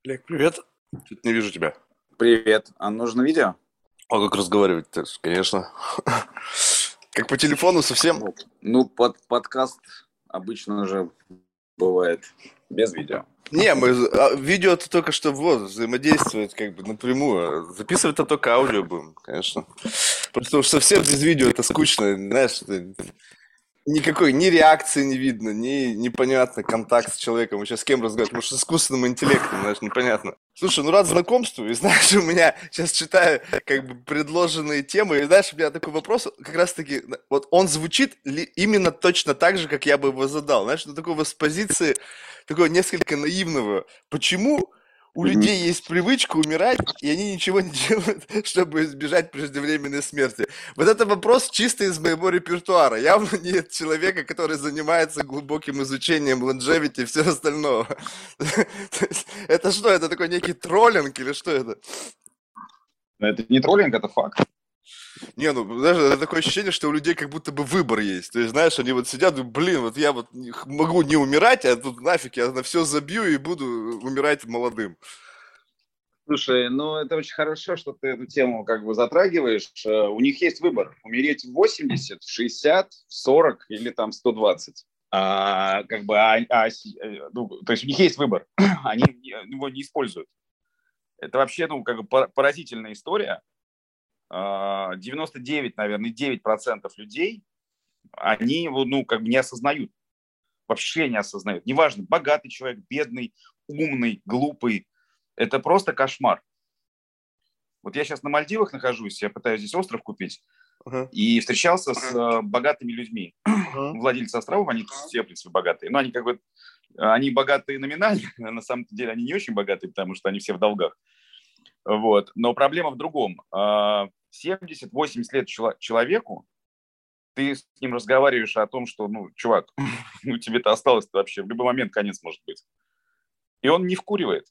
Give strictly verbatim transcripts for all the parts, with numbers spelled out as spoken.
Олег, привет. Тут не вижу тебя. Привет. А нужно видео? А как разговаривать-то? Конечно. Как по телефону совсем? Ну, ну, под, подкаст обычно же бывает без видео. Не, мы а, видео-то только что вот взаимодействует как бы напрямую. Записывать-то только аудио будем, конечно. Потому что совсем без видео это скучно, знаешь, это никакой ни реакции не видно, ни непонятно контакт с человеком. Мы сейчас с кем разговариваем? Может, с искусственным интеллектом, знаешь, непонятно. Слушай, ну рад знакомству. И знаешь, у меня сейчас читаю как бы предложенные темы, и знаешь, у меня такой вопрос, как раз-таки, вот он звучит ли именно точно так же, как я бы его задал. Знаешь, ну такого с позиции такого несколько наивного. Почему у Мгм. людей есть привычка умирать, и они ничего не делают, чтобы избежать преждевременной смерти? Вот это вопрос чисто из моего репертуара. Явно нет человека, который занимается глубоким изучением longevity и всего остального. Это что, это такой некий троллинг или что это? Это не троллинг, это факт. Не, ну, знаешь, это такое ощущение, что у людей как будто бы выбор есть. То есть, знаешь, они вот сидят, думают, блин, вот я вот не- могу не умирать, а тут нафиг, я на все забью и буду умирать молодым. Слушай, ну это очень хорошо, что ты эту тему как бы затрагиваешь. Э, У них есть выбор. Умереть в восемьдесят, шестьдесят, сорок или там сто двадцать. А, как бы, а, а, с- э, ну, то есть у них есть выбор. Они его не используют. Это вообще, ну, как бы пора- поразительная история. А, девяносто девять, наверное, девять процентов людей, они его, ну, как бы не осознают. Вообще не осознают. Неважно, богатый человек, бедный, умный, глупый. Это просто кошмар. Вот я сейчас на Мальдивах нахожусь, я пытаюсь здесь остров купить, Ага, и встречался с э, богатыми людьми. ага. Владельцы островов, они все, в принципе, богатые. Но они как бы, они богатые номинально, на самом деле они не очень богатые, потому что они все в долгах. Вот. Но проблема в другом. А, семьдесят-восемьдесят лет человеку, ты с ним разговариваешь о том, что, ну, чувак, ну, тебе-то осталось вообще, в любой момент конец может быть. И он не вкуривает.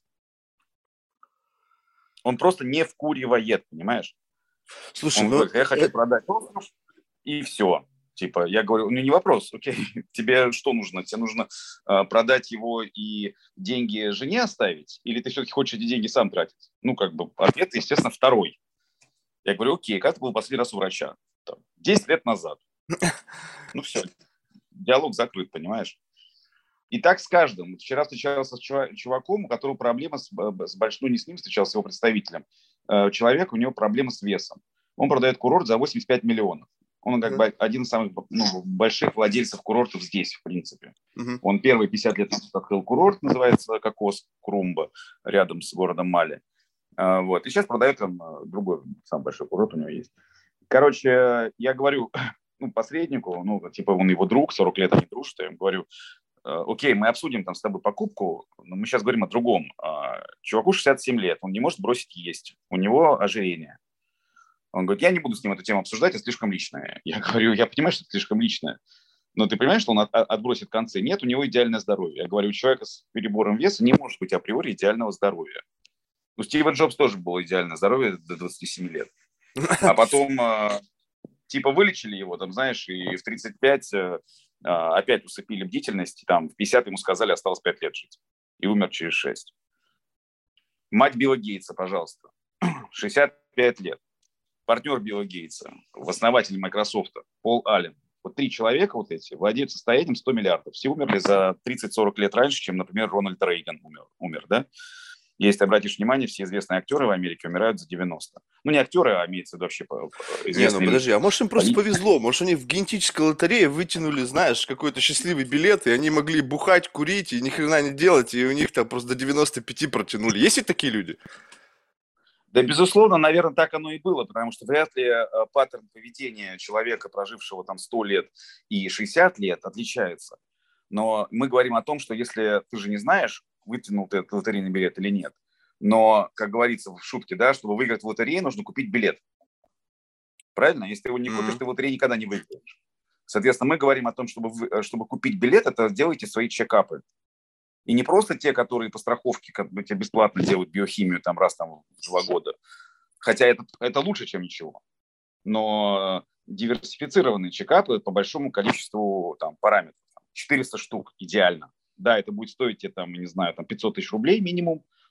Он просто не вкуривает, понимаешь? Слушай, Он ну, говорит, я хочу э, продать остров, и все. Типа, я говорю, ну не вопрос, окей, тебе что нужно? Тебе нужно э, продать его и деньги жене оставить? Или ты все-таки хочешь эти деньги сам тратить? Ну, как бы, ответ, естественно, второй. Я говорю, окей, когда ты был последний раз у врача? Там, десять лет назад. Ну все, диалог закрыт, понимаешь? И так с каждым. Вчера встречался с чуваком, у которого проблема с, с большой, ну не с ним встречался, с его представителем. Э, Человек, у него проблема с весом. Он продает курорт за восемьдесят пять миллионов. Он как ага, бы один из самых, ну, больших владельцев курортов здесь, в принципе. мгм. Он первые пятьдесят лет назад открыл курорт, называется Кокос Крумба, рядом с городом Мали. Э, Вот. И сейчас продает он э, другой, самый большой курорт у него есть. Короче, я говорю, ну, посреднику, ну, типа он его друг, сорок лет они дружат, я ему говорю, э, окей, мы обсудим там с тобой покупку, но мы сейчас говорим о другом. А, Чуваку шестьдесят семь лет, он не может бросить есть, у него ожирение. Он говорит, я не буду с ним эту тему обсуждать, это слишком личное. Я говорю, я понимаю, что это слишком личное, но ты понимаешь, что он от- отбросит концы? Нет, у него идеальное здоровье. Я говорю, у человека с перебором веса не может быть априори идеального здоровья. У Стива Джобс тоже было идеальное здоровье до двадцати семи лет. А потом э, типа вылечили его, там, знаешь, и в тридцать пять э, а, опять усыпили бдительность, и там в пятьдесят ему сказали, осталось пять лет жить. И умер через шесть. Мать Билла Гейтса, пожалуйста, шестьдесят пять лет. Партнер Билла Гейтса, основатель Microsoft, Пол Аллен. Вот три человека вот эти владеют состоянием сто миллиардов. Все умерли за тридцать-сорок лет раньше, чем, например, Рональд Рейган умер, умер, да? Если обратишь внимание, все известные актеры в Америке умирают за девяносто. Ну, не актеры, а имеется в виду вообще Не, ну известные подожди, люди. а может им просто повезло, может они в генетической лотерее вытянули, знаешь, какой-то счастливый билет, и они могли бухать, курить и ни хрена не делать, и у них там просто до девяноста пяти протянули. Есть и такие люди? Да, безусловно, наверное, так оно и было, потому что вряд ли э, паттерн поведения человека, прожившего там сто лет и шестьдесят лет, отличается. Но мы говорим о том, что если ты же не знаешь, вытянул ты этот лотерейный билет или нет, но, как говорится в шутке, да, чтобы выиграть в лотерее, нужно купить билет. Правильно? Если ты его не купишь, Мгм. ты в лотерее никогда не выиграешь. Соответственно, мы говорим о том, чтобы, вы, э, чтобы купить билет, это делайте свои чекапы. И не просто те, которые по страховке как бы тебе бесплатно делают биохимию там раз там, в два года. Хотя это, это лучше, чем ничего. Но диверсифицированные чекапы по большому количеству там, параметров. четыреста штук идеально. Да, это будет стоить тебе, там, не знаю, там пятьсот тысяч рублей минимум,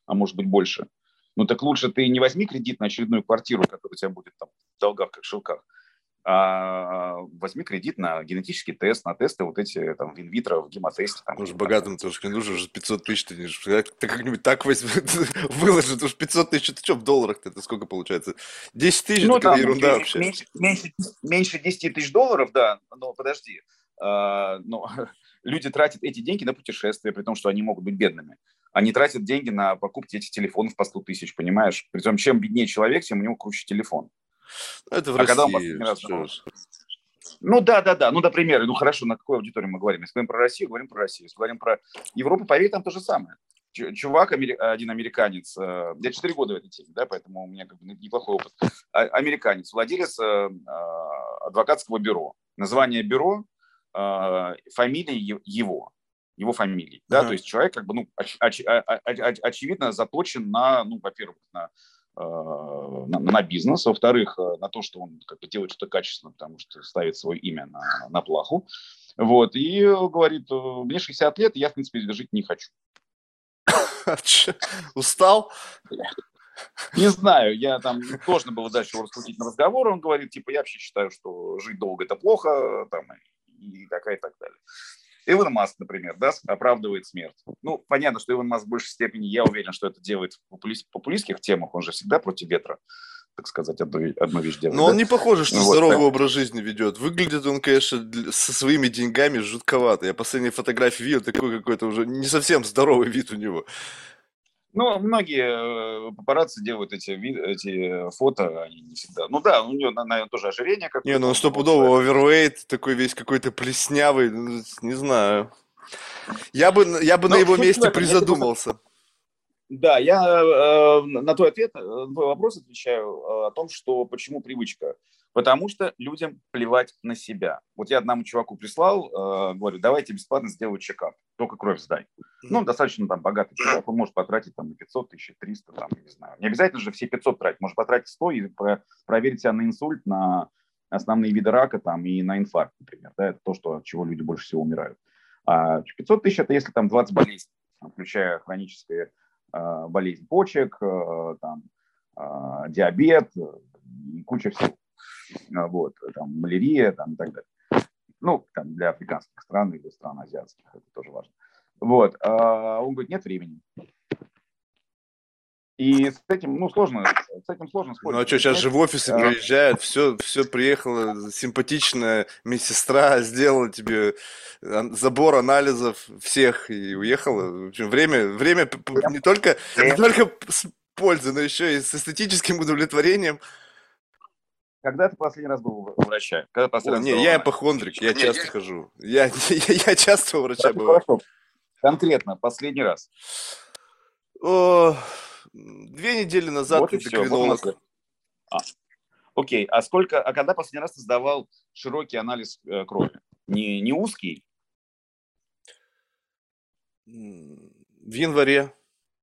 а может быть больше. Ну так лучше ты не возьми кредит на очередную квартиру, которая у тебя будет там в долгах, как в шелках, а возьми кредит на генетический тест, на тесты вот эти там в инвитро, в гемотесте. Там, Может, там, богатым тоже не нужно, уже пятьсот тысяч ты, не- ты как-нибудь так возьми, выложит, уж пятьсот тысяч, это что в долларах-то, это сколько получается? десять тысяч, ну, так это там ерунда вообще. меньше, меньше, меньше десять тысяч долларов, да, но подожди. А, но люди тратят эти деньги на путешествия, при том, что они могут быть бедными. Они тратят деньги на покупки этих телефонов по сто тысяч, понимаешь? Причем, чем беднее человек, тем у него круче телефон. Это в А когда он России, последний раз... что ж. Ну да, да, да. Ну, например, ну хорошо, на какой аудитории мы говорим? Если говорим про Россию, говорим про Россию. Если говорим про Европу, поверь, там то же самое. Чувак, один американец, я четыре года в этой теме, да, поэтому у меня как бы неплохой опыт. Американец, владелец адвокатского бюро. Название бюро, фамилия его, его фамилии, да, uh-huh. То есть человек как бы, ну, оч, оч, оч, очевидно заточен на, ну, во-первых, на На, на бизнес, во-вторых, на то, что он как бы делает что-то качественно, потому что ставит свое имя на, на плаху. Вот, и говорит, мне шестьдесят лет, я, в принципе, жить не хочу. Устал? Не знаю, я там сложно было дальше его раскрутить на разговор. Он говорит, типа, я вообще считаю, что жить долго – это плохо, там, и такая, и так далее. Илон Маск, например, да, оправдывает смерть. Ну, понятно, что Илон Маск в большей степени, я уверен, что это делает в популистских темах, он же всегда против ветра, так сказать, одну, одну вещь делает. Но да? он не похож, что вот, здоровый так. образ жизни ведет. Выглядит он, конечно, со своими деньгами жутковато. Я последние фотографии видел, такой какой-то уже не совсем здоровый вид у него. Ну, многие папарацци делают эти, эти фото, они не всегда. Ну да, у него, наверное, тоже ожирение какое-то. Не, ну он стопудово овервейт, такой весь какой-то плеснявый, не знаю. Я бы, я бы на его месте призадумался. Да, я э, на твой ответ, на твой вопрос отвечаю э, о том, что почему привычка. Потому что людям плевать на себя. Вот я одному чуваку прислал, э, говорю, давайте бесплатно сделаю чекап, только кровь сдай. Mm-hmm. Ну, достаточно там богатый чувак, он может потратить там пятьсот тысяч, триста, там, не знаю. Не обязательно же все пятьсот тратить, может потратить сто и про- проверить себя на инсульт, на основные виды рака там, и на инфаркт, например. Да, это то, что, от чего люди больше всего умирают. А пятьсот тысяч – это если там двадцать болезней, включая хронические болезнь почек, там, диабет и куча всего. Вот, там, малярия там, и так далее. Ну, там, для африканских стран или стран азиатских, это тоже важно. Вот. А он говорит, нет времени. И с этим, ну, сложно, с этим сложно спорить. Ну, а что, сейчас же в офисы а... приезжают, все, все приехала симпатичная медсестра, сделала тебе забор анализов всех и уехала. В общем, время, время не только, не только с пользой, но еще и с эстетическим удовлетворением. Когда ты последний раз был у врача? Когда О, не, я ипохондрик, я не, часто я... хожу. Я, я, я часто у врача бываю. Хорошо. Конкретно, последний раз. О... Две недели назад вот эндокринолог. Вот а. Окей, а сколько, а когда последний раз ты сдавал широкий анализ э, крови? Не, не узкий? В январе.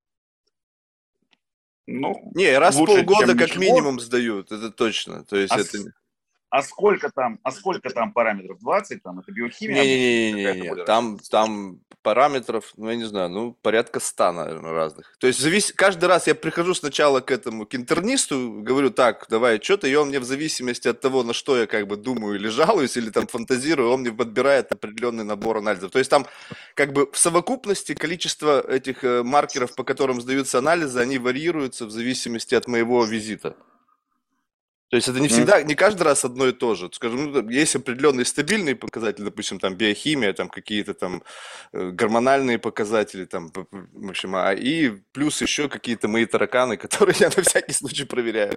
Ну, не, раз в полгода как ничего. Минимум сдают, это точно. То есть а, это... с... а сколько там, а сколько там параметров? двадцать? Там это биохимия? Не-не-не, там, там параметров, ну, я не знаю, ну, порядка ста, наверное, разных. То есть завис... каждый раз я прихожу сначала к этому, к интернисту, говорю, так, давай, что-то, и он мне в зависимости от того, на что я как бы думаю или жалуюсь, или там фантазирую, он мне подбирает определенный набор анализов. То есть там как бы в совокупности количество этих маркеров, по которым сдаются анализы, они варьируются в зависимости от моего визита. То есть это не всегда, не каждый раз одно и то же. Скажем, ну, есть определенные стабильные показатели, допустим, там биохимия, там какие-то там гормональные показатели, там, в общем, а и плюс еще какие-то мои тараканы, которые я на всякий случай проверяю.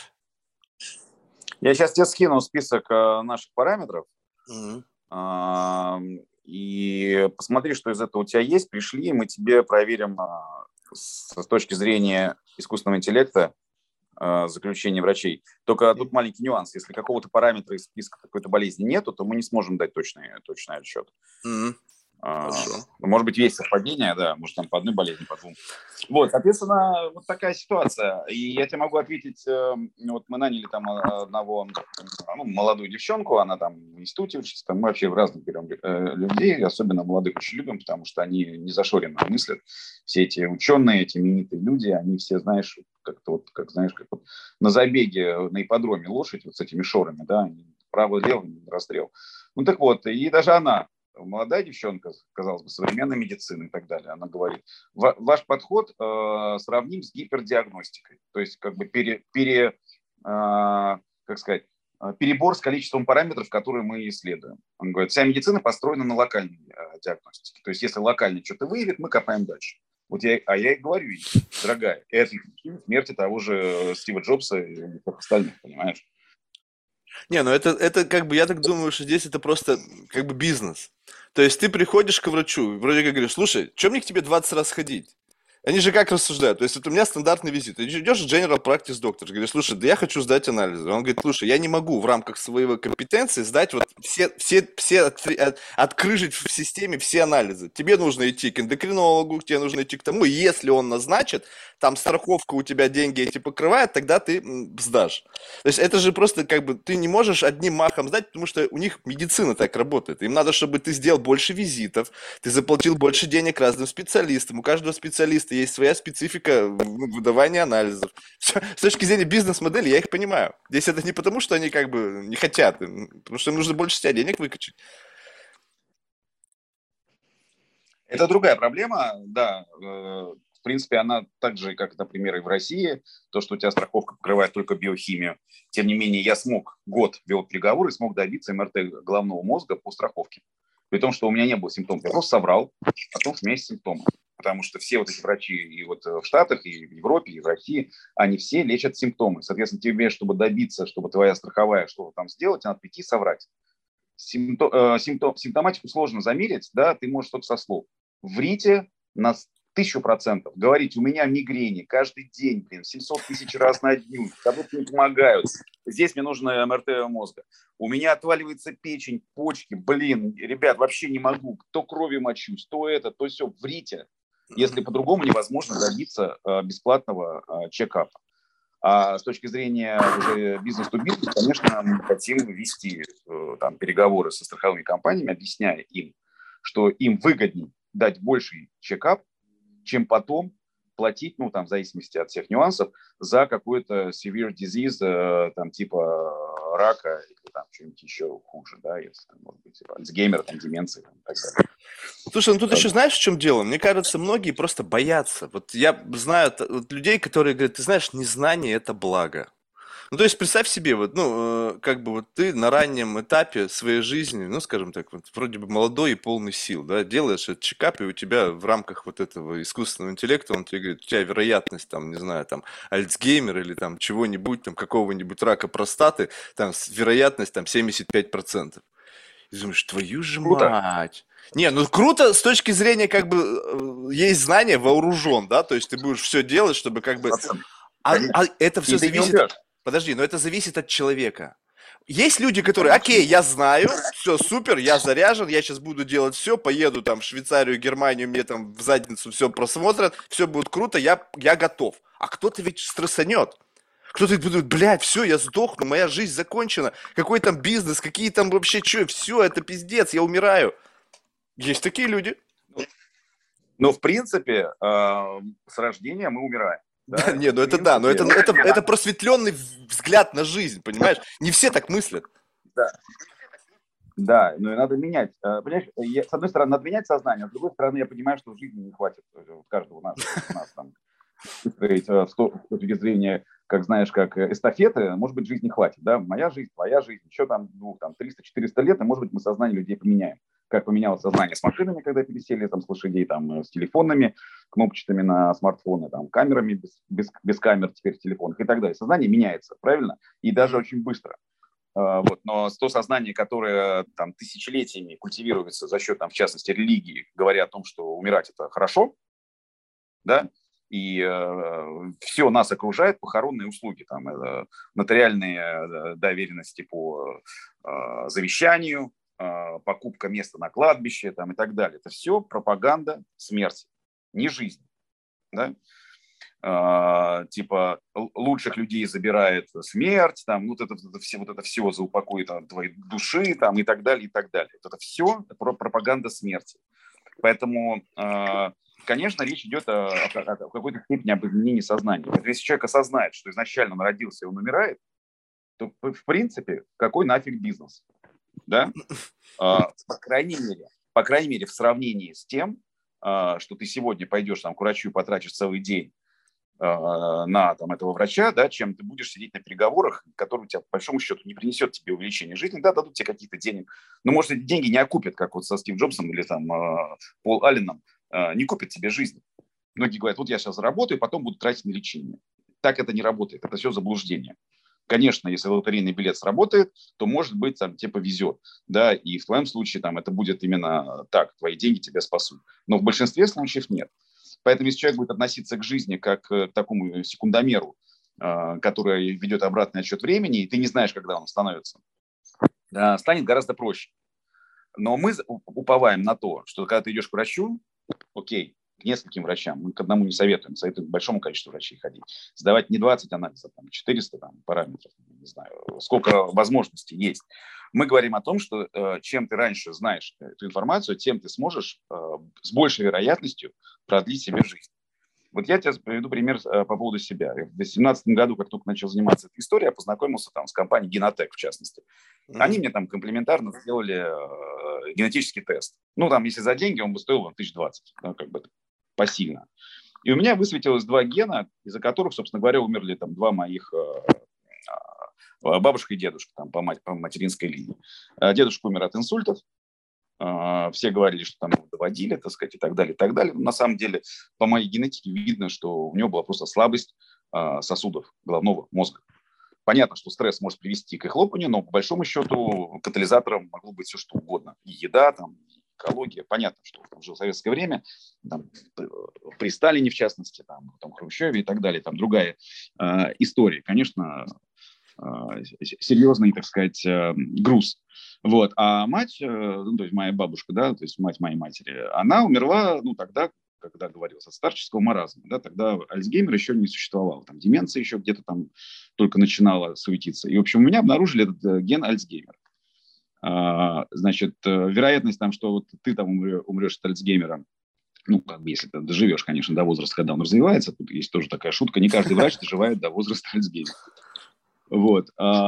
Я сейчас тебе скину список наших параметров. Mm-hmm. И посмотри, что из этого у тебя есть. Пришли, и мы тебе проверим с точки зрения искусственного интеллекта заключение врачей. Только тут маленький нюанс. Если какого-то параметра из списка какой-то болезни нету, то мы не сможем дать точный, точный отчет. Mm-hmm. Хорошо. Может быть, есть совпадение, да, может, там по одной болезни, по двум. Вот, соответственно, вот такая ситуация. И я тебе могу ответить, вот мы наняли там одного, ну, молодую девчонку, она там в институте учится, там мы вообще в разных берем людей, особенно молодых очень любим, потому что они не зашоренно мыслят. Все эти ученые, эти именитые люди, они все, знаешь, как-то вот, как знаешь, как вот на забеге на ипподроме лошадь вот с этими шорами, да, право-лево, расстрел. Ну так вот, и даже она, молодая девчонка, казалось бы, современной медицины и так далее, она говорит, ваш подход э, сравним с гипердиагностикой. То есть как бы пере, пере, э, как сказать, перебор с количеством параметров, которые мы исследуем. Он говорит, вся медицина построена на локальной э, диагностике. То есть если локально что-то выявит, мы копаем дальше. Вот я, а я и говорю ей, дорогая, это смерти того же Стива Джобса и всех остальных, понимаешь? Не, ну это, это как бы, я так думаю, что здесь это просто как бы бизнес. То есть ты приходишь к врачу, вроде как говоришь, слушай, что мне к тебе двадцать раз ходить? Они же как рассуждают? То есть вот у меня стандартный визит. Ты идешь в General Practice Doctor, говоришь, слушай, да я хочу сдать анализы. Он говорит, слушай, я не могу в рамках своего компетенции сдать вот все, все, все от, от, открыжить в системе все анализы. Тебе нужно идти к эндокринологу, тебе нужно идти к тому, и если он назначит, там страховка у тебя деньги эти покрывает, тогда ты м, сдашь. То есть это же просто как бы ты не можешь одним махом сдать, потому что у них медицина так работает. Им надо, чтобы ты сделал больше визитов, ты заплатил больше денег разным специалистам. У каждого специалиста есть своя специфика выдавания анализов. Все, с точки зрения бизнес-модели я их понимаю. Здесь это не потому, что они как бы не хотят, потому что им нужно больше себя денег выкачать. Это другая проблема, да. В принципе, она так же, как, например, и в России, то, что у тебя страховка покрывает только биохимию. Тем не менее, я смог, год вел переговоры, смог добиться эм эр тэ головного мозга по страховке. При том, что у меня не было симптомов. Я просто соврал о том, что у меня есть симптомы. Потому что все вот эти врачи и вот в Штатах, и в Европе, и в России, они все лечат симптомы. Соответственно, тебе, чтобы добиться, чтобы твоя страховая что-то там сделать, надо прийти и соврать. Симптом, симптом, симптоматику сложно замерить, да, ты можешь только со слов. Врите на тысячу процентов. Говорите, у меня мигрени каждый день, блин, семьсот тысяч раз на дню, таблетки не помогают. Здесь мне нужно эм эр тэ мозга. У меня отваливается печень, почки, блин, ребят, вообще не могу. То кровью мочусь, то это, то все. Врите, если по-другому невозможно добиться бесплатного чекапа. А с точки зрения уже бизнес-то-бизнес, конечно, мы хотим вести там, переговоры со страховыми компаниями, объясняя им, что им выгоднее дать больший чекап, чем потом платить, ну, там, в зависимости от всех нюансов, за какой-то severe disease, там, типа рака или там что-нибудь еще хуже, да, если, там, может быть, типа альцгеймера, там, деменции, там, и так далее. Слушай, ну тут еще знаешь, в чем дело? Мне кажется, многие просто боятся. Вот я знаю вот людей, которые говорят, ты знаешь, незнание – это благо. Ну, то есть представь себе, вот, ну, э, как бы вот ты на раннем этапе своей жизни, ну, скажем так, вот вроде бы молодой и полный сил, да, делаешь этот чекап, и у тебя в рамках вот этого искусственного интеллекта, он тебе говорит, у тебя вероятность, там, не знаю, там, Альцгеймер или там чего-нибудь, там, какого-нибудь рака простаты, там, вероятность, там, семьдесят пять процентов. И думаешь, твою же Круто. мать. Не, ну круто с точки зрения, как бы, э, есть знание, вооружен, да, то есть ты будешь все делать, чтобы как бы... А, а это все И ты не зависит... умрешь. Подожди, но это зависит от человека. Есть люди, которые, окей, я знаю, все супер, я заряжен, я сейчас буду делать все, поеду там в Швейцарию, Германию, мне там в задницу все просмотрят, все будет круто, я, я готов. А кто-то ведь стрессанет. Кто-то будет, блядь, все, я сдохну, моя жизнь закончена. Какой там бизнес, какие там вообще, что, все, это пиздец, я умираю. Есть такие люди. Но, в принципе, э, с рождения мы умираем. Да, Да? не, ну В это да, но это, принципе, это, это просветленный взгляд на жизнь, понимаешь? Не все так мыслят. да. Да, но и надо менять. Э, Понимаешь, я, с одной стороны, надо менять сознание, а с другой стороны, я понимаю, что в жизни не хватит э, вот каждого нас, у нас там выстроить э, с то- с точки зрения, как знаешь, как э, эстафеты, может быть, жизни хватит, да, моя жизнь, твоя жизнь, еще там двух, там, триста-четыреста лет, и, может быть, мы сознание людей поменяем. Как поменялось сознание с машинами, когда пересели там, с лошадей, там, э, с телефонами, кнопочными на смартфоны, там, камерами без, без, без камер теперь в телефонах и так далее. Сознание меняется, правильно? И даже очень быстро. Uh, вот. Но то сознание, которое там, тысячелетиями культивируется за счет, там, в частности, религии, говоря о том, что умирать это хорошо, да, и э, все нас окружает, похоронные услуги, там, э, нотариальные э, доверенности по э, завещанию, покупка места на кладбище там, и так далее. Это все пропаганда смерти, не жизни. Да? Uh, типа лучших людей забирает смерть, там, вот это, это все, вот это все за упокой там, твоей души, там, и так далее, и так далее. Вот это все про пропаганда смерти. Поэтому, uh, конечно, речь идет о, о, о какой-то степени об изменении сознания. Если человек осознает, что изначально он родился и он умирает, то, в принципе, какой нафиг бизнес? Да? Uh, по крайней мере, по крайней мере, в сравнении с тем, uh, что ты сегодня пойдешь там, к врачу и потратишь целый день на там, этого врача, да, чем ты будешь сидеть на переговорах, которые у тебя, по большому счету, не принесет тебе увеличения жизни, да, дадут тебе какие-то денег. Но, может, эти деньги не окупят, как вот со Стив Джобсом или там Пол Алленом, не купят тебе жизнь. Многие говорят, вот я сейчас заработаю, потом буду тратить на лечение. Так это не работает, это все заблуждение. Конечно, если лотерейный билет сработает, то, может быть, там, тебе повезет, да, и в твоем случае там, это будет именно так, твои деньги тебя спасут. Но в большинстве случаев нет. Поэтому если человек будет относиться к жизни как к такому секундомеру, который ведет обратный отсчет времени, и ты не знаешь, когда он становится, станет гораздо проще. Но мы уповаем на то, что когда ты идешь к врачу, окей, к нескольким врачам, мы к одному не советуем, советуем к большому количеству врачей ходить, сдавать не двадцать анализов, там, четыреста там, параметров, не знаю, сколько возможностей есть. Мы говорим о том, что э, чем ты раньше знаешь эту информацию, тем ты сможешь э, с большей вероятностью продлить себе жизнь. Вот я тебе приведу пример э, по поводу себя. В две тысячи семнадцатом году, как только начал заниматься этой историей, я познакомился там с компанией Genotech, в частности. Mm-hmm. Они мне там комплементарно сделали э, генетический тест. Ну, там, если за деньги, он бы стоил вам тысяч двадцать, да, как бы посильно. И у меня высветилось два гена, из-за которых, собственно говоря, умерли там два моих э, бабушка и дедушка там, по, мать, по материнской линии. Дедушка умер от инсультов. Все говорили, что там его доводили, так сказать, и так далее, и так далее. Но на самом деле по моей генетике видно, что у него была просто слабость сосудов головного мозга. Понятно, что стресс может привести к их лопанию, но по большому счету катализатором могло быть все что угодно. И еда, там, и экология. Понятно, что там жил советское время, там, при Сталине, в частности, там, там, Хрущеве и так далее. Там другая э, история. Конечно, серьезный, так сказать, груз. Вот. А мать, ну, то есть моя бабушка, да, то есть мать моей матери, она умерла, ну, тогда, когда говорилось, от старческого маразма, да, тогда Альцгеймер еще не существовал, там деменция еще где-то там только начинала суетиться. И, в общем, у меня обнаружили этот ген Альцгеймера. А, значит, вероятность там, что вот ты там умрешь от Альцгеймера, ну, как бы, если ты доживешь, конечно, до возраста, когда он развивается, тут есть тоже такая шутка, не каждый врач доживает до возраста Альцгеймера. Вот.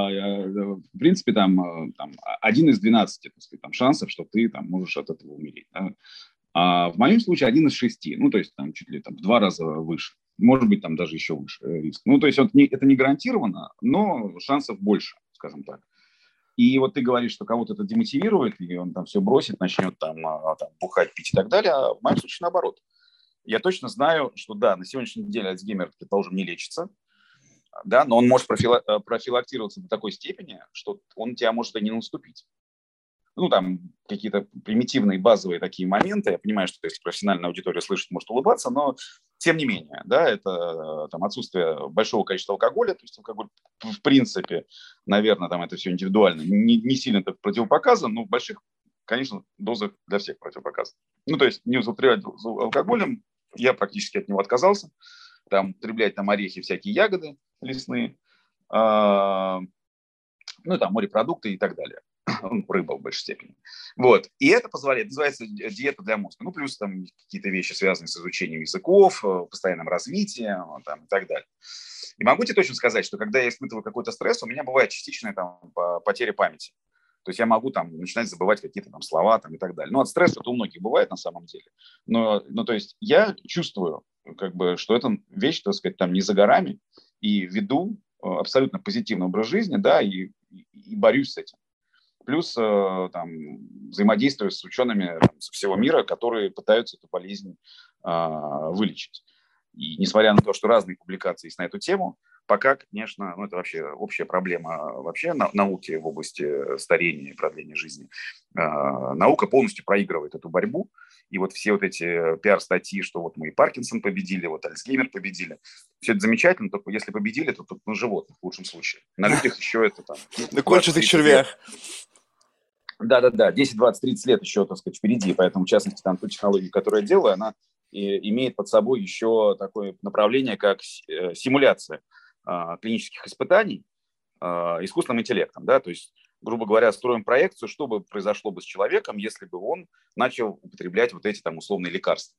В принципе, там, там один из двенадцати, так сказать, там, шансов, что ты там, можешь от этого умереть. Да? А в моем случае один из шести, ну, то есть там чуть ли там, в два раза выше. Может быть, там даже еще выше риск. Ну, то есть вот, не, это не гарантированно, но шансов больше, скажем так. И вот ты говоришь, что кого-то это демотивирует, и он там все бросит, начнет там, там бухать, пить и так далее. А в моем случае наоборот. Я точно знаю, что да, на сегодняшний день Альцгеймер, предположим, не лечится. Да, но он может профилактироваться до такой степени, что он тебя может и не наступить. Ну, там какие-то примитивные базовые такие моменты. Я понимаю, что если профессиональная аудитория слышит, может улыбаться, но тем не менее, да, это там, отсутствие большого количества алкоголя, то есть алкоголь в принципе, наверное, там это все индивидуально, не, не сильно так противопоказан, но в больших, конечно, дозах для всех противопоказан. Ну, то есть не злоупотреблять алкоголем, я практически от него отказался. Там употреблять там орехи, всякие ягоды лесные, э, ну, там морепродукты и так далее. Рыба в большей степени. Вот. И это позволяет, называется диета для мозга. Ну, плюс там какие-то вещи, связанные с изучением языков, постоянным развитием там, и так далее. И могу тебе точно сказать, что когда я испытываю какой-то стресс, у меня бывает частичная там, потеря памяти. То есть я могу там начинать забывать какие-то там слова там, и так далее. Ну, от стресса это у многих бывает на самом деле. Но, ну, то есть я чувствую, как бы, что это вещь, так сказать, там не за горами, и веду абсолютно позитивный образ жизни, да, и, и борюсь с этим. Плюс там, взаимодействую с учеными там, со всего мира, которые пытаются эту болезнь а, вылечить. И несмотря на то, что разные публикации есть на эту тему, пока, конечно, ну, это вообще общая проблема вообще на, науки в области старения и продления жизни. А, наука полностью проигрывает эту борьбу. И вот все вот эти пиар-статьи, что вот мы и Паркинсон победили, вот Альцгеймер победили. Все это замечательно, только если победили, то только на животных в лучшем случае. На людях еще это там... На кончатых червях. Да-да-да, десять, двадцать, тридцать лет еще, так сказать, впереди, поэтому, в частности, там, ту технологию, которую я делаю, она и имеет под собой еще такое направление, как э, симуляция э, клинических испытаний э, искусственным интеллектом, да, то есть, грубо говоря, строим проекцию, что бы произошло бы с человеком, если бы он начал употреблять вот эти там условные лекарства.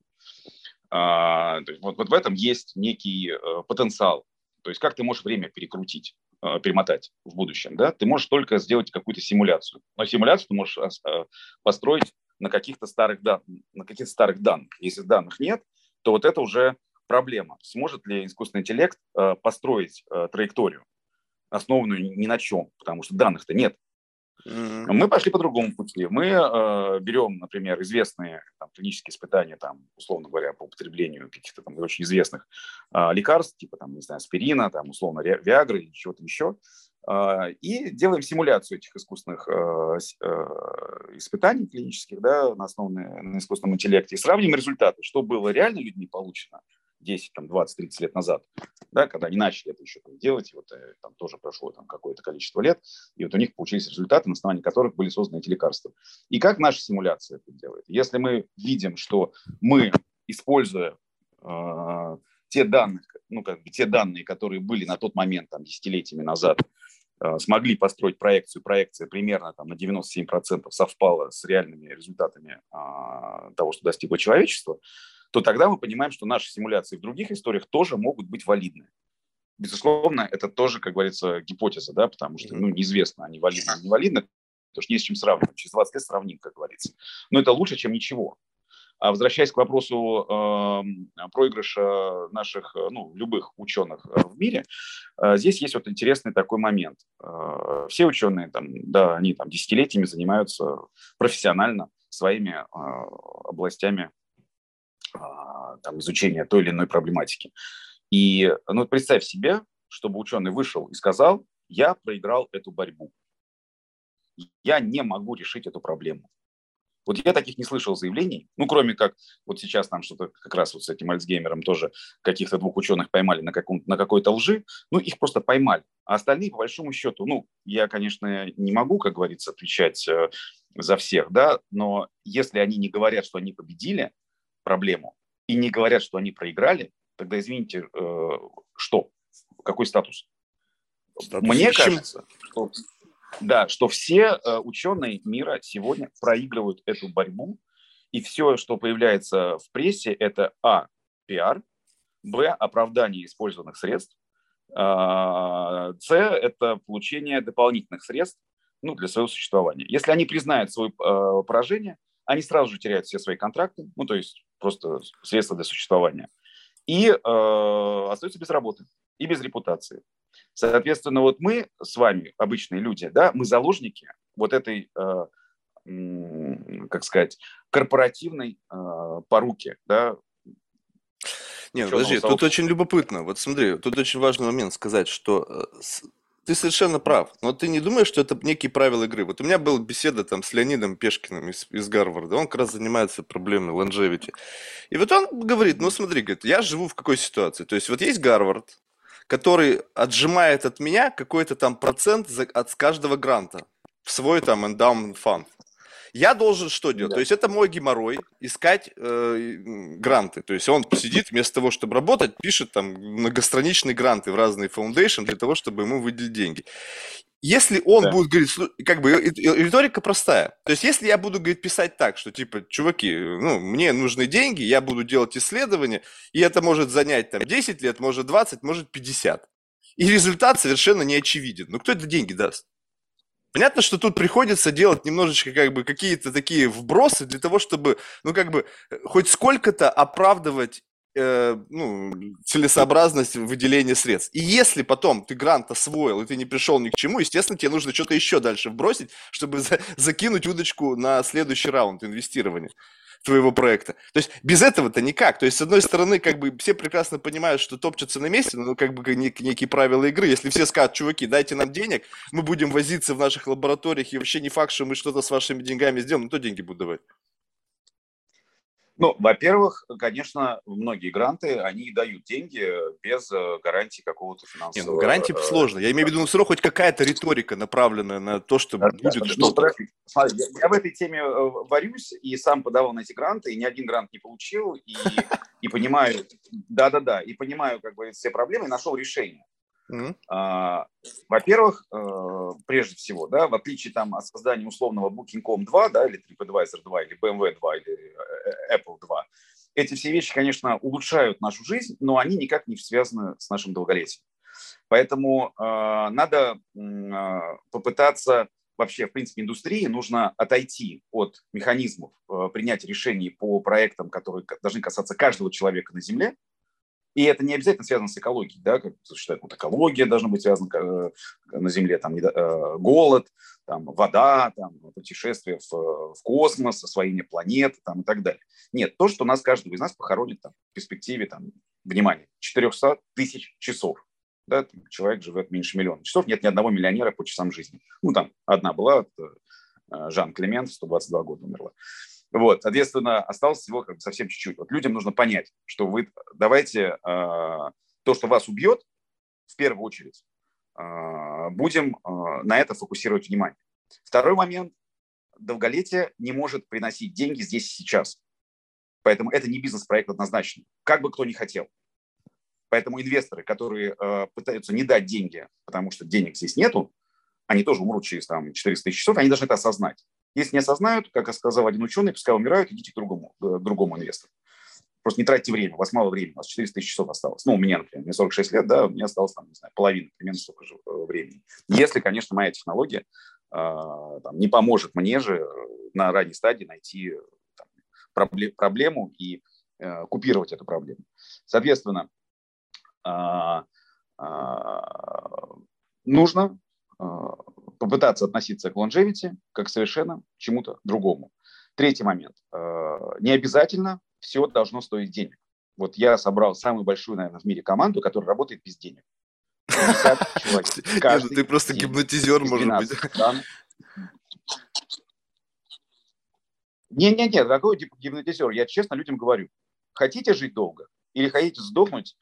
А, то есть вот, вот в этом есть некий э, потенциал. То есть как ты можешь время перекрутить, э, перемотать в будущем, да? Ты можешь только сделать какую-то симуляцию. Но симуляцию ты можешь э, построить на каких-то старых, дан- на каких-то старых данных. Если данных нет, то вот это уже проблема. Сможет ли искусственный интеллект э, построить э, траекторию, основанную ни на чем, потому что данных-то нет. Мгм. Мы пошли по другому пути. Мы э, берем, например, известные там, клинические испытания, там, условно говоря, по употреблению каких-то там очень известных э, лекарств, типа там, не знаю, аспирина, там, условно, Виагры или чего-то еще, э, и делаем симуляцию этих искусственных э, с- э, испытаний клинических, да, на основанные на искусственном интеллекте, и сравним результаты, что было реально людьми получено десять, там, двадцать, тридцать лет назад, да, когда они начали это еще там, делать, и вот э, там тоже прошло там, какое-то количество лет, и вот у них получились результаты, на основании которых были созданы эти лекарства. И как наша симуляция это делает? Если мы видим, что мы, используя э, те данные, ну, как бы те данные, которые были на тот момент, там, десятилетиями назад, э, смогли построить проекцию, проекция примерно там, на девяносто семь процентов совпала с реальными результатами э, того, что достигло человечество, то тогда мы понимаем, что наши симуляции в других историях тоже могут быть валидны. Безусловно, это тоже, как говорится, гипотеза, да, потому что ну, неизвестно, они валидны или не валидны, потому что не с чем сравнивать. Через двадцать лет сравним, как говорится. Но это лучше, чем ничего. А возвращаясь к вопросу э, проигрыша наших, ну, любых ученых в мире, э, здесь есть вот интересный такой момент. Э, все ученые, там, да, они там десятилетиями занимаются профессионально своими э, областями э, там, изучения той или иной проблематики. И ну, представь себе, чтобы ученый вышел и сказал, я проиграл эту борьбу. Я не могу решить эту проблему. Вот я таких не слышал заявлений, ну, кроме как вот сейчас там что-то как раз вот с этим Альцгеймером тоже каких-то двух ученых поймали на, каком, на какой-то лжи, ну, их просто поймали. А остальные, по большому счету, ну, я, конечно, не могу, как говорится, отвечать э, за всех, да, но если они не говорят, что они победили проблему, и не говорят, что они проиграли, тогда, извините, э, что? Какой статус? Статус Мне ищем. кажется, что да, что все э, ученые мира сегодня проигрывают эту борьбу, и все, что появляется в прессе, это а. пиар, б. оправдание использованных средств, а, с. это получение дополнительных средств ну, для своего существования. Если они признают свое э, поражение, они сразу же теряют все свои контракты, ну то есть просто средства для существования, и э, остаются без работы и без репутации. Соответственно, вот мы с вами, обычные люди, да, мы заложники вот этой, э, м, как сказать, корпоративной э, поруки, да, Не, ну ученого подожди, тут сообщества. очень любопытно. Вот смотри, тут очень важный момент сказать, что э, с- ты совершенно прав, но ты не думаешь, что это некие правила игры? Вот у меня была беседа там с Леонидом Пешкиным из, из Гарварда, он как раз занимается проблемой longevity. И вот он говорит, ну смотри, говорит, я живу в какой ситуации? То есть вот есть Гарвард, который отжимает от меня какой-то там процент за- от каждого гранта в свой там endowment fund. Я должен что делать? То Да. есть это мой геморрой искать э, гранты. То есть он сидит вместо того, чтобы работать, пишет там многостраничные гранты в разные фаундейшн для того, чтобы ему выделить деньги. Если он Да. будет говорить, слу- как бы и- и- риторика простая. То есть если я буду говорить, писать так, что типа, чуваки, ну, мне нужны деньги, я буду делать исследования, и это может занять там десять лет, может двадцать, может пятьдесят. И результат совершенно не очевиден. Ну кто это деньги даст? Понятно, что тут приходится делать немножечко как бы какие-то такие вбросы для того, чтобы, ну как бы, э, хоть сколько-то оправдывать э, ну, целесообразность выделения средств. И если потом ты грант освоил, и ты не пришел ни к чему, естественно, тебе нужно что-то еще дальше вбросить, чтобы за- закинуть удочку на следующий раунд инвестирования твоего проекта. То есть без этого-то никак. То есть, с одной стороны, как бы все прекрасно понимают, что топчутся на месте, но ну, как бы нек- некие правила игры. Если все скажут, чуваки, дайте нам денег, мы будем возиться в наших лабораториях, и вообще не факт, что мы что-то с вашими деньгами сделаем, ну, то деньги будут давать. Ну, во-первых, конечно, многие гранты, они дают деньги без гарантии какого-то Не, ну финансового... гарантии сложно. Я имею в виду, ну, все равно хоть какая-то риторика, направленная на то, что Да, да, будет ну, что-то. подожди, смотри, я, я в этой теме э, варюсь и сам подавал на эти гранты, и ни один грант не получил, и, и понимаю, да-да-да, и понимаю как бы все проблемы, и нашел решение. Mm-hmm. А, во-первых, э, прежде всего, да, в отличие там от создания условного букинг точка ком два, да, или TripAdvisor два, или бэ эм вэ два, или Apple два, эти все вещи, конечно, улучшают нашу жизнь, но они никак не связаны с нашим долголетием. Поэтому э, надо э, попытаться вообще, в принципе, индустрии нужно отойти от механизмов э, принятия решений по проектам, которые должны касаться каждого человека на Земле. И это не обязательно связано с экологией, да, как считают, вот экология должна быть связана э, на Земле, там, э, голод, там, вода, там, путешествие в, в космос, освоение планеты там, и так далее. Нет, то, что нас, каждого из нас похоронит там, в перспективе, там, внимание, четыреста тысяч часов. Да, человек живет меньше миллиона часов, нет ни одного миллионера по часам жизни. Ну, там, одна была, э, Жан Клемент, сто двадцать два года умерла. Вот, соответственно, осталось всего как бы совсем чуть-чуть. Вот людям нужно понять, что вы давайте э, то, что вас убьет, в первую очередь, э, будем э, на это фокусировать внимание. Второй момент. Долголетие не может приносить деньги здесь и сейчас. Поэтому это не бизнес-проект однозначно, как бы кто ни хотел. Поэтому инвесторы, которые э, пытаются не дать деньги, потому что денег здесь нету, они тоже умрут через там, четыреста тысяч часов, они должны это осознать. Если не осознают, как сказал один ученый, пускай умирают, идите к другому, к другому инвестору. Просто не тратьте время, у вас мало времени, у вас четыреста тысяч часов осталось. Ну, у меня, например, мне сорок шесть лет, да, у меня осталось, там, не знаю, половина, примерно столько же времени. Если, конечно, моя технология э, там, не поможет мне же на ранней стадии найти там, проблем, проблему и э, купировать эту проблему. Соответственно, э, э, нужно попытаться относиться к longevity как совершенно чему-то другому. Третий момент. Не обязательно все должно стоить денег. Вот я собрал самую большую, наверное, в мире команду, которая работает без денег. пятьдесят человек. Нет, ты просто гипнотизер, может быть. Не-не-не, какой гипнотизер? Я честно людям говорю. Хотите жить долго или хотите сдохнуть,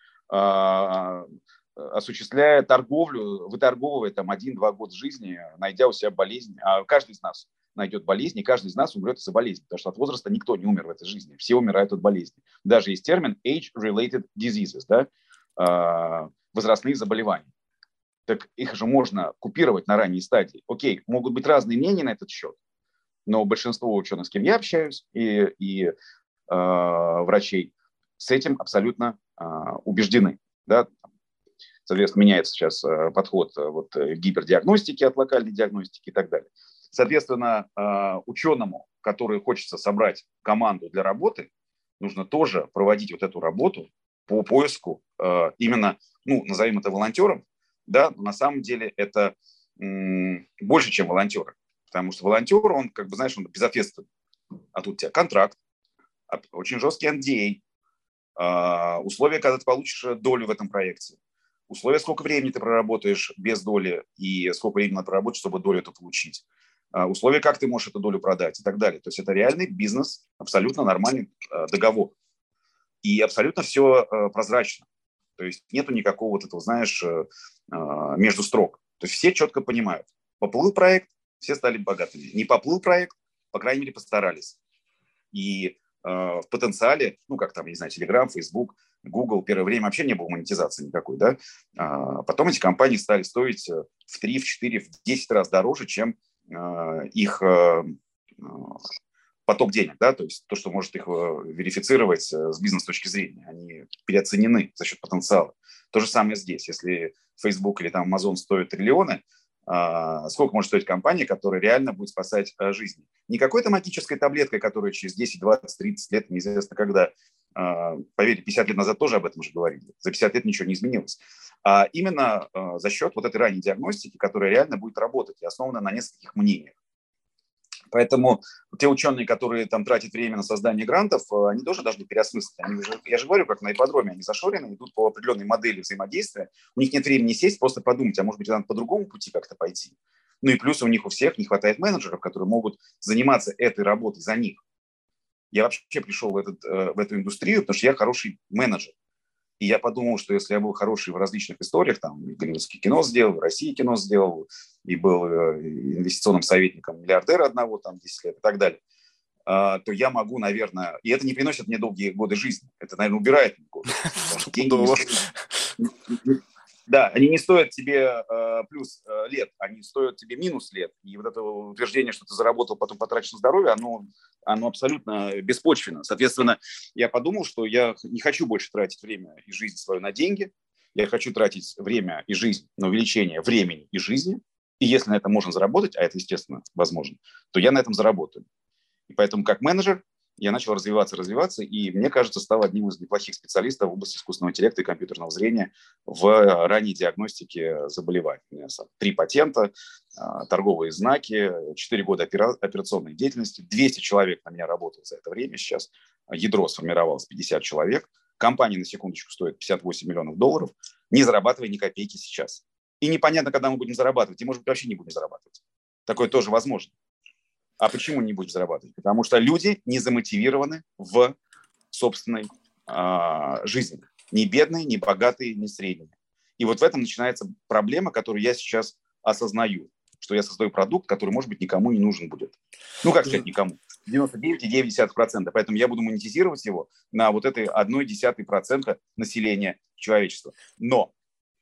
осуществляя торговлю, выторговывая там один-два года жизни, найдя у себя болезнь. А каждый из нас найдет болезнь, и каждый из нас умрет из-за болезни, потому что от возраста никто не умер в этой жизни. Все умирают от болезни. Даже есть термин age-related diseases, да? Возрастные заболевания. Так их же можно купировать на ранней стадии. Окей, могут быть разные мнения на этот счет, но большинство ученых, с кем я общаюсь, и, и э, врачей, с этим абсолютно э, убеждены. Да? Соответственно, меняется сейчас подход вот, гипердиагностики от локальной диагностики и так далее. Соответственно, ученому, который хочется собрать команду для работы, нужно тоже проводить вот эту работу по поиску именно, ну, назовем это волонтером, да, но на самом деле это м- больше, чем волонтеры. Потому что волонтер, он, как бы, знаешь, он безответственный. А тут у тебя контракт, очень жесткий эн ди эй, условия, когда ты получишь долю в этом проекте. Условия, сколько времени ты проработаешь без доли и сколько времени надо проработать, чтобы долю эту получить. Условия, как ты можешь эту долю продать и так далее. То есть это реальный бизнес, абсолютно нормальный договор. И абсолютно все прозрачно. То есть нету никакого вот этого, знаешь, между строк. То есть все четко понимают. Поплыл проект, все стали богатыми. Не поплыл проект, по крайней мере, постарались. И в потенциале, ну, как там, не знаю, Telegram, Facebook, Google, первое время вообще не было монетизации никакой, да. А потом эти компании стали стоить в три, в четыре, в десять раз дороже, чем их поток денег, да, то есть то, что может их верифицировать с бизнес точки зрения. Они переоценены за счет потенциала. То же самое здесь. Если Facebook или там Amazon стоят триллионы, сколько может стоить компания, которая реально будет спасать жизни. Не какой-то магической таблеткой, которая через десять, двадцать, тридцать лет, неизвестно когда, поверьте, пятьдесят лет назад тоже об этом уже говорили, за пятьдесят лет ничего не изменилось, а именно за счет вот этой ранней диагностики, которая реально будет работать и основана на нескольких мнениях. Поэтому те ученые, которые там тратят время на создание грантов, они тоже должны переосмыслить. Они уже, я же говорю, как на ипподроме, они зашорены, идут по определенной модели взаимодействия. У них нет времени сесть, просто подумать, а может быть, надо по другому пути как-то пойти. Ну и плюс у них у всех не хватает менеджеров, которые могут заниматься этой работой за них. Я вообще пришел в, этот, в эту индустрию, потому что я хороший менеджер. И я подумал, что если я был хороший в различных историях, там, и голливудское кино сделал, в России кино сделал, и был инвестиционным советником миллиардера одного, там, десять лет и так далее, то я могу, наверное... И это не приносит мне долгие годы жизни. Это, наверное, убирает мне годы жизни. Деньги не стоят... Да, они не стоят тебе э, плюс э, лет, они стоят тебе минус лет. И вот это утверждение, что ты заработал, потом потратишь на здоровье, оно, оно абсолютно беспочвенно. Соответственно, я подумал, что я не хочу больше тратить время и жизнь свою на деньги. Я хочу тратить время и жизнь на увеличение времени и жизни. И если на этом можно заработать, а это, естественно, возможно, то я на этом заработаю. И поэтому как менеджер я начал развиваться, развиваться, и, мне кажется, стал одним из неплохих специалистов в области искусственного интеллекта и компьютерного зрения в ранней диагностике заболеваний. У меня три патента, торговые знаки, четыре года операционной деятельности, двести человек на меня работает за это время сейчас, ядро сформировалось пятьдесят человек, компания, на секундочку, стоит пятьдесят восемь миллионов долларов, не зарабатывая ни копейки сейчас. И непонятно, когда мы будем зарабатывать, и, может быть, вообще не будем зарабатывать. Такое тоже возможно. А почему не будем зарабатывать? Потому что люди не замотивированы в собственной э, жизни. Ни бедные, ни богатые, ни средние. И вот в этом начинается проблема, которую я сейчас осознаю. Что я создаю продукт, который, может быть, никому не нужен будет. Ну, как сказать, никому. девяносто девять целых девять десятых процента. Поэтому я буду монетизировать его на вот этой одной десятой процента населения человечества. Но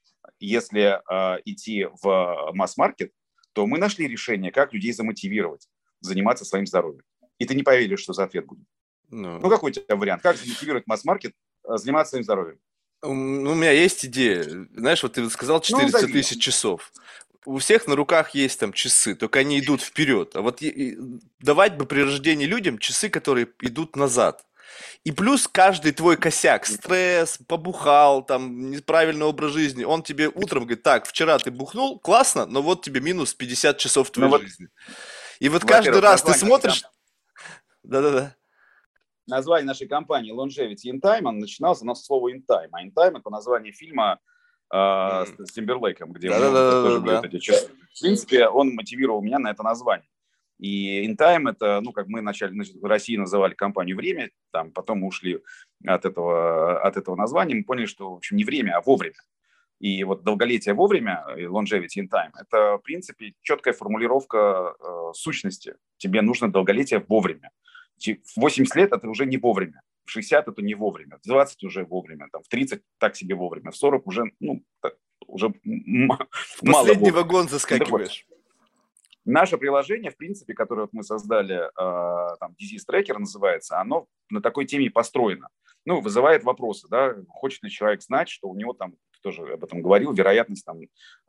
если э, идти в масс-маркет, то мы нашли решение, как людей замотивировать заниматься своим здоровьем. И ты не поверишь, что за ответ будет. No. Ну, какой у тебя вариант? Как замотивировать масс-маркет заниматься своим здоровьем? У меня есть идея. Знаешь, вот ты сказал четыреста тысяч часов. У всех на руках есть там часы, только они идут вперед. А вот давать бы при рождении людям часы, которые идут назад. И плюс каждый твой косяк, стресс, побухал, там, неправильный образ жизни, он тебе утром говорит, так, вчера ты бухнул, классно, но вот тебе минус пятьдесят часов в твоей ну, жизни. Вот... И вот каждый раз ты смотришь... Да-да-да. Название нашей компании Longevity in Time, он начинался на слово in time. А in time — это название фильма э, mm. с Тимберлейком, где он тоже говорит эти часы. В принципе, он мотивировал меня на это название. И in time — это, ну, как мы вначале в России называли компанию «Время», там, потом мы ушли от этого, от этого названия, мы поняли, что, в общем, не время, а вовремя. И вот долголетие вовремя, longevity in time, это, в принципе, четкая формулировка э, сущности. Тебе нужно долголетие вовремя. В восемьдесят лет это уже не вовремя, в шестьдесят это не вовремя, в двадцать уже вовремя, там, в тридцать так себе вовремя, в сорок уже, ну, так, уже м- мало Последний вовремя. вагон заскакиваешь. Наше приложение, в принципе, которое вот мы создали, э, там, Disease Tracker называется, оно на такой теме построено. Ну, вызывает вопросы, да, хочет ли человек знать, что у него там, ты тоже об этом говорил, вероятность там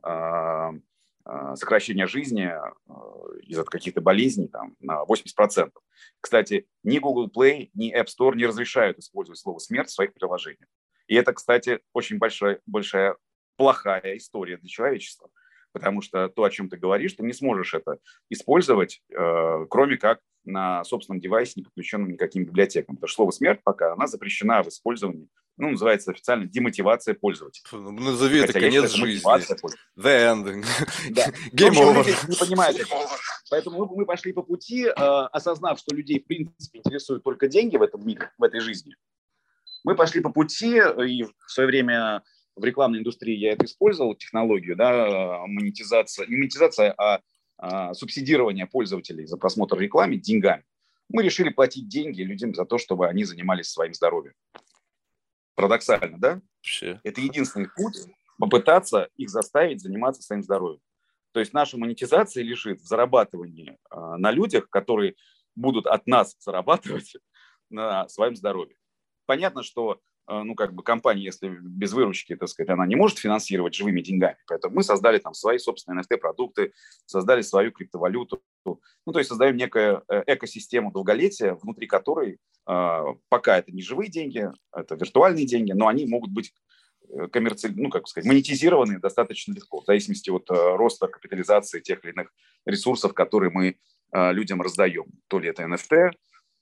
э, э, сокращения жизни э, из-за каких-то болезней там на восемьдесят процентов. Кстати, ни Google Play, ни App Store не разрешают использовать слово «смерть» в своих приложениях. И это, кстати, очень большая, большая плохая история для человечества. Потому что то, о чем ты говоришь, ты не сможешь это использовать, э, кроме как на собственном девайсе, не подключенном никаким библиотекам. Потому что слово «смерть» пока она запрещена в использовании. Ну, называется официально демотивация пользователя. Ну, назови это конец жизни. The end. Да. Game over. Люди не понимают этого. Поэтому мы, мы пошли по пути, э, осознав, что людей, в принципе, интересуют только деньги в этом мире, в этой жизни. Мы пошли по пути, и в свое время... В рекламной индустрии я это использовал, технологию, да, монетизация, не монетизация, а, а субсидирование пользователей за просмотр рекламы деньгами. Мы решили платить деньги людям за то, чтобы они занимались своим здоровьем. Парадоксально, да? Вообще. Это единственный путь попытаться их заставить заниматься своим здоровьем. То есть наша монетизация лежит в зарабатывании а, на людях, которые будут от нас зарабатывать на своем здоровье. Понятно, что ну, как бы компания, если без выручки, так сказать, она не может финансировать живыми деньгами. Поэтому мы создали там свои собственные эн эф ти-продукты, создали свою криптовалюту. Ну, то есть создаем некую экосистему долголетия, внутри которой пока это не живые деньги, это виртуальные деньги, но они могут быть коммерци... ну, как сказать, монетизированы достаточно легко, в зависимости от роста капитализации тех или иных ресурсов, которые мы людям раздаем. То ли это эн эф ти,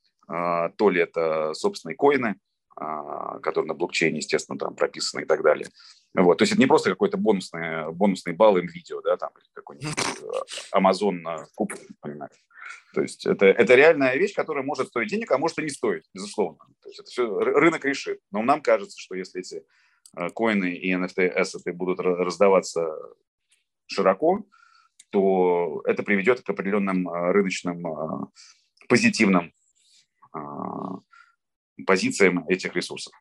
то ли это собственные коины, которые на блокчейне, естественно, там прописаны и так далее. Вот. То есть это не просто какой-то бонусный, бонусный балл НВИДИА, да, там какой-нибудь Amazon купон, понимаешь. То есть это, это реальная вещь, которая может стоить денег, а может и не стоить, безусловно. То есть это все рынок решит. Но нам кажется, что если эти коины и эн эф ти-эссеты будут раздаваться широко, то это приведет к определенным рыночным позитивным позициям этих ресурсов.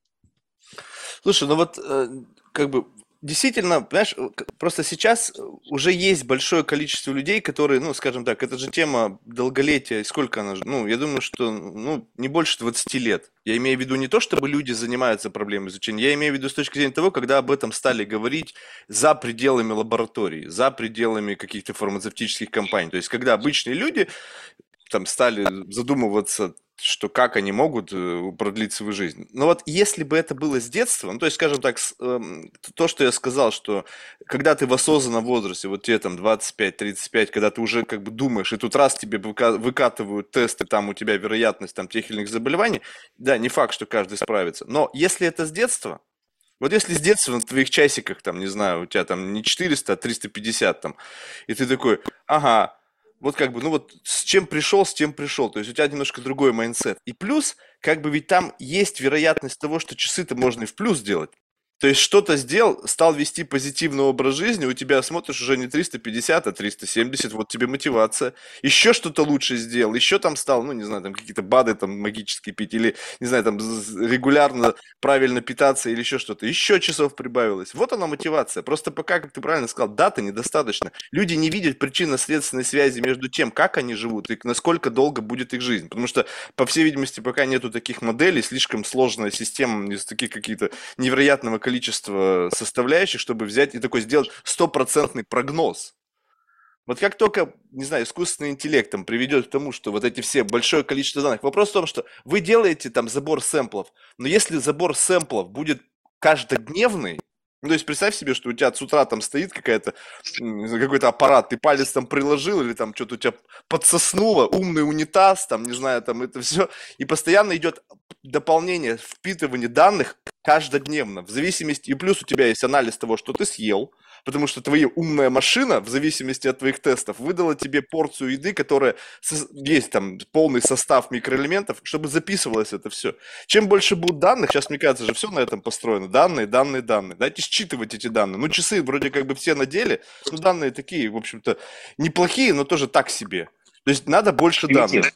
Слушай, ну вот как бы действительно, понимаешь, просто сейчас уже есть большое количество людей, которые, ну, скажем так, это же тема долголетия, сколько она же, ну, я думаю, что, ну, не больше двадцати лет. Я имею в виду не то, чтобы люди занимаются проблемой изучения, я имею в виду с точки зрения того, когда об этом стали говорить за пределами лабораторий, за пределами каких-то фармацевтических компаний. То есть, когда обычные люди там стали задумываться, что как они могут продлить свою жизнь. Но вот если бы это было с детства, ну то есть, скажем так, то, что я сказал, что когда ты в осознанном возрасте, вот тебе там двадцать пять тридцать пять, когда ты уже как бы думаешь, и тут раз тебе выкатывают тесты, там у тебя вероятность там тех или иных заболеваний, да, не факт, что каждый справится. Но если это с детства, вот если с детства на твоих часиках, там, не знаю, у тебя там не четыреста, а триста пятьдесят там, и ты такой, ага, вот как бы, ну вот с чем пришел, с тем пришел. То есть у тебя немножко другой майндсет. И плюс, как бы ведь там есть вероятность того, что часы-то можно и в плюс делать. То есть что-то сделал, стал вести позитивный образ жизни, у тебя смотришь уже не триста пятьдесят, а триста семьдесят, вот тебе мотивация. Еще что-то лучше сделал, еще там стал, ну не знаю, там какие-то БАДы там магические пить, или, не знаю, там регулярно правильно питаться, или еще что-то. Еще часов прибавилось. Вот она мотивация. Просто пока, как ты правильно сказал, даты недостаточно. Люди не видят причинно-следственной связи между тем, как они живут и насколько долго будет их жизнь. Потому что, по всей видимости, пока нету таких моделей, слишком сложная система из таких каких-то невероятного количества количество составляющих, чтобы взять и такой сделать стопроцентный прогноз. Вот как только, не знаю, искусственный интеллект там приведет к тому, что вот эти все большое количество данных. Вопрос в том, что вы делаете там забор сэмплов, но если забор сэмплов будет каждодневный, ну, то есть представь себе, что у тебя с утра там стоит какая-то, какой-то аппарат, ты палец там приложил, или там что-то у тебя подсоснуло, умный унитаз, там, не знаю, там это все, и постоянно идет дополнение, впитывание данных каждодневно, в зависимости, и плюс у тебя есть анализ того, что ты съел, потому что твоя умная машина, в зависимости от твоих тестов, выдала тебе порцию еды, которая есть там полный состав микроэлементов, чтобы записывалось это все. Чем больше будет данных, сейчас, мне кажется, же все на этом построено, данные, данные, данные, дайте считывать эти данные. Ну, часы вроде как бы все на деле, ну, данные такие, в общем-то, неплохие, но тоже так себе. То есть надо больше данных.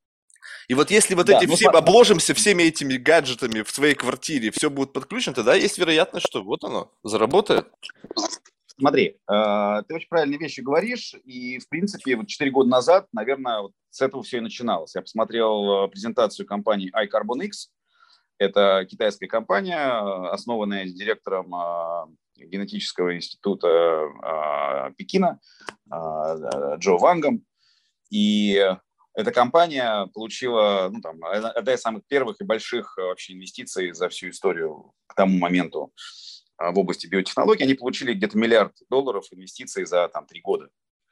И вот если вот да, эти ну, все смотри, обложимся всеми этими гаджетами в своей квартире, все будет подключено, тогда есть вероятность, что вот оно, заработает. Смотри, э, ты очень правильные вещи говоришь, и, в принципе, вот четыре года назад, наверное, вот с этого все и начиналось. Я посмотрел презентацию компании iCarbonX. Это китайская компания, основанная директором э, генетического института э, Пекина э, Джо Вангом. И эта компания получила, ну, там, одна из самых первых и больших вообще инвестиций за всю историю к тому моменту в области биотехнологий. Они получили где-то миллиард долларов инвестиций за там, три года.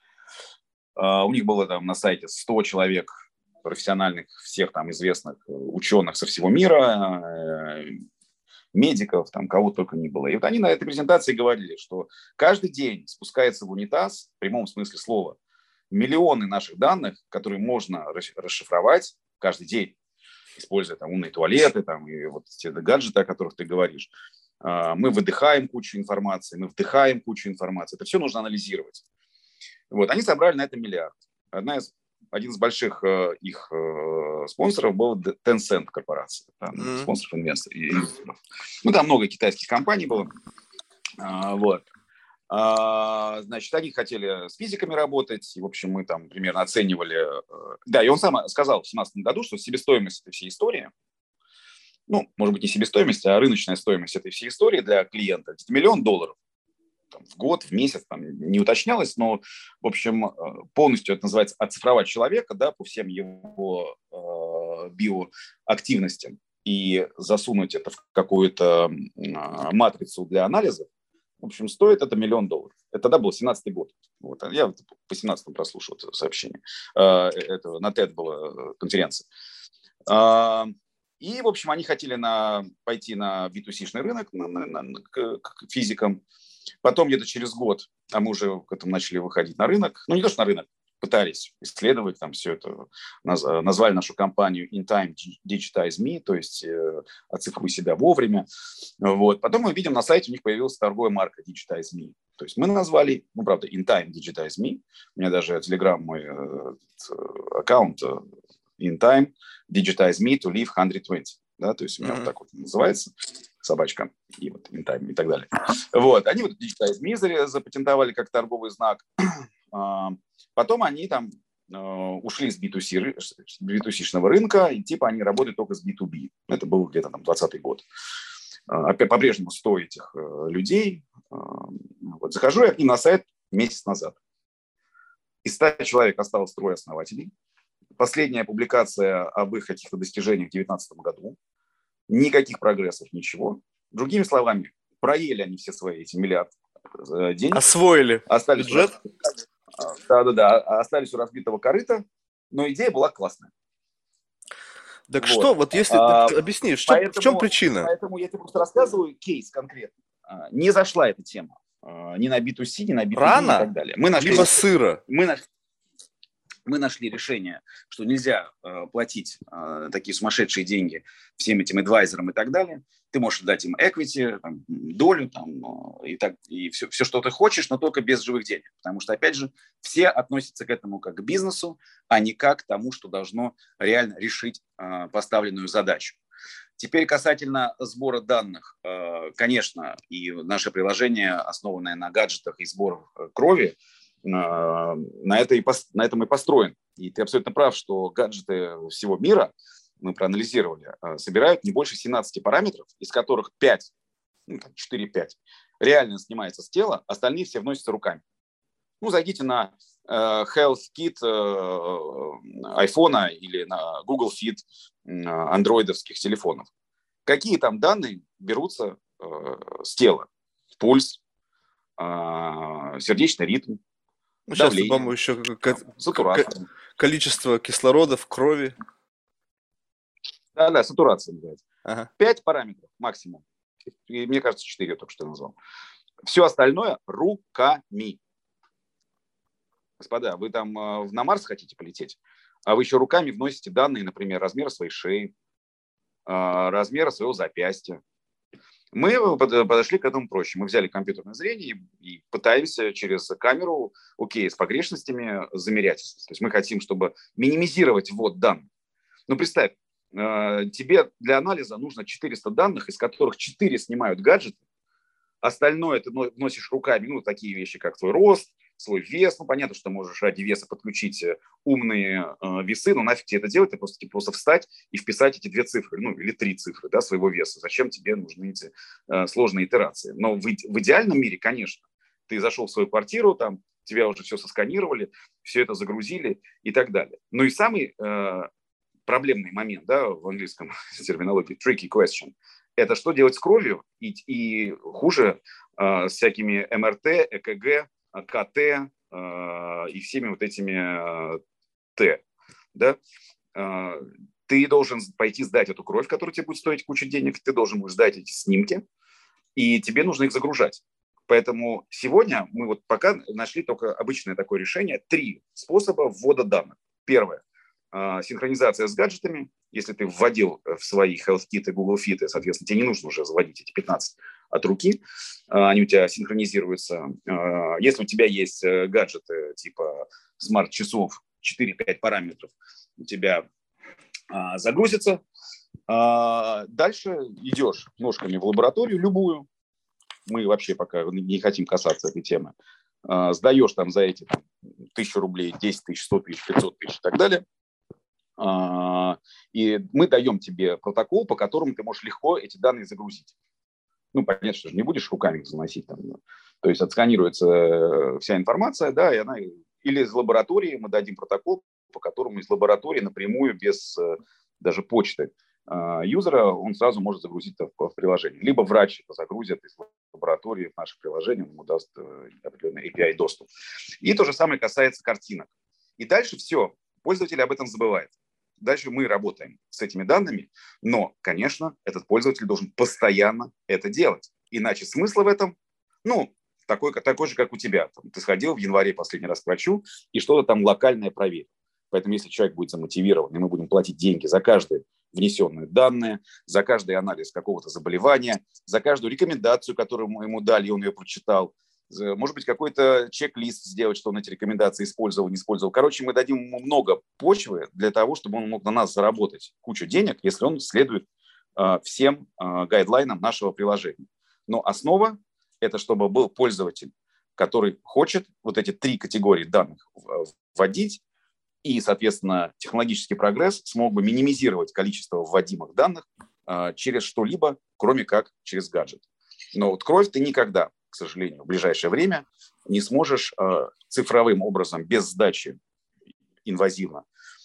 У них было там на сайте сто человек профессиональных, всех там известных ученых со всего мира, медиков, там кого только не было. И вот они на этой презентации говорили, что каждый день спускается в унитаз, в прямом смысле слова, миллионы наших данных, которые можно расшифровать каждый день, используя там умные туалеты там, и вот те гаджеты, о которых ты говоришь. Мы выдыхаем кучу информации, мы вдыхаем кучу информации. Это все нужно анализировать. Вот. Они собрали на это миллиард. Одна из, один из больших э, их э, спонсоров был Tencent корпорация, там, mm-hmm. спонсоров инвесторов. Ну, там много китайских компаний было. А, вот. А, значит, они хотели с физиками работать. И, в общем, мы там примерно оценивали. Э, да, и он сам сказал в две тысячи семнадцатом году, что себестоимость этой всей истории, ну, может быть, не себестоимость, а рыночная стоимость этой всей истории для клиента, это миллион долларов. Там, в год, в месяц, там, не уточнялось, но, в общем, полностью это называется оцифровать человека, да, по всем его э, биоактивностям и засунуть это в какую-то э, матрицу для анализа, в общем, стоит это миллион долларов. Это тогда был семнадцатый год. Вот. Я по семнадцатому прослушал это сообщение. Э, это, на TED была конференция. Э, И, в общем, они хотели на, пойти на би ту си-шный рынок на, на, на, к, к физикам. Потом где-то через год, а мы уже к этому начали выходить на рынок, ну не то, что на рынок, пытались исследовать там все это, назвали нашу компанию In Time Digitize Me, то есть э, оцифруй себя вовремя. Вот. Потом мы видим, на сайте у них появилась торговая марка Digitize Me. То есть мы назвали, ну правда, In Time Digitize Me, у меня даже Telegram мой э, аккаунт э, In Time Digitize Me to Live сто двадцать. Да, то есть у меня mm-hmm. вот так вот называется собачка и вот In Time и так далее. Вот. Они вот Digitize Me запатентовали как торговый знак. Потом они там ушли с би ту си, би ту си-шного рынка, и типа они работают только с би ту би. Это был где-то там двадцатый год. Опять по-прежнему сто этих людей. Вот. Захожу я к ним на сайт месяц назад. Из ста человек осталось трое основателей. Последняя публикация об их каких-то достижениях в две тысячи девятнадцатом году. Никаких прогрессов, ничего. Другими словами, проели они все свои эти миллиард денег. Освоили остались бюджет. Да-да-да, остались у разбитого корыта, но идея была классная. Так вот. Что, вот если, а, объясни, что, поэтому, в чем причина? Поэтому я тебе просто рассказываю кейс конкретно. Не зашла эта тема ни на би ту си, ни на би ту би Рано, и так далее. Мы нашли, либо сыро. Мы нашли, мы нашли решение, что нельзя э, платить э, такие сумасшедшие деньги всем этим адвайзерам и так далее. Ты можешь дать им equity, там, долю там, э, и, так, и все, все, что ты хочешь, но только без живых денег. Потому что, опять же, все относятся к этому как к бизнесу, а не как к тому, что должно реально решить э, поставленную задачу. Теперь касательно сбора данных. Э, конечно, и наше приложение, основанное на гаджетах и сборах крови, на, это и, на этом и построен. И ты абсолютно прав, что гаджеты всего мира, мы проанализировали, собирают не больше семнадцати параметров, из которых пять, ну, четыре-пять реально снимается с тела, остальные все вносятся руками. Ну, зайдите на э, Health Kit э, iPhone или на Google Fit э, андроидовских телефонов. Какие там данные берутся э, с тела? Пульс, э, сердечный ритм, ну, сейчас, по-моему, еще сатурация, количество кислорода в крови. Да, да, сатурация называется. Ага. Пять параметров максимум. И, мне кажется, четыре я только что назвал. Все остальное руками. Господа, вы там э, на Марс хотите полететь, а вы еще руками вносите данные, например, размера своей шеи, э, размера своего запястья. Мы подошли к этому проще. Мы взяли компьютерное зрение и пытаемся через камеру, окей, с погрешностями замерять. То есть мы хотим, чтобы минимизировать ввод данных. Ну, представь, тебе для анализа нужно четыреста данных, из которых четыре снимают гаджеты, остальное ты вносишь руками, ну, такие вещи, как твой рост, свой вес. Ну, понятно, что ты можешь ради веса подключить умные э, весы, но нафиг тебе это делать, ты просто, просто встать и вписать эти две цифры, ну, или три цифры, да, своего веса. Зачем тебе нужны эти э, сложные итерации? Но в, в идеальном мире, конечно, ты зашел в свою квартиру, там, тебя уже все сосканировали, все это загрузили и так далее. Ну и самый э, проблемный момент, да, в английском терминологии, tricky question, это что делать с кровью и, и хуже э, с всякими эм эр тэ, э ка гэ, ка тэ э, и всеми вот этими э, Т. Да? Э, ты должен пойти сдать эту кровь, которая тебе будет стоить кучу денег, ты должен будешь сдать эти снимки, и тебе нужно их загружать. Поэтому сегодня мы вот пока нашли только обычное такое решение. Три способа ввода данных. Первое. Синхронизация с гаджетами. Если ты вводил в свои HealthKit и Google Fit, соответственно, тебе не нужно уже заводить эти пятнадцать от руки. Они у тебя синхронизируются. Если у тебя есть гаджеты типа смарт-часов, четыре-пять параметров, у тебя загрузится. Дальше идешь ножками в лабораторию любую. Мы вообще пока не хотим касаться этой темы. Сдаешь там за эти там, тысячу рублей, десять тысяч, сто тысяч, пятьсот тысяч и так далее. И мы даем тебе протокол, по которому ты можешь легко эти данные загрузить. Ну, понятно, что же не будешь руками их заносить. Там, то есть отсканируется вся информация, да, и она... Или из лаборатории мы дадим протокол, по которому из лаборатории напрямую, без даже почты юзера, он сразу может загрузить это в приложение. Либо врач это загрузит из лаборатории в наше приложение, он ему даст определенный эй пи ай доступ. И то же самое касается картинок. И дальше все, пользователь об этом забывает. дальше мы работаем с этими данными, но, конечно, этот пользователь должен постоянно это делать. Иначе смысла в этом, ну, такой, такой же, как у тебя. Ты сходил в январе последний раз к врачу и что-то там локальное проверил. Поэтому если человек будет замотивирован, и мы будем платить деньги за каждые внесенные данные, за каждый анализ какого-то заболевания, за каждую рекомендацию, которую мы ему дали, и он ее прочитал, может быть, какой-то чек-лист сделать, что он эти рекомендации использовал, не использовал. Короче, мы дадим ему много почвы для того, чтобы он мог на нас заработать кучу денег, если он следует э, всем э, гайдлайнам нашего приложения. Но основа – это чтобы был пользователь, который хочет вот эти три категории данных вводить, и, соответственно, технологический прогресс смог бы минимизировать количество вводимых данных э, через что-либо, кроме как через гаджет. Но вот кровь ты никогда, к сожалению, в ближайшее время не сможешь э, цифровым образом, без сдачи инвазивно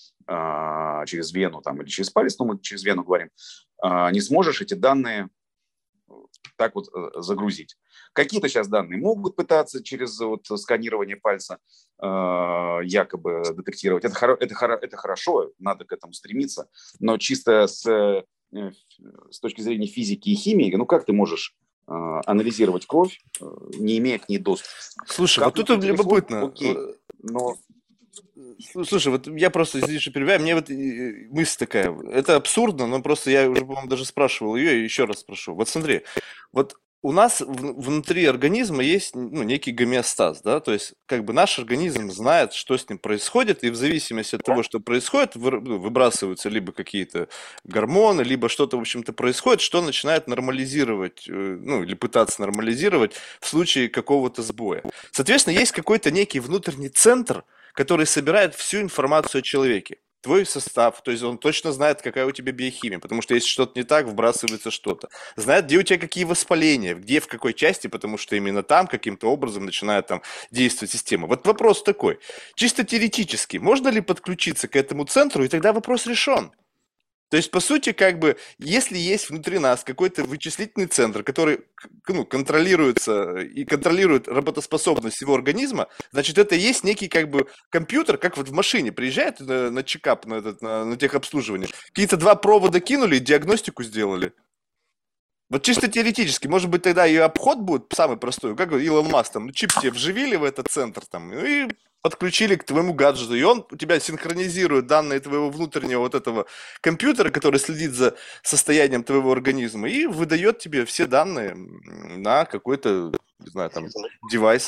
э, через вену там, или через палец, ну мы через вену говорим, э, не сможешь эти данные так вот э, загрузить. Какие-то сейчас данные могут пытаться через вот, сканирование пальца э, якобы детектировать. Это, хоро, это, хоро, это хорошо, надо к этому стремиться, но чисто с, э, с точки зрения физики и химии, ну как ты можешь э, анализировать кровь, э, не имея к ней доступа? Слушай, вот тут любопытно. Окей, но... Слушай, вот я просто, извини, что перебиваю, мне вот мысль такая, это абсурдно, но просто я уже, по-моему, даже спрашивал ее, и еще раз спрошу. Вот смотри, вот у нас в- внутри организма есть, ну, некий гомеостаз, да, то есть как бы наш организм знает, что с ним происходит, и в зависимости от того, что происходит, вы- ну, выбрасываются либо какие-то гормоны, либо что-то, в общем-то, происходит, что начинает нормализировать, э, ну, или пытаться нормализировать в случае какого-то сбоя. Соответственно, есть какой-то некий внутренний центр, который собирает всю информацию о человеке. Твой состав, то есть он точно знает, какая у тебя биохимия, потому что если что-то не так, вбрасывается что-то. Знает, где у тебя какие воспаления, где, в какой части, потому что именно там каким-то образом начинает там действовать система. Вот вопрос такой, чисто теоретически, можно ли подключиться к этому центру, и тогда вопрос решен. То есть, по сути, как бы, если есть внутри нас какой-то вычислительный центр, который к- ну, контролируется и контролирует работоспособность его организма, значит, это и есть некий как бы компьютер, как вот в машине приезжает на, на чекап, на, этот, на, на техобслуживание, какие-то два провода кинули, диагностику сделали. Вот чисто теоретически, может быть, тогда и обход будет самый простой, как говорит Илон Маск, там, ну, чип тебе вживили в этот центр, там, ну, и подключили к твоему гаджету, и он у тебя синхронизирует данные твоего внутреннего вот этого компьютера, который следит за состоянием твоего организма, и выдает тебе все данные м, на какой-то, не знаю, там, девайс.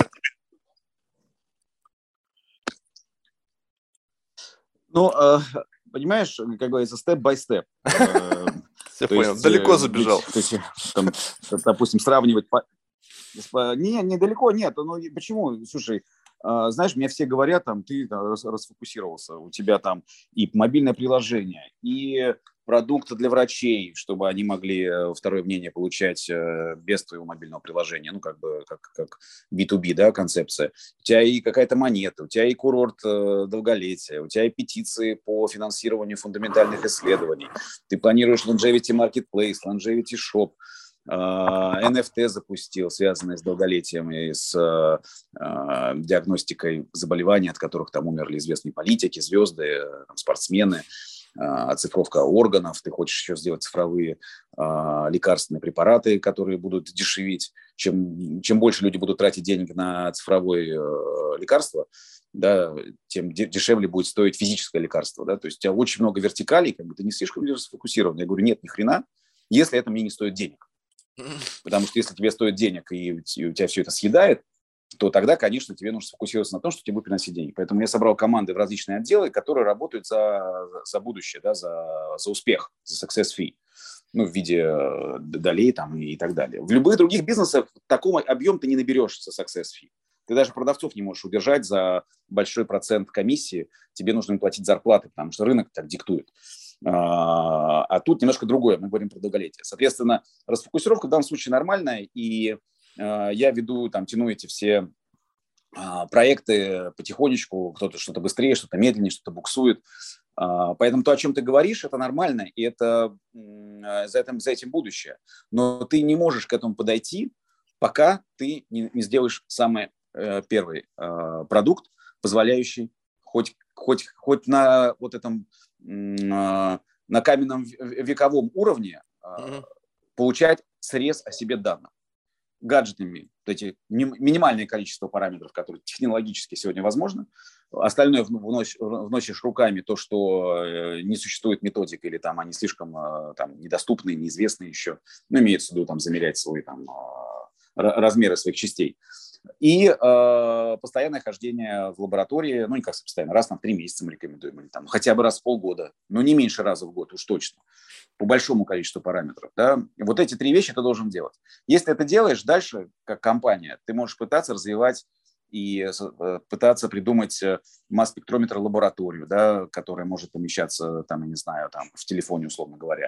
Ну, э, понимаешь, как говорится, степ-бай-степ. Все То понял, есть, далеко э, забежал. быть, то есть, там, допустим, сравнивать... по- по- Не, недалеко нет. Ну, и почему? Слушай, а, знаешь, мне все говорят, там, ты там, рас- расфокусировался, у тебя там и мобильное приложение, и продукты для врачей, чтобы они могли э, второе мнение получать э, без твоего мобильного приложения, ну, как бы, как, как би ту би, да, концепция. У тебя и какая-то монета, у тебя и курорт э, долголетия, у тебя и петиции по финансированию фундаментальных исследований. Ты планируешь longevity marketplace, longevity shop, а, эн эф ти запустил, связанный с долголетием и с а, а, диагностикой заболеваний, от которых там умерли известные политики, звезды, там, спортсмены, а, оцифровка органов. Ты хочешь еще сделать цифровые а, лекарственные препараты, которые будут дешевить. Чем, чем больше люди будут тратить денег на цифровое а, лекарство, да, тем дешевле будет стоить физическое лекарство. Да? То есть у тебя очень много вертикалей, как бы ты не слишком сфокусирован. Я говорю, нет, ни хрена, если это мне не стоит денег. Потому что если тебе стоит денег и у тебя все это съедает, то тогда, конечно, тебе нужно сфокусироваться на том, что тебе будет приносить деньги. Поэтому я собрал команды в различные отделы, которые работают за, за будущее, да, за, за успех, за success fee, ну, в виде долей там, и так далее. В любых других бизнесах такого объема ты не наберешь за success fee. Ты даже продавцов не можешь удержать за большой процент комиссии, тебе нужно им платить зарплаты, потому что рынок так диктует. А, а тут немножко другое, мы говорим про долголетие. Соответственно, расфокусировка в данном случае нормальная, и а, я веду, там, тяну эти все а, проекты потихонечку, кто-то что-то быстрее, что-то медленнее, что-то буксует. А, поэтому то, о чем ты говоришь, это нормально, и это, за, этим, за этим будущее. Но ты не можешь к этому подойти, пока ты не, не сделаешь самый э, первый э, продукт, позволяющий хоть хоть, хоть на вот этом на каменном вековом уровне mm-hmm. получать срез о себе данных гаджетами, вот эти минимальное количество параметров, которые технологически сегодня возможно. Остальное вносишь, вносишь руками, то, что не существует методик, или там они слишком там, недоступны, неизвестны еще. Ну, имеется в виду там, замерять свои там, размеры своих частей. И э, постоянное хождение в лаборатории, ну, не как постоянно, раз на три месяца мы рекомендуем, или там хотя бы раз в полгода, но не меньше раза в год уж точно, по большому количеству параметров. Да? Вот эти три вещи ты должен делать. Если ты это делаешь, дальше, как компания, ты можешь пытаться развивать и пытаться придумать масс-спектрометр лабораторию, да, которая может помещаться, там, я не знаю, там, в телефоне, условно говоря.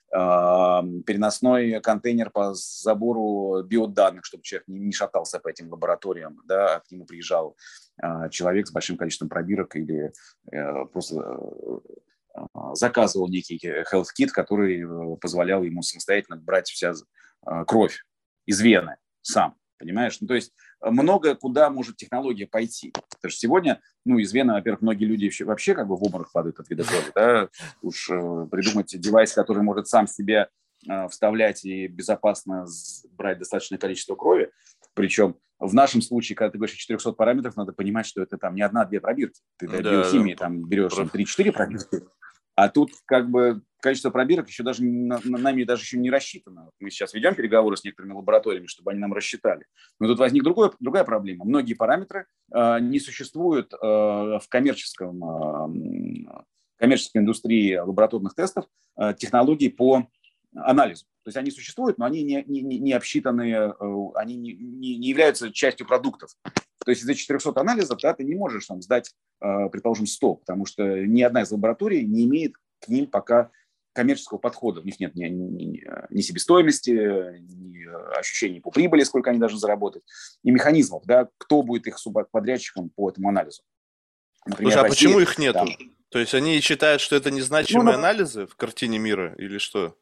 Переносной контейнер по забору биоданных, чтобы человек не шатался по этим лабораториям, да, а к нему приезжал человек с большим количеством пробирок или просто заказывал некий health kit, который позволял ему самостоятельно брать вся кровь из вены сам. Понимаешь? Ну, то есть много куда может технология пойти. Потому что сегодня, ну, из вены, во-первых, многие люди вообще как бы в обморок падают от вида крови, да, уж э, придумать девайс, который может сам себе э, вставлять и безопасно брать достаточное количество крови. Причем в нашем случае, когда ты говоришь четыреста параметров, надо понимать, что это там не одна-две пробирки. Ты да, да, биохимии да, там берешь там, три-четыре пробирки. А тут как бы количество пробирок еще даже на, на, нами даже еще не рассчитано. Мы сейчас ведем переговоры с некоторыми лабораториями, чтобы они нам рассчитали. Но тут возник другой, другая проблема. Многие параметры э, не существуют э, в коммерческом, э, коммерческой индустрии лабораторных тестов э, технологий по анализу. То есть они существуют, но они не, не, не обсчитаны, э, они не, не, не являются частью продуктов. То есть из-за четырехсот анализов да, ты не можешь там, сдать, э, предположим, сто, потому что ни одна из лабораторий не имеет к ним пока коммерческого подхода. У них нет ни, ни, ни себестоимости, ни ощущений по прибыли, сколько они должны заработать, и механизмов, да, кто будет их субподрядчиком по этому анализу. Например, Слушай, а Россия, почему их нету? Там... То есть они считают, что это незначимые ну, ну... анализы в картине мира или что?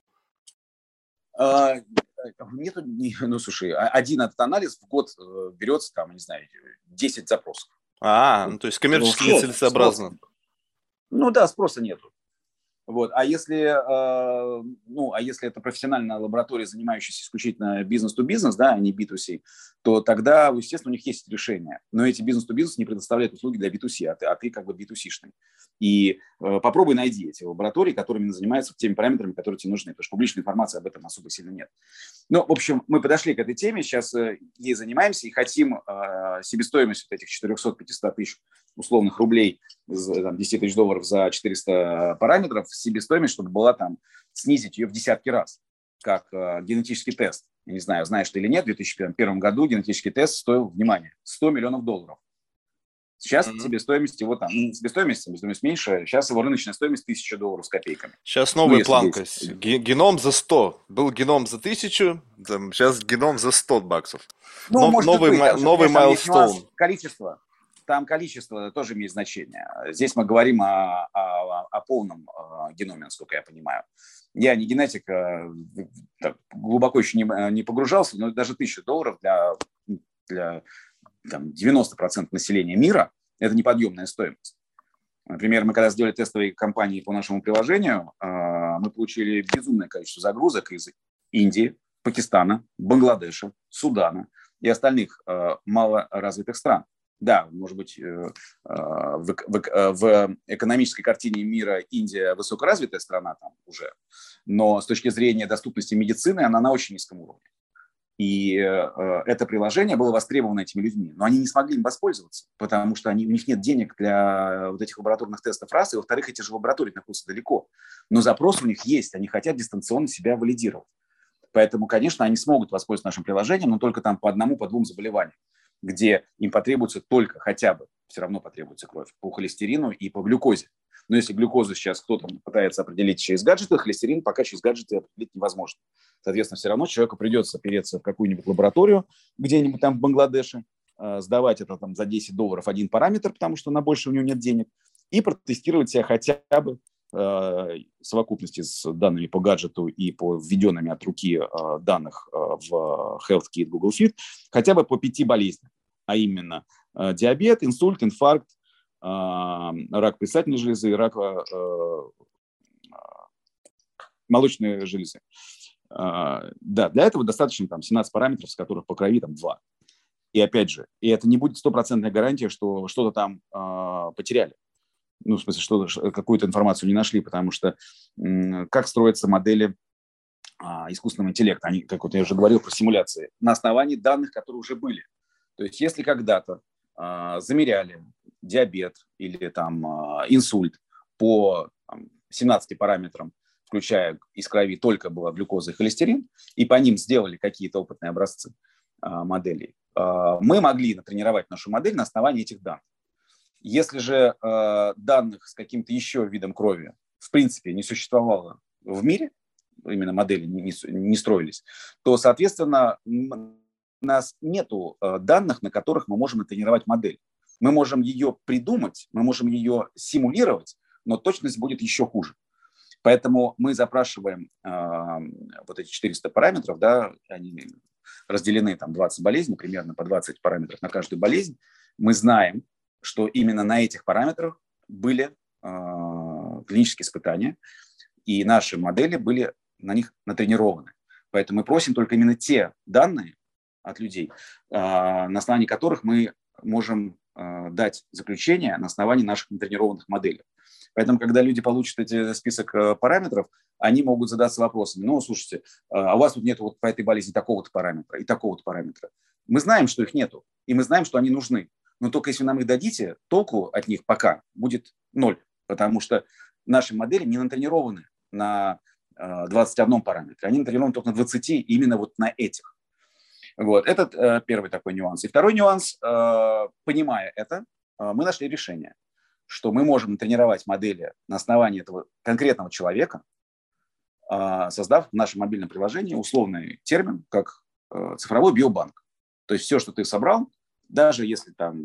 А... Нету, ну, слушай, один этот анализ в год берется, там, не знаю, десять запросов. А, ну, то есть коммерчески ну, нецелесообразно. Спрос. Ну да, спроса нету. Вот. А если, э, ну, а если это профессиональная лаборатория, занимающаяся исключительно бизнес-то-бизнес, да, а не би ту си, то тогда, естественно, у них есть решения. Но эти бизнес-то-бизнес не предоставляют услуги для би ту си, а ты, а ты как бы би ту си-шный. И э, попробуй найди эти лаборатории, которыми занимаются теми параметрами, которые тебе нужны, потому что публичной информации об этом особо сильно нет. Ну, в общем, мы подошли к этой теме, сейчас э, ей занимаемся и хотим э, себестоимость вот этих четыреста-пятьсот тысяч условных рублей, там, десять тысяч долларов за четыреста параметров, себестоимость, чтобы была там, снизить ее в десятки раз, как э, генетический тест. Я не знаю, знаешь ты или нет, в две тысячи первом году генетический тест стоил, внимание, сто миллионов долларов. Сейчас mm-hmm. себестоимость его там, ну, себестоимость, себестоимость меньше, сейчас его рыночная стоимость тысяча долларов с копейками. Сейчас новая ну, планка, здесь... геном за сто, был геном за тысячу, там, сейчас геном за сто баксов. Ну, Но, может новый быть, ма- новый майлстоун. Количество. Там количество тоже имеет значение. Здесь мы говорим о, о, о полном геноме, насколько я понимаю. Я не генетик, так, глубоко еще не, не погружался, но даже тысяча долларов для, для там, девяноста процентов населения мира – это неподъемная стоимость. Например, мы когда сделали тестовые кампании по нашему приложению, мы получили безумное количество загрузок из Индии, Пакистана, Бангладеша, Судана и остальных малоразвитых стран. Да, может быть, в, в, в экономической картине мира Индия высокоразвитая страна там уже, но с точки зрения доступности медицины она на очень низком уровне. И это приложение было востребовано этими людьми, но они не смогли им воспользоваться, потому что они, у них нет денег для вот этих лабораторных тестов, раз, и во-вторых, эти же лаборатории находятся далеко. Но запрос у них есть, они хотят дистанционно себя валидировать. Поэтому, конечно, они смогут воспользоваться нашим приложением, но только там по одному, по двум заболеваниям, где им потребуется только хотя бы, все равно потребуется кровь, по холестерину и по глюкозе. Но если глюкозу сейчас кто-то пытается определить через гаджеты, холестерин пока через гаджеты определить невозможно. Соответственно, все равно человеку придется опереться в какую-нибудь лабораторию где-нибудь там в Бангладеше, сдавать это там за десять долларов один параметр, потому что на больше у него нет денег, и протестировать себя хотя бы в совокупности с данными по гаджету и по введенными от руки данных в Health Kit Google Fit хотя бы по пяти болезням, а именно диабет, инсульт, инфаркт, рак предстательной железы и рак молочной железы. Да, для этого достаточно там семнадцать параметров, с которых по крови там два. И опять же, и это не будет стопроцентная гарантия, что что-то там э, потеряли. Ну, в смысле, что какую-то информацию не нашли, потому что э, как строятся модели э, искусственного интеллекта, они, как вот я уже говорил про симуляции, на основании данных, которые уже были. То есть если когда-то э, замеряли диабет или там э, инсульт по там, семнадцати параметрам, включая из крови только была глюкоза и холестерин, и по ним сделали какие-то опытные образцы э, моделей, мы могли натренировать нашу модель на основании этих данных. Если же э, данных с каким-то еще видом крови в принципе не существовало в мире, именно модели не, не, не строились, то, соответственно, у нас нет э, данных, на которых мы можем натренировать модель. Мы можем ее придумать, мы можем ее симулировать, но точность будет еще хуже. Поэтому мы запрашиваем э, вот эти четыреста параметров, да, они разделены там двадцать болезней, примерно по двадцать параметров на каждую болезнь. Мы знаем, что именно на этих параметрах были э, клинические испытания, и наши модели были на них натренированы. Поэтому мы просим только именно те данные от людей, э, на основании которых мы можем э, дать заключение на основании наших натренированных моделей. Поэтому, когда люди получат этот список параметров, они могут задаться вопросами. Ну, слушайте, а у вас тут нет вот по этой болезни такого-то параметра и такого-то параметра. Мы знаем, что их нету, и мы знаем, что они нужны. Но только если вы нам их дадите, толку от них пока будет ноль, потому что наши модели не натренированы на двадцати одном параметре, они натренированы только на двадцати, именно вот на этих. Вот, это первый такой нюанс. И второй нюанс, понимая это, мы нашли решение, что мы можем натренировать модели на основании этого конкретного человека, создав в нашем мобильном приложении условный термин, как цифровой биобанк. То есть все, что ты собрал, даже если там,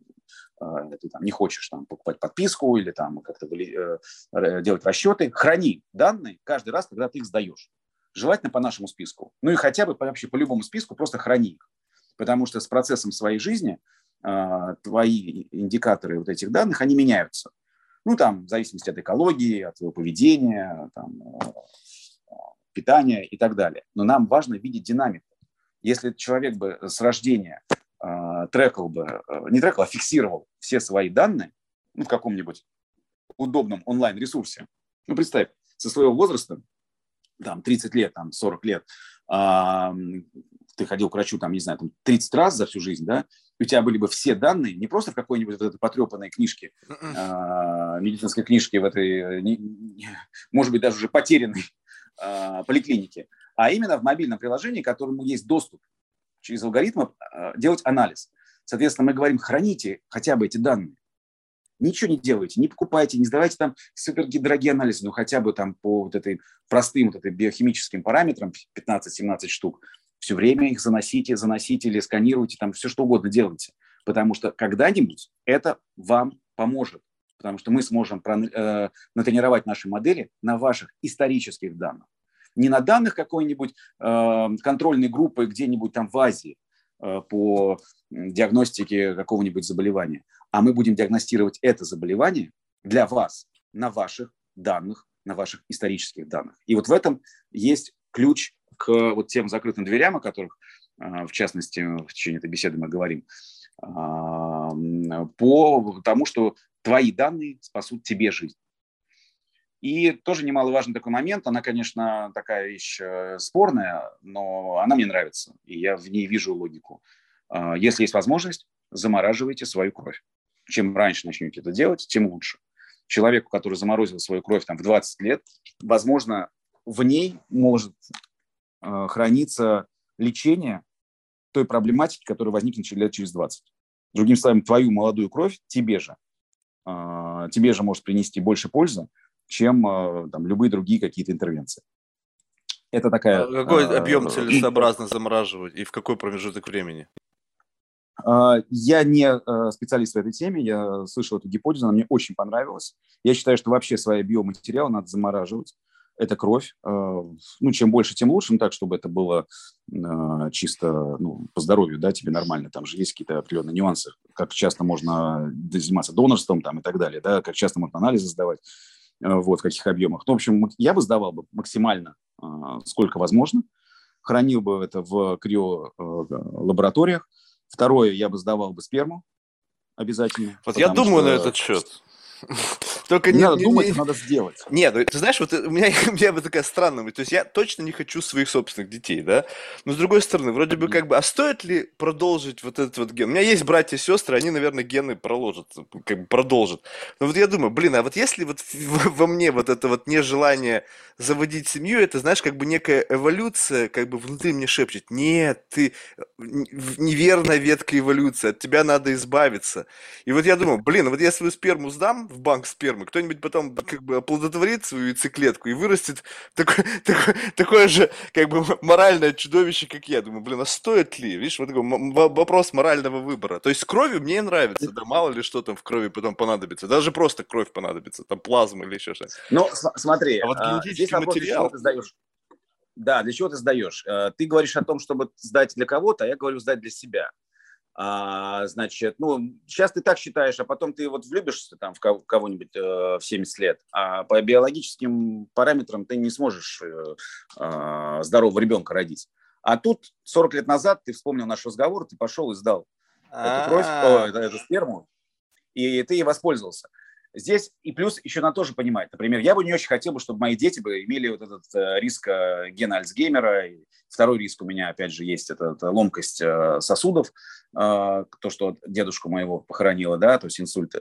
ты там, не хочешь там, покупать подписку или там, как-то делать расчеты, храни данные каждый раз, когда ты их сдаешь. Желательно по нашему списку. Ну и хотя бы вообще по любому списку просто храни их. Потому что с процессом своей жизни твои индикаторы вот этих данных, они меняются. Ну, там, в зависимости от экологии, от твоего поведения, там, питания и так далее. Но нам важно видеть динамику. Если человек бы с рождения э, трекал бы, э, не трекал, а фиксировал все свои данные ну, в каком-нибудь удобном онлайн-ресурсе, ну, представь, со своего возраста, там, тридцать лет, там, сорок лет, э, ты ходил к врачу, там, не знаю, там, тридцать раз за всю жизнь, да, у тебя были бы все данные, не просто в какой-нибудь вот этой потрепанной книжке, э, медицинской книжке в этой, не, не, может быть, даже уже потерянной э, поликлинике, а именно в мобильном приложении, к которому есть доступ через алгоритмы, э, делать анализ. Соответственно, мы говорим, храните хотя бы эти данные. Ничего не делайте, не покупайте, не сдавайте там супергидорогие анализы, но хотя бы там по вот этой простым вот этой биохимическим параметрам, пятнадцать-семнадцать штук, все время их заносите, заносите или сканируйте, там все что угодно делайте. Потому что когда-нибудь это вам поможет. Потому что мы сможем э, натренировать наши модели на ваших исторических данных. Не на данных какой-нибудь э, контрольной группы где-нибудь там в Азии э, по диагностике какого-нибудь заболевания. А мы будем диагностировать это заболевание для вас на ваших данных, на ваших исторических данных. И вот в этом есть ключ к вот тем закрытым дверям, о которых, в частности, в течение этой беседы мы говорим, по тому, что твои данные спасут тебе жизнь. И тоже немаловажный такой момент, она, конечно, такая вещь спорная, но она мне нравится, и я в ней вижу логику. Если есть возможность, замораживайте свою кровь. Чем раньше начнете это делать, тем лучше. Человеку, который заморозил свою кровь там, в двадцать лет, возможно, в ней может э, храниться лечение той проблематики, которая возникнет лет через двадцать. Другими словами, твою молодую кровь тебе же, э, тебе же может принести больше пользы, чем э, там, любые другие какие-то интервенции. Это такая... А какой э, объем целесообразно замораживать и в какой промежуток времени? Я не специалист в этой теме, я слышал эту гипотезу, она мне очень понравилась. Я считаю, что вообще свои биоматериалы надо замораживать. это кровь. Ну, чем больше, тем лучше, ну, так, чтобы это было чисто, ну, по здоровью, да, тебе нормально. Там же есть какие-то определенные нюансы, как часто можно заниматься донорством там и так далее, да, как часто можно анализы сдавать, вот, в каких объемах. Ну, в общем, я бы сдавал бы максимально, сколько возможно, хранил бы это в крио-лабораториях. Второе, я бы сдавал бы сперму обязательно. Вот я думаю на этот счет. Только не, не не надо не, думать, не, это надо сделать. Нет, ну, ты знаешь, вот у меня, у меня вот такая странная, то есть я точно не хочу своих собственных детей, да, но с другой стороны, вроде бы как бы, а стоит ли продолжить вот этот вот ген? У меня есть братья и сестры, они, наверное, гены проложат, как бы продолжат. Но вот я думаю, блин, а вот если вот во мне вот это вот нежелание заводить семью, это, знаешь, как бы некая эволюция, как бы внутри мне шепчет, нет, ты неверная ветка эволюции, от тебя надо избавиться. И вот я думаю, блин, вот я свою сперму сдам в банк спермы, кто-нибудь потом как бы оплодотворит свою яйцеклетку и вырастет такое, такое, такое же как бы моральное чудовище, как я. Думаю, блин, а стоит ли? Видишь, вот такой вопрос морального выбора. То есть с кровью мне нравится, да, мало ли что там в крови потом понадобится. Даже просто кровь понадобится, там плазма или еще что-то. Ну, смотри, А вот здесь генетический вопрос, для чего материал... ты сдаешь. Да, для чего ты сдаешь? Ты говоришь о том, чтобы сдать для кого-то, а я говорю сдать для себя. А, значит, ну, сейчас ты так считаешь, а потом ты вот влюбишься там в кого-нибудь э, в семьдесят лет, а по биологическим параметрам ты не сможешь э, э, здорового ребенка родить. А тут сорок лет назад ты вспомнил наш разговор, ты пошел и сдал эту кровь, о, эту, эту сперму, и ты ей воспользовался. Здесь и плюс еще надо тоже понимать. Например, я бы не очень хотел, чтобы мои дети бы имели вот этот э, риск э, гена Альцгеймера. И второй риск у меня, опять же, есть это, это ломкость э, сосудов, э, то, что дедушку моего похоронило, да, то есть инсульты.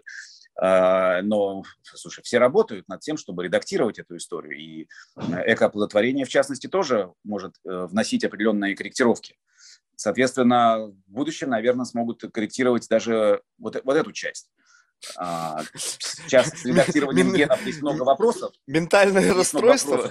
Э, но, слушай, все работают над тем, чтобы редактировать эту историю. И экооплодотворение, в частности, тоже может э, вносить определенные корректировки. Соответственно, в будущем, наверное, смогут корректировать даже вот, вот эту часть. Сейчас с редактированием генов есть много вопросов. Ментальное расстройство?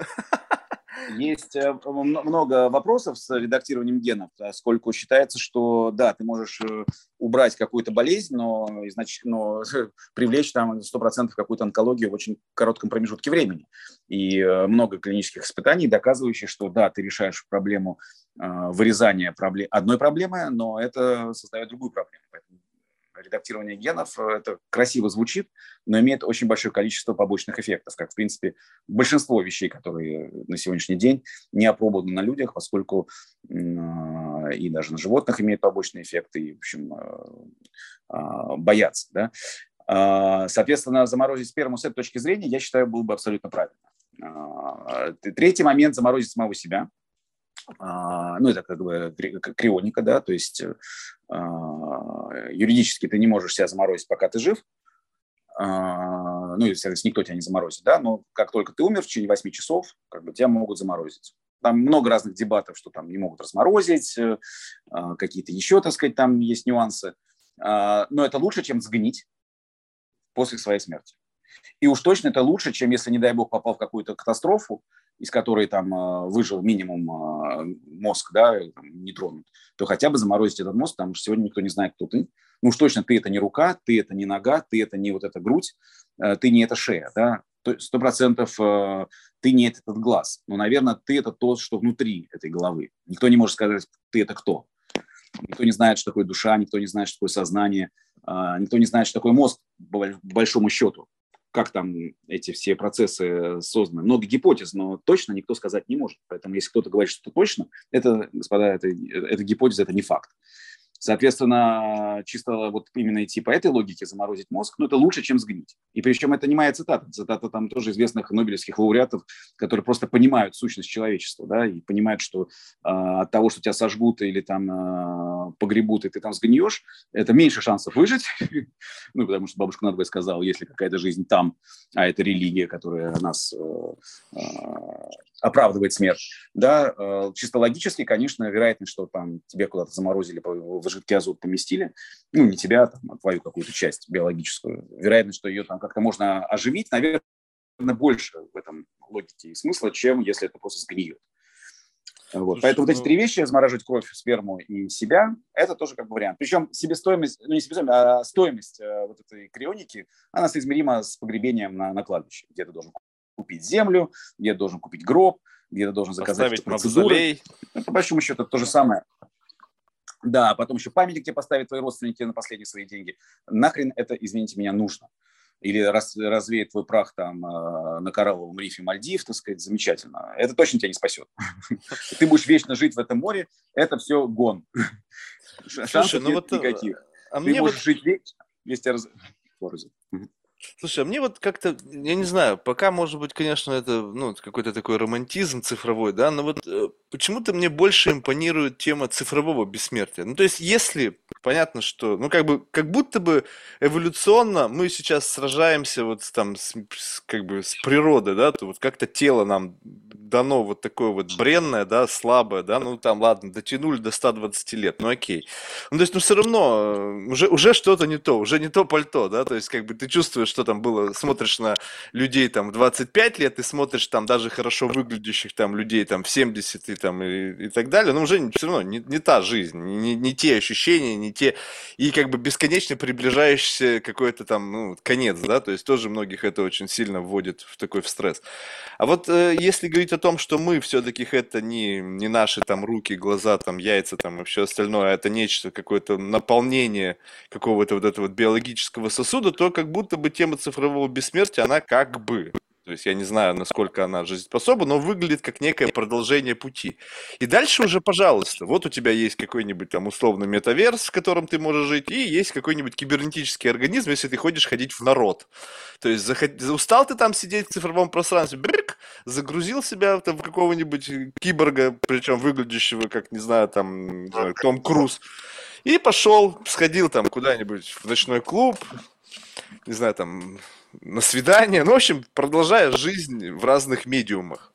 Есть много вопросов с редактированием генов, поскольку считается, что да, ты можешь убрать какую-то болезнь, но, значит, но привлечь там сто процентов какую-то онкологию в очень коротком промежутке времени. И много клинических испытаний, доказывающих, что да, ты решаешь проблему вырезания проблем, одной проблемы, но это создает другую проблему. Поэтому редактирование генов, это красиво звучит, но имеет очень большое количество побочных эффектов, как, в принципе, большинство вещей, которые на сегодняшний день не опробованы на людях, поскольку и даже на животных имеют побочные эффекты, и, в общем, боятся. Да? Соответственно, заморозить сперму с этой точки зрения, я считаю, было бы абсолютно правильно. Третий момент – заморозить самого себя. Ну, это как бы крионика, да, то есть юридически ты не можешь себя заморозить, пока ты жив, ну, если никто тебя не заморозит, да, но как только ты умер, в течение восьми часов, как бы тебя могут заморозить. Там много разных дебатов, что там не могут разморозить, какие-то еще, так сказать, там есть нюансы, но это лучше, чем сгнить после своей смерти. И уж точно это лучше, чем если, не дай бог, попал в какую-то катастрофу, из которой там э, выжил минимум э, мозг, да, там, не тронут, то хотя бы заморозить этот мозг, потому что сегодня никто не знает, кто ты. Ну уж точно ты это не рука, ты это не нога, ты это не вот эта грудь, э, ты не эта шея, да. Сто процентов э, ты не этот глаз. Но, наверное, ты это то, что внутри этой головы. Никто не может сказать, ты это кто. Никто не знает, что такое душа, никто не знает, что такое сознание, э, никто не знает, что такое мозг, по большому счету. Как там эти все процессы созданы. Много гипотез, но точно никто сказать не может. Поэтому если кто-то говорит, что точно, это, господа, это, это гипотеза, это не факт. Соответственно, чисто вот именно идти по этой логике, заморозить мозг, ну, это лучше, чем сгнить. И причем это не моя цитата. Цитата там тоже известных нобелевских лауреатов, которые просто понимают сущность человечества, да, и понимают, что э, от того, что тебя сожгут или там э, погребут, и ты там сгниешь, это меньше шансов выжить. Ну, потому что бабушка надвое сказала, если какая-то жизнь там, а это религия, которая нас э, э, оправдывает смерть, да, э, чисто логически, конечно, вероятность, что там тебе куда-то заморозили в жидкий азот поместили, ну, не тебя, там, а твою какую-то часть биологическую. Вероятность, что ее там как-то можно оживить, наверное, больше в этом логике и смысла, чем если это просто сгниет. Вот. Слушай, Поэтому ну... вот эти три вещи, замораживать кровь, сперму и себя, это тоже как бы вариант. Причем себестоимость, ну не себестоимость, а стоимость вот этой крионики, она соизмерима с погребением на, на кладбище, где ты должен купить землю, где-то должен купить гроб, где-то должен заказать Поставить процедуры. мавзолей. Ну, по большому счету, это то же самое. Да, потом еще памятник тебе поставят твои родственники на последние свои деньги. Нахрен это, извините меня, нужно? Или раз, развеет твой прах там э, на коралловом рифе Мальдив, так сказать, замечательно. Это точно тебя не спасет. Ты будешь вечно жить в этом море, это все гон. Шансов нет никаких. Ты можешь жить вечно, если тебя раз... Слушай, а мне вот как-то, я не знаю, пока, может быть, конечно, это, ну, какой-то такой романтизм цифровой, да, но вот э, почему-то мне больше импонирует тема цифрового бессмертия. Ну, то есть, если, понятно, что, ну, как бы, как будто бы эволюционно мы сейчас сражаемся вот с, там, с, с, как бы, с природой, да, то вот как-то тело нам дано вот такое вот бренное, да, слабое, да, ну, там, ладно, дотянули до ста двадцати лет, ну, окей. Ну, то есть, ну, все равно, э, уже, уже что-то не то, уже не то пальто, да, то есть, как бы, ты чувствуешь, что там было, смотришь на людей там в двадцать пять лет, и смотришь там даже хорошо выглядящих там людей там в семьдесят и там и, и так далее, но уже все равно не, не та жизнь, не, не те ощущения, не те, и как бы бесконечно приближающийся какой-то там, ну, конец, да, то есть тоже многих это очень сильно вводит в такой в стресс. А вот э, если говорить о том, что мы все-таки это не, не наши там руки, глаза, там яйца, там и все остальное, а это нечто, какое-то наполнение какого-то вот этого вот биологического сосуда, то как будто бы тема цифрового бессмертия, она как бы, то есть я не знаю, насколько она жизнеспособна, но выглядит как некое продолжение пути. И дальше уже, пожалуйста, вот у тебя есть какой-нибудь там условный метаверс, в котором ты можешь жить, и есть какой-нибудь кибернетический организм, если ты ходишь ходить в народ. То есть заход... устал ты там сидеть в цифровом пространстве, брик, загрузил себя там, в какого-нибудь киборга, причем выглядящего, как, не знаю, там, не знаю, Том Круз, и пошел, сходил там куда-нибудь в ночной клуб, не знаю, там, на свидание, ну, в общем, продолжая жизнь в разных медиумах.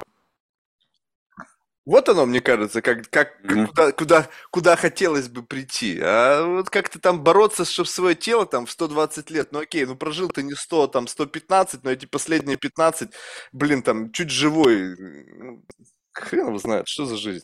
Вот оно, мне кажется, как, как Мгм. куда, куда, куда хотелось бы прийти. А вот как-то там бороться, чтобы свое тело там в сто двадцать лет, ну окей, ну прожил ты не сто, там сто пятнадцать, но эти последние пятнадцать, блин, там чуть живой. Ну, хрен его знает, что за жизнь.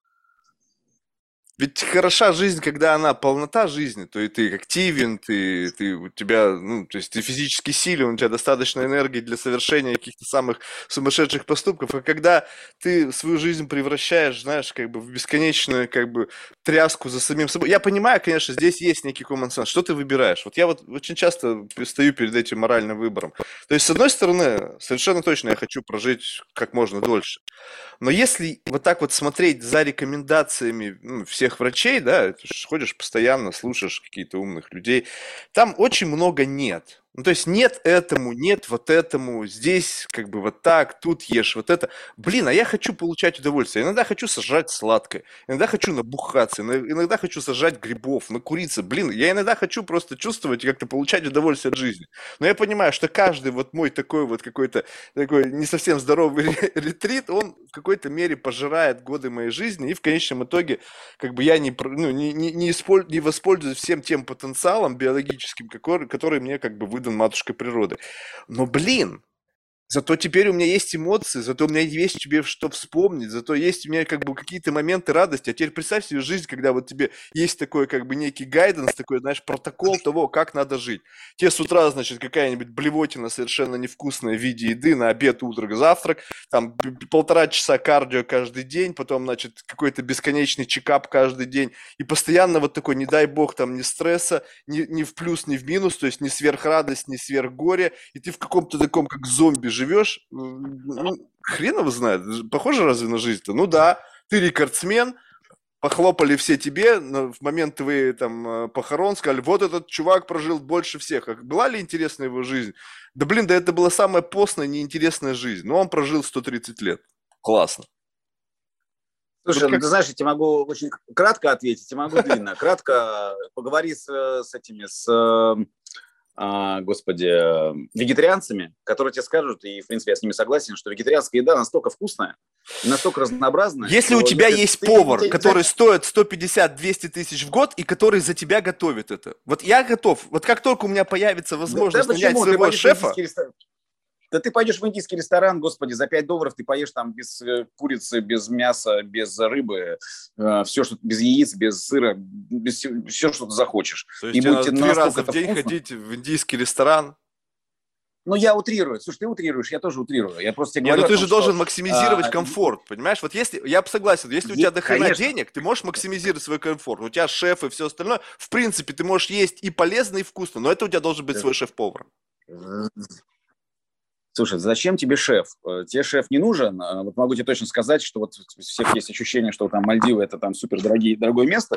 Ведь хороша жизнь, когда она полнота жизни, то и ты активен, ты, ты у тебя, ну, то есть ты физически силен, у тебя достаточно энергии для совершения каких-то самых сумасшедших поступков. А когда ты свою жизнь превращаешь, знаешь, как бы в бесконечную, как бы, тряску за самим собой. Я понимаю, конечно, здесь есть некий common sense. Что ты выбираешь? Вот я вот очень часто стою перед этим моральным выбором. То есть, с одной стороны, совершенно точно я хочу прожить как можно дольше. Но если вот так вот смотреть за рекомендациями ну, всех врачей, да, ты ж ходишь постоянно, слушаешь каких-то умных людей, там очень много нет. Ну, то есть нет этому, нет вот этому, здесь как бы вот так, тут ешь вот это. Блин, а я хочу получать удовольствие. Иногда хочу сожрать сладкое, иногда хочу набухаться, ино- иногда хочу сожрать грибов, накуриться. Блин, я иногда хочу просто чувствовать и как-то получать удовольствие от жизни. Но я понимаю, что каждый вот мой такой вот какой-то такой не совсем здоровый ре- ретрит, он в какой-то мере пожирает годы моей жизни, и в конечном итоге, как бы я не, про- ну, не, не, не, исполь- не воспользуюсь всем тем потенциалом биологическим, который, который мне как бы выдан матушкой природы. Но, блин, зато теперь у меня есть эмоции, зато у меня есть тебе что вспомнить, зато есть у меня как бы какие-то моменты радости. А теперь представь себе жизнь, когда вот тебе есть такой как бы некий гайденс, такой, знаешь, протокол того, как надо жить. Тебе с утра, значит, какая-нибудь блевотина совершенно невкусная в виде еды, на обед, утро, завтрак, там п- п- полтора часа кардио каждый день, потом, значит, какой-то бесконечный чекап каждый день, и постоянно вот такой, не дай бог, там, ни стресса, ни, ни в плюс, ни в минус, то есть ни сверхрадость, ни сверхгоре, и ты в каком-то таком, как зомби живешь, ну, хрен его знает, похоже разве на жизнь-то? Ну да, ты рекордсмен, похлопали все тебе, но в момент твоей там э, похорон сказали, вот этот чувак прожил больше всех. А была ли интересна его жизнь? Да блин, да это была самая постная, неинтересная жизнь. Но он прожил сто тридцать лет. Классно. Вот Слушай, ну как... ты знаешь, я тебе могу очень кратко ответить, я могу длинно. Кратко поговори с, с этими, с, э, а, господи, э, вегетарианцами, которые тебе скажут, и, в принципе, я с ними согласен, что вегетарианская еда настолько вкусная и настолько разнообразная, Если у что тебя если есть ты не повар, который тянешь... стоит сто пятьдесят двести тысяч в год и который за тебя готовит это. Вот я готов. Вот как только у меня появится Да, да возможность нанять почему? Ты своего пойдешь в шефа, индийский ресторан. Да ты пойдешь в индийский ресторан, господи, за пять долларов ты поешь там без э, курицы, без мяса, без рыбы, э, все, что без яиц, без сыра, без все, что ты захочешь. то есть И тебе будет надо тебе три раза настолько в это день вкусно. ходить в индийский ресторан. Ну, я утрирую. Слушай, ты утрируешь, я тоже утрирую. Я просто тебе Не, говорю ну о ты том, же что... должен максимизировать а, комфорт, понимаешь? Вот если, я бы согласен, если у е- тебя дохрена Конечно. денег, ты можешь максимизировать свой комфорт. У тебя шеф и все остальное. В принципе, ты можешь есть и полезно, и вкусно, но это у тебя должен быть свой шеф-повар. Слушай, зачем тебе шеф? Э, Тебе шеф не нужен. А Вот могу тебе точно сказать, что вот у всех есть ощущение, что там Мальдивы – это там супер дорогие, дорогое место.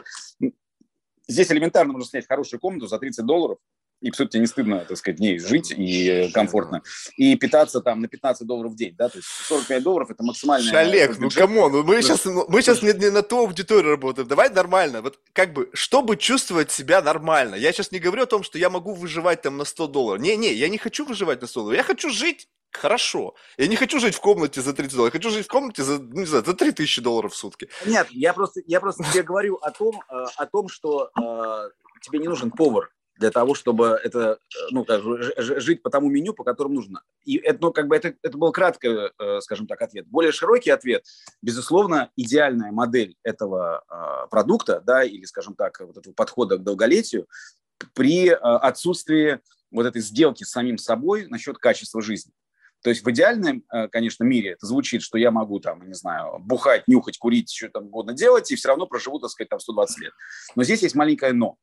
Здесь элементарно можно снять хорошую комнату за тридцать долларов, и, по сути, тебе не стыдно, так сказать, в ней жить и э, комфортно, и питаться там на пятнадцать долларов в день, да, то есть сорок пять долларов – это максимальный Олег, твой ну бюджет. камон, ну мы Слушай, сейчас, мы сейчас не, не на ту аудиторию работаем. Давай нормально. Вот как бы, чтобы чувствовать себя нормально. Я сейчас не говорю о том, что я могу выживать там на сто долларов. Не-не, я не хочу выживать на сто долларов. Я хочу жить хорошо. Я не хочу жить в комнате за тридцать долларов. Я хочу жить в комнате за, ну, не знаю, за три тысячи долларов в сутки. Нет, я просто, я просто тебе говорю о том, э, о том, что э, тебе не нужен повар для того, чтобы это, э, ну, как, ж- ж- жить по тому меню, по которому нужно. И это, ну, как бы это, это был краткий, э, скажем так, ответ. Более широкий ответ, безусловно, идеальная модель этого э, продукта, да, или, скажем так, вот этого подхода к долголетию при э, отсутствии вот этой сделки с самим собой насчет качества жизни. То есть в идеальном, э, конечно, мире это звучит, что я могу там, не знаю, бухать, нюхать, курить, что там угодно делать, и все равно проживу, так сказать, там сто двадцать лет. Но здесь есть маленькое «но».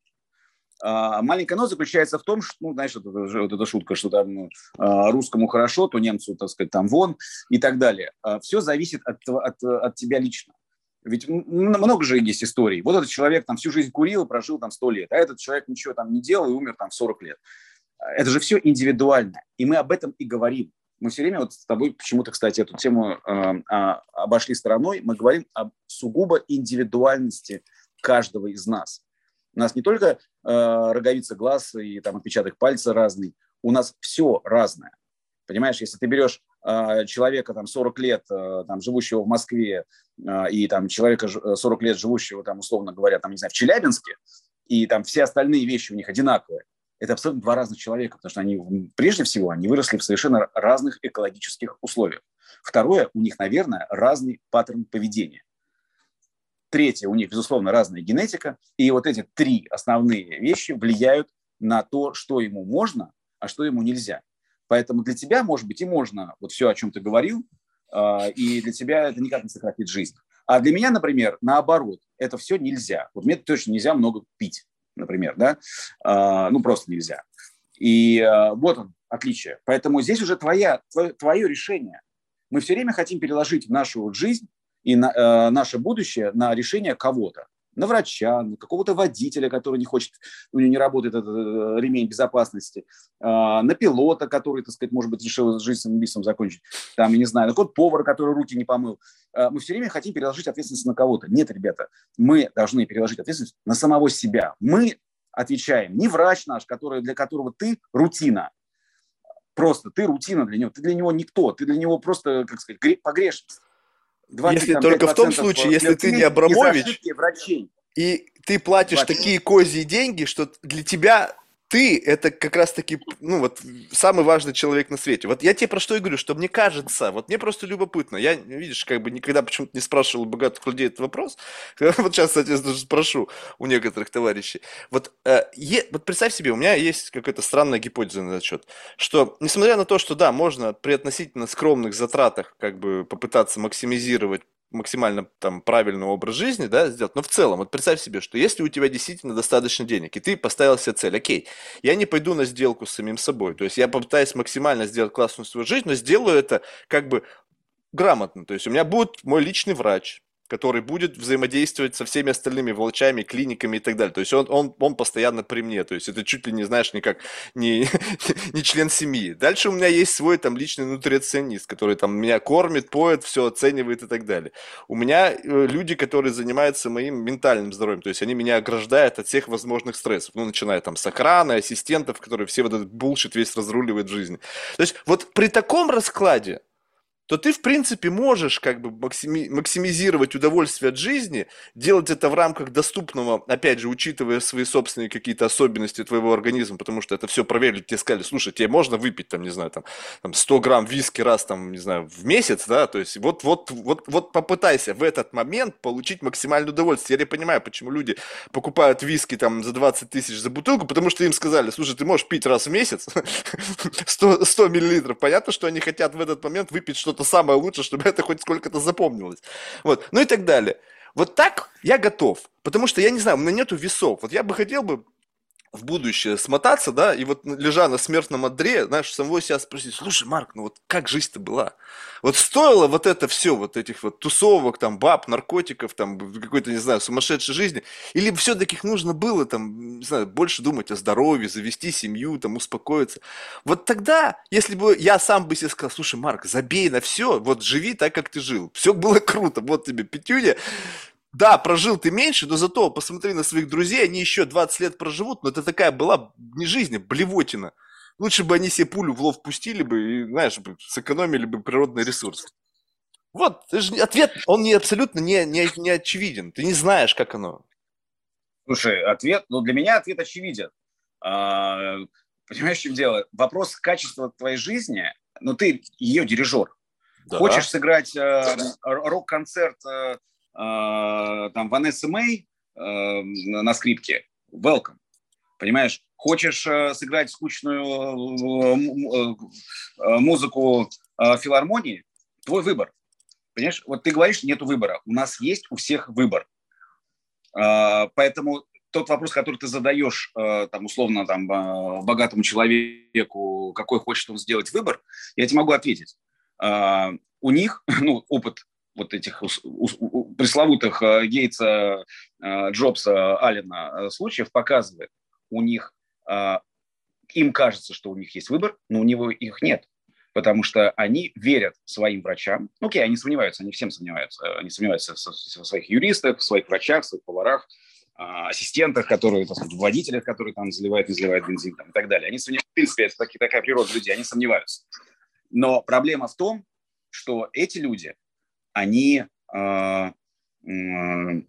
А, Маленькое «но» заключается в том, что, ну, знаешь, вот, это, вот эта шутка, что там ну, а, русскому хорошо, то немцу, так сказать, там вон и так далее. Все зависит от, от, от тебя лично. Ведь м- много же есть историй. Вот этот человек там всю жизнь курил, прожил там сто лет, а этот человек ничего там не делал и умер там в сорок лет. Это же все индивидуально. И мы об этом и говорим. Мы все время вот с тобой почему-то, кстати, эту тему э, э, обошли стороной. Мы говорим об сугубо индивидуальности каждого из нас. У нас не только э, роговица глаз и там отпечаток пальца разный, у нас все разное. Понимаешь, если ты берешь э, человека там сорок лет, э, там, живущего в Москве, э, и там человека сорок лет живущего, там, условно говоря, там, не знаю, в Челябинске, и там все остальные вещи у них одинаковые, это абсолютно два разных человека, потому что они, прежде всего, они выросли в совершенно разных экологических условиях. Второе, у них, наверное, разный паттерн поведения. Третье, у них, безусловно, разная генетика. И вот эти три основные вещи влияют на то, что ему можно, а что ему нельзя. Поэтому для тебя, может быть, и можно вот все, о чем ты говорил, и для тебя это никак не сократит жизнь. А для меня, например, наоборот, это все нельзя. Вот мне точно нельзя много пить, например, да, ну просто нельзя. И вот он, отличие. Поэтому здесь уже твоя, твое, твое решение. Мы все время хотим переложить нашу жизнь и на, э, наше будущее на решение кого-то. На врача, на какого-то водителя, который не хочет, у него не работает этот э, ремень безопасности, э, на пилота, который, так сказать, может быть, решил жизнь самоубийством закончить, там, я не знаю, на какого-то повара, который руки не помыл. Э, мы все время хотим переложить ответственность на кого-то. Нет, ребята, мы должны переложить ответственность на самого себя. Мы отвечаем. Не врач наш, который, для которого ты рутина. Просто ты рутина для него. Ты для него никто. Ты для него просто, как сказать, погрешность. Если только в том случае, если ты не Абрамович, и ты платишь двадцать такие козьи деньги, что для тебя ты это как раз-таки, ну вот, самый важный человек на свете. Вот я тебе про что и говорю, что мне кажется, вот мне просто любопытно. Я, видишь, как бы никогда почему-то не спрашивал богатых людей этот вопрос. Вот сейчас, кстати, даже спрошу у некоторых товарищей. Вот, э, е, вот представь себе, у меня есть какая-то странная гипотеза на этот счет, что, несмотря на то, что, да, можно при относительно скромных затратах как бы попытаться максимизировать максимально там правильный образ жизни, да, сделать. Но в целом, вот представь себе, что если у тебя действительно достаточно денег, и ты поставил себе цель, окей, я не пойду на сделку с самим собой, то есть я попытаюсь максимально сделать классную свою жизнь, но сделаю это как бы грамотно, то есть у меня будет мой личный врач, который будет взаимодействовать со всеми остальными врачами, клиниками и так далее. То есть он, он, он постоянно при мне. То есть это чуть ли не, знаешь, никак не, не член семьи. Дальше у меня есть свой там личный нутриционист, который там меня кормит, поет, все оценивает и так далее. У меня э, люди, которые занимаются моим ментальным здоровьем. То есть они меня ограждают от всех возможных стрессов. Ну, начиная там с охраны, ассистентов, которые все вот этот булшит весь разруливают в жизни. То есть вот при таком раскладе то ты, в принципе, можешь как бы максими- максимизировать удовольствие от жизни, делать это в рамках доступного, опять же, учитывая свои собственные какие-то особенности твоего организма, потому что это все проверили, тебе сказали, слушай, тебе можно выпить, там, не знаю, там, там сто грамм виски раз, там, не знаю, в месяц, да, то есть вот, вот, вот, вот попытайся в этот момент получить максимальное удовольствие. Я не понимаю, почему люди покупают виски там за двадцать тысяч за бутылку, потому что им сказали, слушай, ты можешь пить раз в месяц, сто, сто миллилитров. Понятно, что они хотят в этот момент выпить что-то самое лучшее, чтобы это хоть сколько-то запомнилось. Вот. Ну и так далее. Вот так я готов. Потому что, я не знаю, у меня нету весов. Вот я бы хотел бы в будущее смотаться, да, и вот лежа на смертном одре, знаешь, самого себя спросить, слушай, Марк, ну вот как жизнь-то была? Вот стоило вот это все, вот этих вот тусовок, там, баб, наркотиков, там, какой-то, не знаю, сумасшедшей жизни, или все-таки нужно было, там, не знаю, больше думать о здоровье, завести семью, там, успокоиться. Вот тогда, если бы я сам бы себе сказал, слушай, Марк, забей на все, вот живи так, как ты жил, все было круто, вот тебе пятюня, да, прожил ты меньше, но зато посмотри на своих друзей, они еще двадцать лет проживут, но это такая была не жизнь, а блевотина. Лучше бы они себе пулю в лоб пустили бы и, знаешь, бы, сэкономили бы природный ресурс. Вот, ты же ответ, он не абсолютно не, не, не очевиден. Ты не знаешь, как оно. Слушай, ответ, ну для меня ответ очевиден. А, понимаешь, в чем дело? Вопрос качества твоей жизни, ну ты ее дирижер. Хочешь Да. сыграть э, рок-концерт э, э, там Ванессы Мэй э, на скрипке? Welcome. Понимаешь? Хочешь э, сыграть скучную э, э, музыку э, филармонии? Твой выбор. Понимаешь? Вот ты говоришь, нету выбора. У нас есть у всех выбор. Э, поэтому тот вопрос, который ты задаешь, э, там, условно, там, э, богатому человеку, какой хочет он сделать выбор, я тебе могу ответить. Э, у них, ну, опыт вот этих у, у, у, пресловутых э, Гейтса, э, Джобса, Аллена э, случаев показывает, у них, э, им кажется, что у них есть выбор, но у него их нет. Потому что они верят своим врачам. Ну, окей, они сомневаются, они всем сомневаются. Они сомневаются в своих юристах, в своих врачах, в своих поварах, ассистентах, которые, так сказать, водителях, которые там заливают, не заливают бензин там, и так далее. Они сомневаются. В принципе, это таки, такая природа людей, они сомневаются. Но проблема в том, что эти люди, они э, э, в,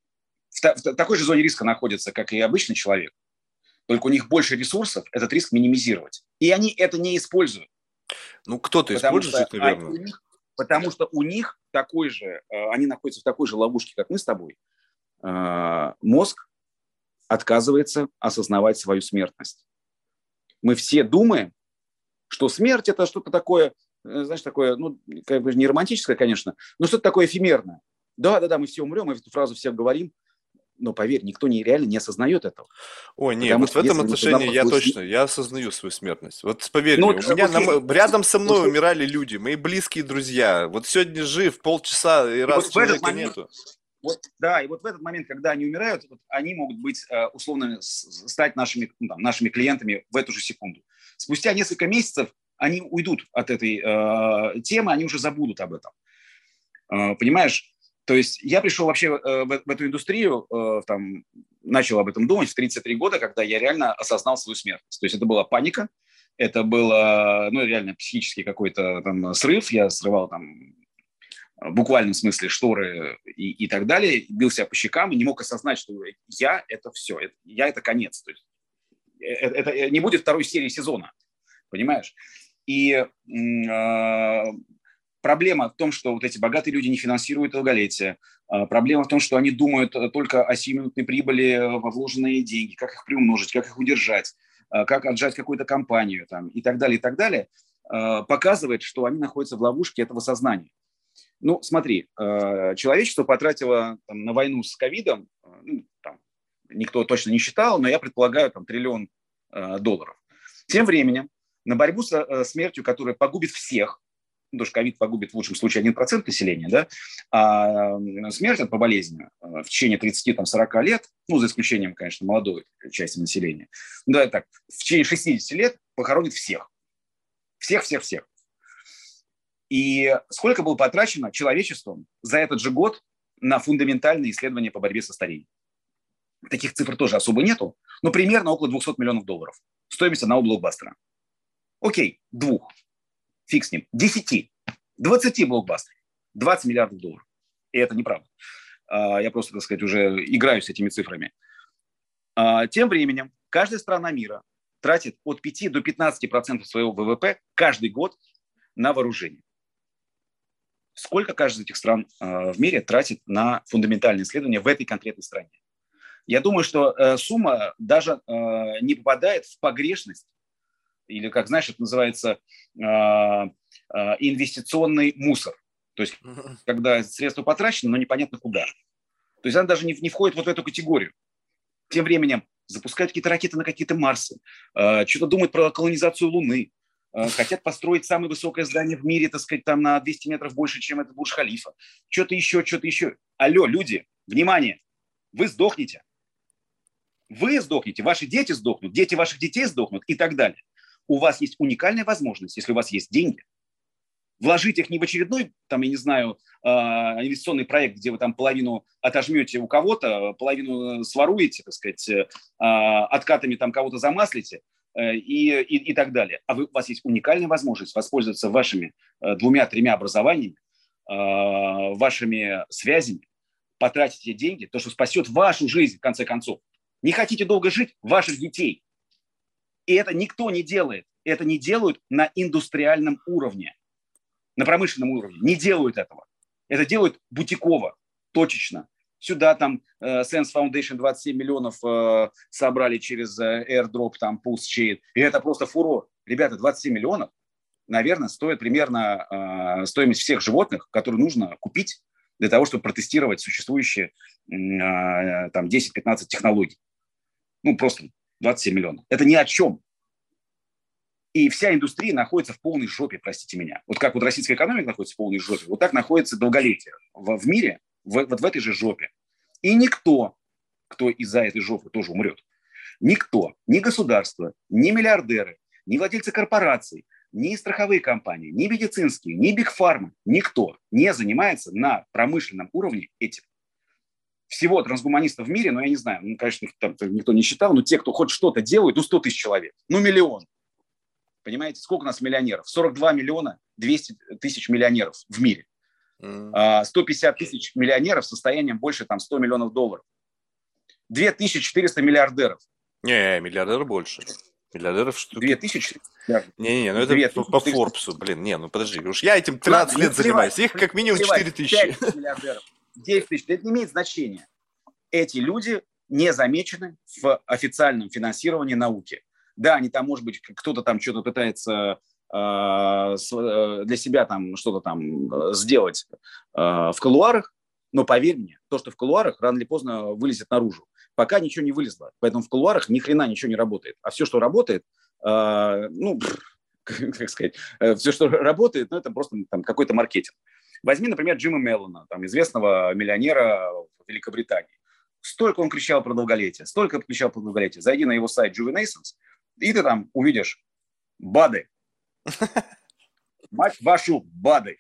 в такой же зоне риска находятся, как и обычный человек, только у них больше ресурсов этот риск минимизировать. И они это не используют. Ну, кто-то Потому использует, что, а, наверное. у них, потому что у них такой же, они находятся в такой же ловушке, как мы с тобой. Мозг отказывается осознавать свою смертность. Мы все думаем, что смерть – это что-то такое, знаешь, такое, ну, как бы не романтическое, конечно, но что-то такое эфемерное. Да-да-да, мы все умрем, мы эту фразу все говорим, но, поверь, никто не, реально не осознает этого. Ой, не, Потому вот в что этом если вы не отношении я осознаваете точно, я осознаю свою смертность. Вот поверь ну, мне, вот, у меня на мо- окей. рядом со Вот, мной умирали люди, мои близкие друзья. Вот сегодня жив, полчаса, и и раз вот в этот человека момент, нету. вот, да, и вот в этот момент, когда они умирают, вот, они могут быть, условно, стать нашими, ну, там, нашими клиентами в эту же секунду. Спустя несколько месяцев они уйдут от этой э, темы, они уже забудут об этом. Э, понимаешь? То есть я пришел вообще э, в, в эту индустрию, э, там, начал об этом думать в тридцать три года, когда я реально осознал свою смертность. То есть это была паника, это было, ну, реально психический какой-то там срыв. Я срывал там в буквальном смысле шторы и, и так далее, бил себя по щекам и не мог осознать, что я – это все, это, я – это конец. То есть это, это не будет второй серии сезона, понимаешь? И э, проблема в том, что вот эти богатые люди не финансируют долголетие. Э, проблема в том, что они думают только о сиюминутной прибыли во вложенные деньги, как их приумножить, как их удержать, э, как отжать какую-то компанию там, и так далее, и так далее, э, показывает, что они находятся в ловушке этого сознания. Ну, смотри, человечество потратило там, на войну с ковидом, ну, там, никто точно не считал, но я предполагаю, там, триллион э, долларов. Тем временем на борьбу со э, смертью, которая погубит всех, ну, потому что ковид погубит в лучшем случае один процент населения, да, а смерть от по болезни в течение тридцати-сорока лет, ну, за исключением, конечно, молодой части населения, да, так, в течение шестидесяти лет похоронит всех. Всех-всех-всех. И сколько было потрачено человечеством за этот же год на фундаментальные исследования по борьбе со старением? Таких цифр тоже особо нету, но примерно около двухсот миллионов долларов. Стоимость одного блокбастера. Окей, двух. Фиг с ним. Десяти. двадцать блокбастеров, двадцать миллиардов долларов. И это неправда. Я просто, так сказать, уже играю с этими цифрами. Тем временем каждая страна мира тратит от пяти до пятнадцати процентов своего ВВП каждый год на вооружение. Сколько каждая из этих стран в мире тратит на фундаментальные исследования в этой конкретной стране? Я думаю, что сумма даже не попадает в погрешность, или, как знаешь, это называется инвестиционный мусор. То есть, когда средства потрачены, но непонятно куда. То есть она даже не, не входит вот в эту категорию. Тем временем запускают какие-то ракеты на какие-то Марсы, э, что-то думают про колонизацию Луны, э, хотят построить самое высокое здание в мире, так сказать, там на двести метров больше, чем это Бурдж-Халифа. Что-то еще, что-то еще. Алло, люди, внимание, вы сдохнете. Вы сдохнете, ваши дети сдохнут, дети ваших детей сдохнут и так далее. У вас есть уникальная возможность, если у вас есть деньги, вложить их не в очередной, там, я не знаю, инвестиционный проект, где вы там половину отожмете у кого-то, половину своруете, так сказать, откатами там кого-то замаслите и, и, и так далее. А вы, у вас есть уникальная возможность воспользоваться вашими двумя-тремя образованиями, вашими связями, потратить эти деньги, то, что спасет вашу жизнь, в конце концов. Не хотите долго жить? Ваших детей. И это никто не делает. Это не делают на индустриальном уровне. На промышленном уровне. Не делают этого. Это делают бутиково, точечно. Сюда там э, Sense Foundation двадцать семь миллионов э, собрали через э, airdrop, там, Pulse Chain. И это просто фурор. Ребята, двадцать семь миллионов, наверное, стоит примерно э, стоимость всех животных, которые нужно купить для того, чтобы протестировать существующие э, там десять-пятнадцать технологий. Ну, просто двадцать семь миллионов. Это ни о чем. И вся индустрия находится в полной жопе, простите меня. Вот как вот российская экономика находится в полной жопе, вот так находится долголетие в, в мире, в, вот в этой же жопе. И никто, кто из-за этой жопы тоже умрет, никто, ни государство, ни миллиардеры, ни владельцы корпораций, ни страховые компании, ни медицинские, ни бигфарма, никто не занимается на промышленном уровне этим. Всего трансгуманистов в мире, ну, я не знаю, ну, конечно, их там никто не считал, но те, кто хоть что-то делают, ну, сто тысяч человек, ну, миллион. Понимаете, сколько у нас миллионеров? сорок два миллиона двести тысяч миллионеров в мире. Mm. сто пятьдесят тысяч миллионеров с состоянием больше там, сто миллионов долларов. две тысячи четыреста миллиардеров. Не, миллиардеров больше. Миллиардеров что-то... две тысячи? Не-не-не, ну это по Форбсу, блин, не, ну подожди, уж я этим тринадцать Ладно, лет занимаюсь, их как минимум четыре тысячи. Миллиардеров, девять тысяч, это не имеет значения. Эти люди не замечены в официальном финансировании науки. Да, они там, может быть, кто-то там что-то пытается э, для себя там что-то там сделать э, в кулуарах, но поверь мне, то, что в кулуарах, рано или поздно вылезет наружу. Пока ничего не вылезло, поэтому в кулуарах ни хрена ничего не работает. А все, что работает, э, ну, как сказать, все, что работает, ну, это просто там какой-то маркетинг. Возьми, например, Джима Меллона, там, известного миллионера в Великобритании. Столько он кричал про долголетие, столько кричал про долголетие. Зайди на его сайт Juvenescence, и ты там увидишь БАДы. Мать вашу, БАДы.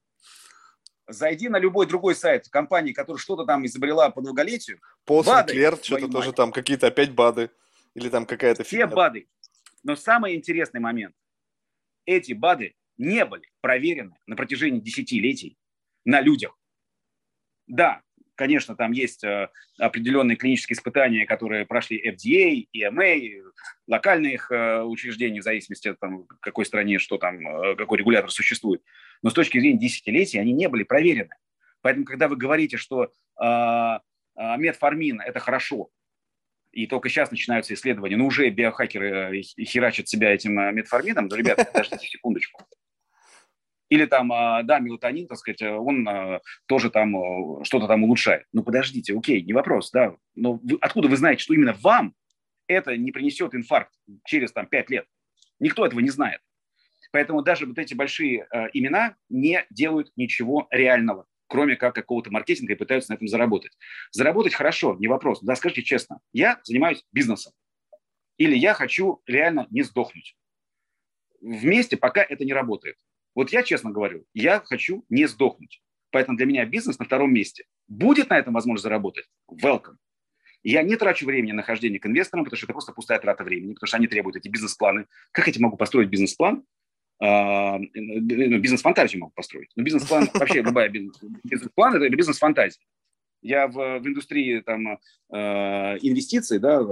Зайди на любой другой сайт компании, которая что-то там изобрела по долголетию. Пол Синклер, что-то тоже там какие-то опять БАДы. Или там какая-то фигня. Все БАДы. Но самый интересный момент. Эти БАДы не были проверены на протяжении десятилетий на людях. Да, конечно, там есть э, определенные клинические испытания, которые прошли эф ди эй, и эм эй, локальные их э, учреждения, в зависимости от там, какой стране, что там, э, какой регулятор существует. Но с точки зрения десятилетий они не были проверены. Поэтому, когда вы говорите, что э, э, метформин – это хорошо, и только сейчас начинаются исследования, но уже биохакеры херачат себя этим метформином, да, ребята, подождите секундочку. Или там, да, мелатонин, так сказать, он тоже там что-то там улучшает. Ну, подождите, окей, не вопрос, да. Но вы, откуда вы знаете, что именно вам это не принесет инфаркт через там пять лет? Никто этого не знает. Поэтому даже вот эти большие э, имена не делают ничего реального, кроме как какого-то маркетинга, и пытаются на этом заработать. Заработать хорошо, не вопрос. Да, скажите честно, я занимаюсь бизнесом. Или я хочу реально не сдохнуть. Вместе пока это не работает. Вот я честно говорю, я хочу не сдохнуть. Поэтому для меня бизнес на втором месте. Будет на этом возможность заработать? Welcome. Я не трачу времени на хождение к инвесторам, потому что это просто пустая трата времени, потому что они требуют эти бизнес-планы. Как я могу построить бизнес-план, э, бизнес-фантазию могу построить. Но бизнес-план, вообще любая бизнес-план – это бизнес-фантазия. Я в, в индустрии там, э, инвестиций, да,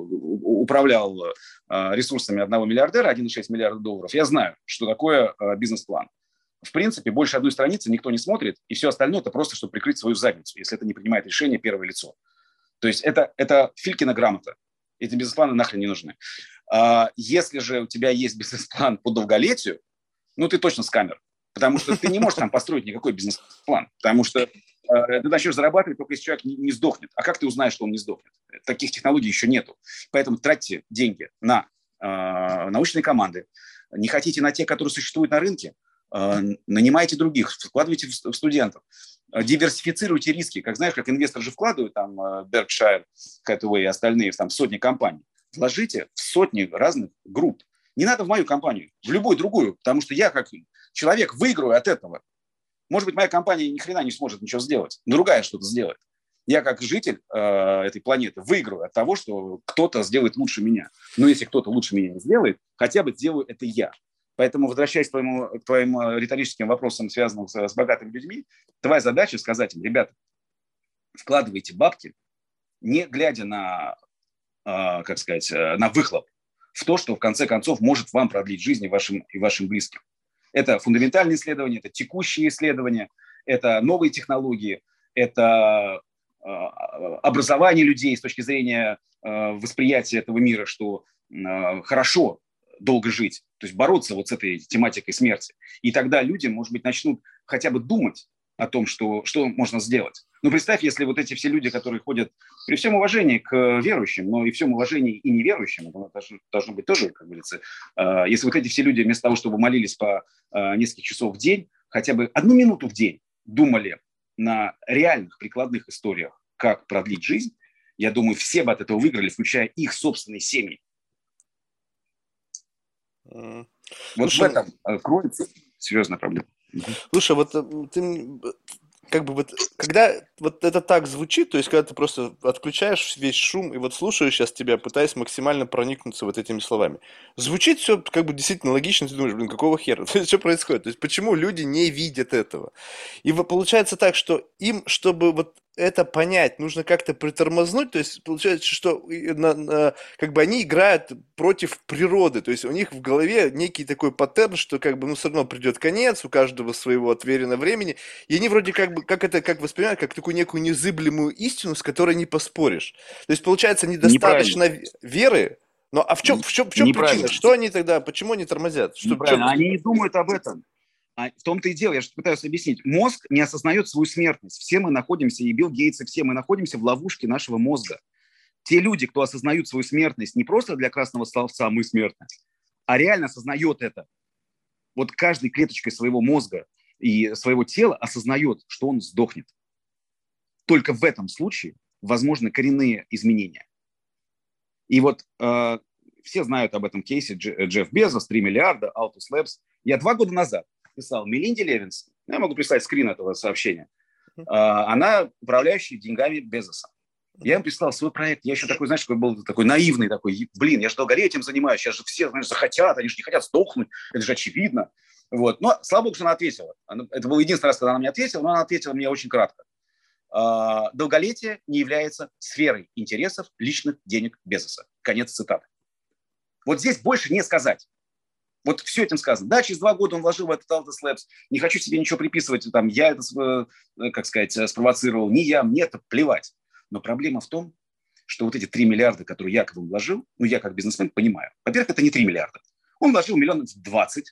управлял э, ресурсами одного миллиардера, один целых шесть десятых миллиарда долларов. Я знаю, что такое э, бизнес-план. В принципе, больше одной страницы никто не смотрит, и все остальное – это просто, чтобы прикрыть свою задницу, если это не принимает решение первое лицо. То есть это, это Филькина грамота. Эти бизнес-планы нахрен не нужны. А если же у тебя есть бизнес-план по долголетию, ну, ты точно скамер. Потому что ты не можешь там построить никакой бизнес-план. Потому что э, ты начнешь зарабатывать, только если человек не, не сдохнет. А как ты узнаешь, что он не сдохнет? Таких технологий еще нету. Поэтому тратьте деньги на э, научные команды. Не хотите на те, которые существуют на рынке, э, нанимайте других, вкладывайте в, в студентов. Диверсифицируйте риски. Как знаешь, как инвесторы же вкладывают, там, Berkshire Hathaway и остальные, там, сотни компаний. Вложите в сотни разных групп. Не надо в мою компанию, в любую другую, потому что я, как человек, выиграю от этого. Может быть, моя компания ни хрена не сможет ничего сделать, но другая что-то сделает. Я, как житель э, этой планеты, выиграю от того, что кто-то сделает лучше меня. Но если кто-то лучше меня не сделает, хотя бы сделаю это я. Поэтому, возвращаясь к твоим, к твоим риторическим вопросам, связанным с, с богатыми людьми, твоя задача сказать им: ребята, вкладывайте бабки, не глядя на, э, как сказать, на выхлоп, в то, что в конце концов может вам продлить жизнь и вашим, и вашим близким. Это фундаментальные исследования, это текущие исследования, это новые технологии, это э, образование людей с точки зрения э, восприятия этого мира, что э, хорошо долго жить, то есть бороться вот с этой тематикой смерти. И тогда люди, может быть, начнут хотя бы думать о том, что, что можно сделать. Ну, представь, если вот эти все люди, которые ходят, при всем уважении к верующим, но и всем уважении и неверующим, это должно, должно быть тоже, как говорится, э, если вот эти все люди вместо того, чтобы молились по э, несколько часов в день, хотя бы одну минуту в день думали на реальных прикладных историях, как продлить жизнь, я думаю, все бы от этого выиграли, включая их собственные семьи. Mm. Вот Слушай, в этом э, кроется серьезная проблема. Слушай, вот ты как бы вот, когда вот это так звучит, то есть когда ты просто отключаешь весь шум и вот слушаю сейчас тебя, пытаясь максимально проникнуться вот этими словами, звучит все как бы действительно логично, ты думаешь, блин, какого хера, что происходит, то есть почему люди не видят этого? И получается так, что им, чтобы вот это понять, нужно как-то притормознуть, то есть получается, что на, на, как бы они играют против природы, то есть у них в голове некий такой паттерн, что как бы ну все равно придет конец, у каждого своего отверено времени, и они вроде как бы, как это, как воспринимают, как такую некую незыблемую истину, с которой не поспоришь. То есть получается недостаточно веры, но а в чем, в чем, в чем причина? Что они тогда, почему они тормозят? Что, Неправильно, они не думают об этом. А в том-то и дело, я же пытаюсь объяснить. Мозг не осознает свою смертность. Все мы находимся, и Билл Гейтс, и все мы находимся в ловушке нашего мозга. Те люди, кто осознают свою смертность не просто для красного словца «мы смертны», а реально осознает это. Вот каждой клеточкой своего мозга и своего тела осознает, что он сдохнет. Только в этом случае возможны коренные изменения. И вот э, все знают об этом кейсе Джефф Безос, три миллиарда, Altus Labs. Я два года назад писал Мелинде Левинсон, я могу прислать скрин этого сообщения, она управляющая деньгами Безоса. Я им прислал свой проект, я еще такой, знаешь, такой был такой наивный, такой, блин, я же долголетием занимаюсь, сейчас же все, знаешь, захотят, они же не хотят сдохнуть, это же очевидно. Вот. Но, слава богу, что она ответила. Это был единственный раз, когда она мне ответила, но она ответила мне очень кратко. Долголетие не является сферой интересов личных денег Безоса. Конец цитаты. Вот здесь больше не сказать. Вот все этим сказано. Да, через два года он вложил в этот Altus Labs. Не хочу себе ничего приписывать. Там, я это, как сказать, спровоцировал. Не я, мне это плевать. Но проблема в том, что вот эти три миллиарда, которые якобы вложил, ну, я как бизнесмен понимаю. Во-первых, это не три миллиарда. Он вложил миллионов двадцать.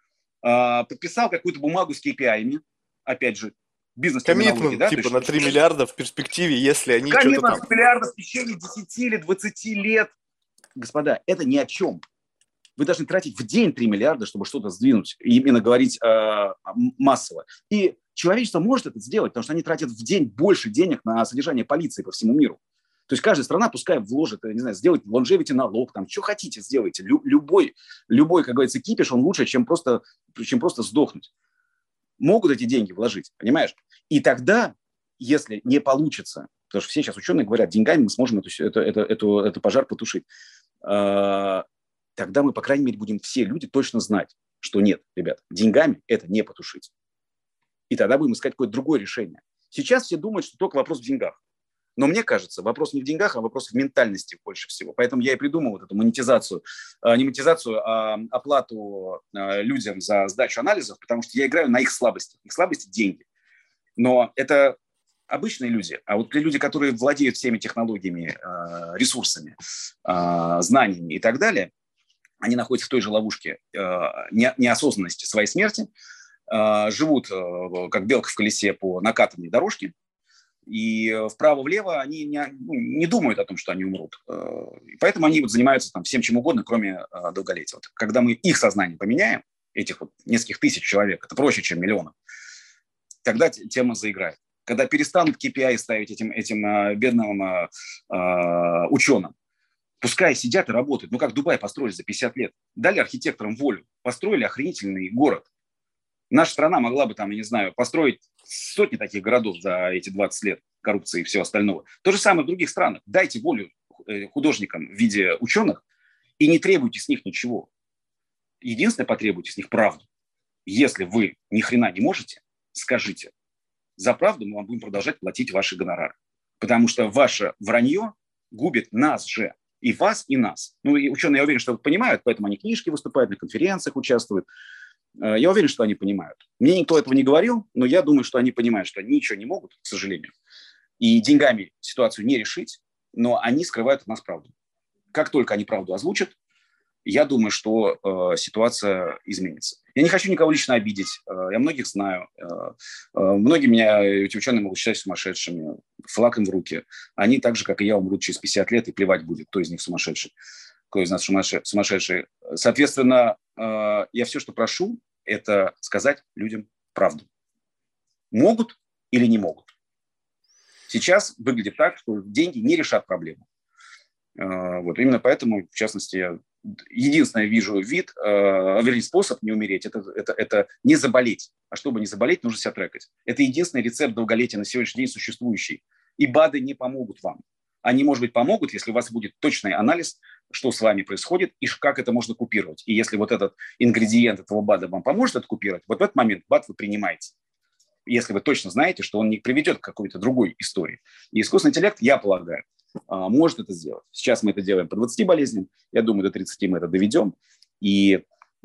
Подписал какую-то бумагу с кей пи ай-ами. Опять же, бизнес-терминология. Да? Типа на три миллиарда в перспективе, если они что-то там... Коммитмент миллиардов в течение десяти или двадцати лет. Господа, это ни о чем. Вы должны тратить в день три миллиарда, чтобы что-то сдвинуть, именно говорить э, массово. И человечество может это сделать, потому что они тратят в день больше денег на содержание полиции по всему миру. То есть каждая страна пускай вложит, не знаю, сделает longevity налог, там, что хотите сделайте. Лю- любой, любой, как говорится, кипиш, он лучше, чем просто, чем просто сдохнуть. Могут эти деньги вложить, понимаешь? И тогда, если не получится, потому что все сейчас ученые говорят, деньгами мы сможем эту, это, это, это, это пожар потушить, э- тогда мы, по крайней мере, будем все люди точно знать, что нет, ребят, деньгами это не потушить. И тогда будем искать какое-то другое решение. Сейчас все думают, что только вопрос в деньгах. Но мне кажется, вопрос не в деньгах, а вопрос в ментальности больше всего. Поэтому я и придумал вот эту монетизацию, не монетизацию, а оплату людям за сдачу анализов, потому что я играю на их слабости. Их слабости – деньги. Но это обычные люди. А вот люди, которые владеют всеми технологиями, ресурсами, знаниями и так далее, они находятся в той же ловушке неосознанности своей смерти, живут как белка в колесе по накатанной дорожке, и вправо-влево они не, ну, не думают о том, что они умрут. И поэтому они вот занимаются там всем чем угодно, кроме долголетия. Вот, когда мы их сознание поменяем, этих вот нескольких тысяч человек, это проще, чем миллионов, тогда тема заиграет. Когда перестанут кей пи ай ставить этим, этим бедным э, ученым, пускай сидят и работают. Ну, как Дубай построили за пятьдесят лет. Дали архитекторам волю, построили охренительный город. Наша страна могла бы, там, я не знаю, построить сотни таких городов за эти двадцать лет коррупции и всего остального. То же самое в других странах. Дайте волю художникам в виде ученых и не требуйте с них ничего. Единственное, потребуйте с них правду. Если вы ни хрена не можете, скажите. За правду мы вам будем продолжать платить ваши гонорары. Потому что ваше вранье губит нас же. И вас, и нас. Ну, и ученые, я уверен, что понимают, поэтому они книжки выступают, на конференциях участвуют. Я уверен, что они понимают. Мне никто этого не говорил, но я думаю, что они понимают, что они ничего не могут, к сожалению. И деньгами ситуацию не решить, но они скрывают от нас правду. Как только они правду озвучат, я думаю, что э, ситуация изменится. Я не хочу никого лично обидеть. Э, я многих знаю. Э, э, многие меня, эти ученые, могут считать сумасшедшими. Флаг им в руки. Они так же, как и я, умрут через пятьдесят лет, и плевать будет, кто из них сумасшедший, кто из нас сумасшедший. Соответственно, э, я все, что прошу, это сказать людям правду. Могут или не могут. Сейчас выглядит так, что деньги не решат проблему. Э, вот. Именно поэтому, в частности, я единственное вижу вид, э, вернее, способ не умереть, это, это, это не заболеть. А чтобы не заболеть, нужно себя трекать. Это единственный рецепт долголетия на сегодняшний день существующий. И БАДы не помогут вам. Они, может быть, помогут, если у вас будет точный анализ, что с вами происходит и как это можно купировать. И если вот этот ингредиент этого БАДа вам поможет это купировать, вот в этот момент БАД вы принимаете. Если вы точно знаете, что он не приведет к какой-то другой истории. И искусственный интеллект, я полагаю, может это сделать. Сейчас мы это делаем по двадцати болезням. Я думаю, до тридцати мы это доведем. И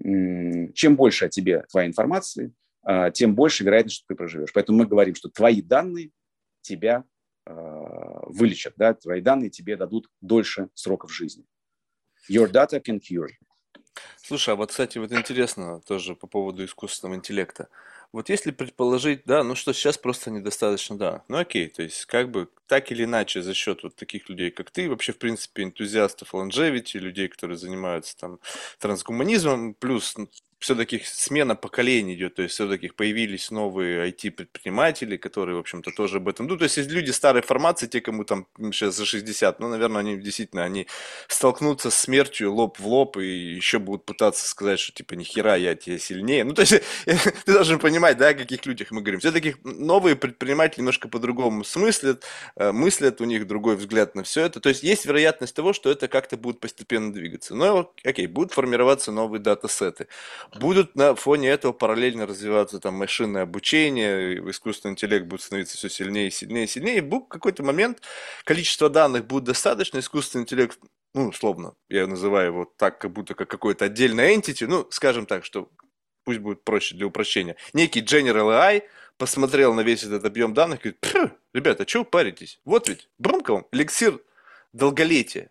м- чем больше о тебе твоей информации, э, тем больше вероятность, что ты проживешь. Поэтому мы говорим, что твои данные тебя э, вылечат. Да? Твои данные тебе дадут дольше сроков жизни. Your data can cure you. Слушай, а вот, кстати, вот интересно тоже по поводу искусственного интеллекта. Вот если предположить, да, ну что сейчас просто недостаточно, да, ну окей, то есть как бы так или иначе за счет вот таких людей, как ты, вообще в принципе энтузиастов longevity, людей, которые занимаются там трансгуманизмом, плюс все-таки смена поколений идет, то есть все-таки появились новые ай ти-предприниматели, которые, в общем-то, тоже об этом думают. То есть есть люди старой формации, те, кому там сейчас за шестьдесят, ну, наверное, они действительно, они столкнутся с смертью лоб в лоб и еще будут пытаться сказать, что типа нихера, я тебе сильнее. Ну, то есть ты должен понимать, да, о каких людях мы говорим. Все-таки новые предприниматели немножко по-другому смыслят, мыслят, у них другой взгляд на все это. То есть есть вероятность того, что это как-то будет постепенно двигаться. Но, окей, будут формироваться новые датасеты. Будут на фоне этого параллельно развиваться там машинное обучение, искусственный интеллект будет становиться все сильнее, сильнее, сильнее. И в какой-то момент количество данных будет достаточно, искусственный интеллект, ну, условно, я называю его так, как будто как какой-то отдельный entity, ну, скажем так, что пусть будет проще для упрощения. Некий General эй ай посмотрел на весь этот объем данных и говорит, ребята, что вы паритесь? Вот ведь, бромко вам, эликсир долголетия.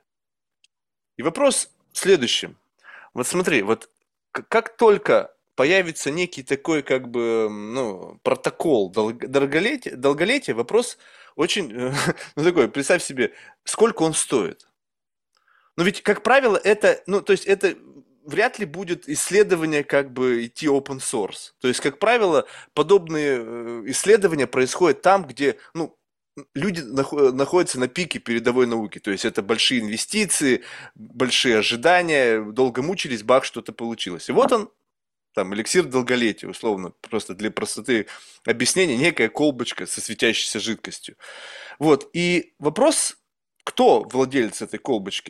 И вопрос в следующем. Вот смотри, вот как только появится некий такой, как бы, ну, протокол долголетия, долголетия, вопрос очень, ну, такой, представь себе, сколько он стоит. Но ведь, как правило, это, ну, то есть это вряд ли будет исследование, как бы, идти open source. То есть, как правило, подобные исследования происходят там, где, ну, люди находятся на пике передовой науки, то есть это большие инвестиции, большие ожидания, долго мучились, бах, что-то получилось. И вот он, там, эликсир долголетия, условно, просто для простоты объяснения, некая колбочка со светящейся жидкостью. Вот, и вопрос, кто владелец этой колбочки?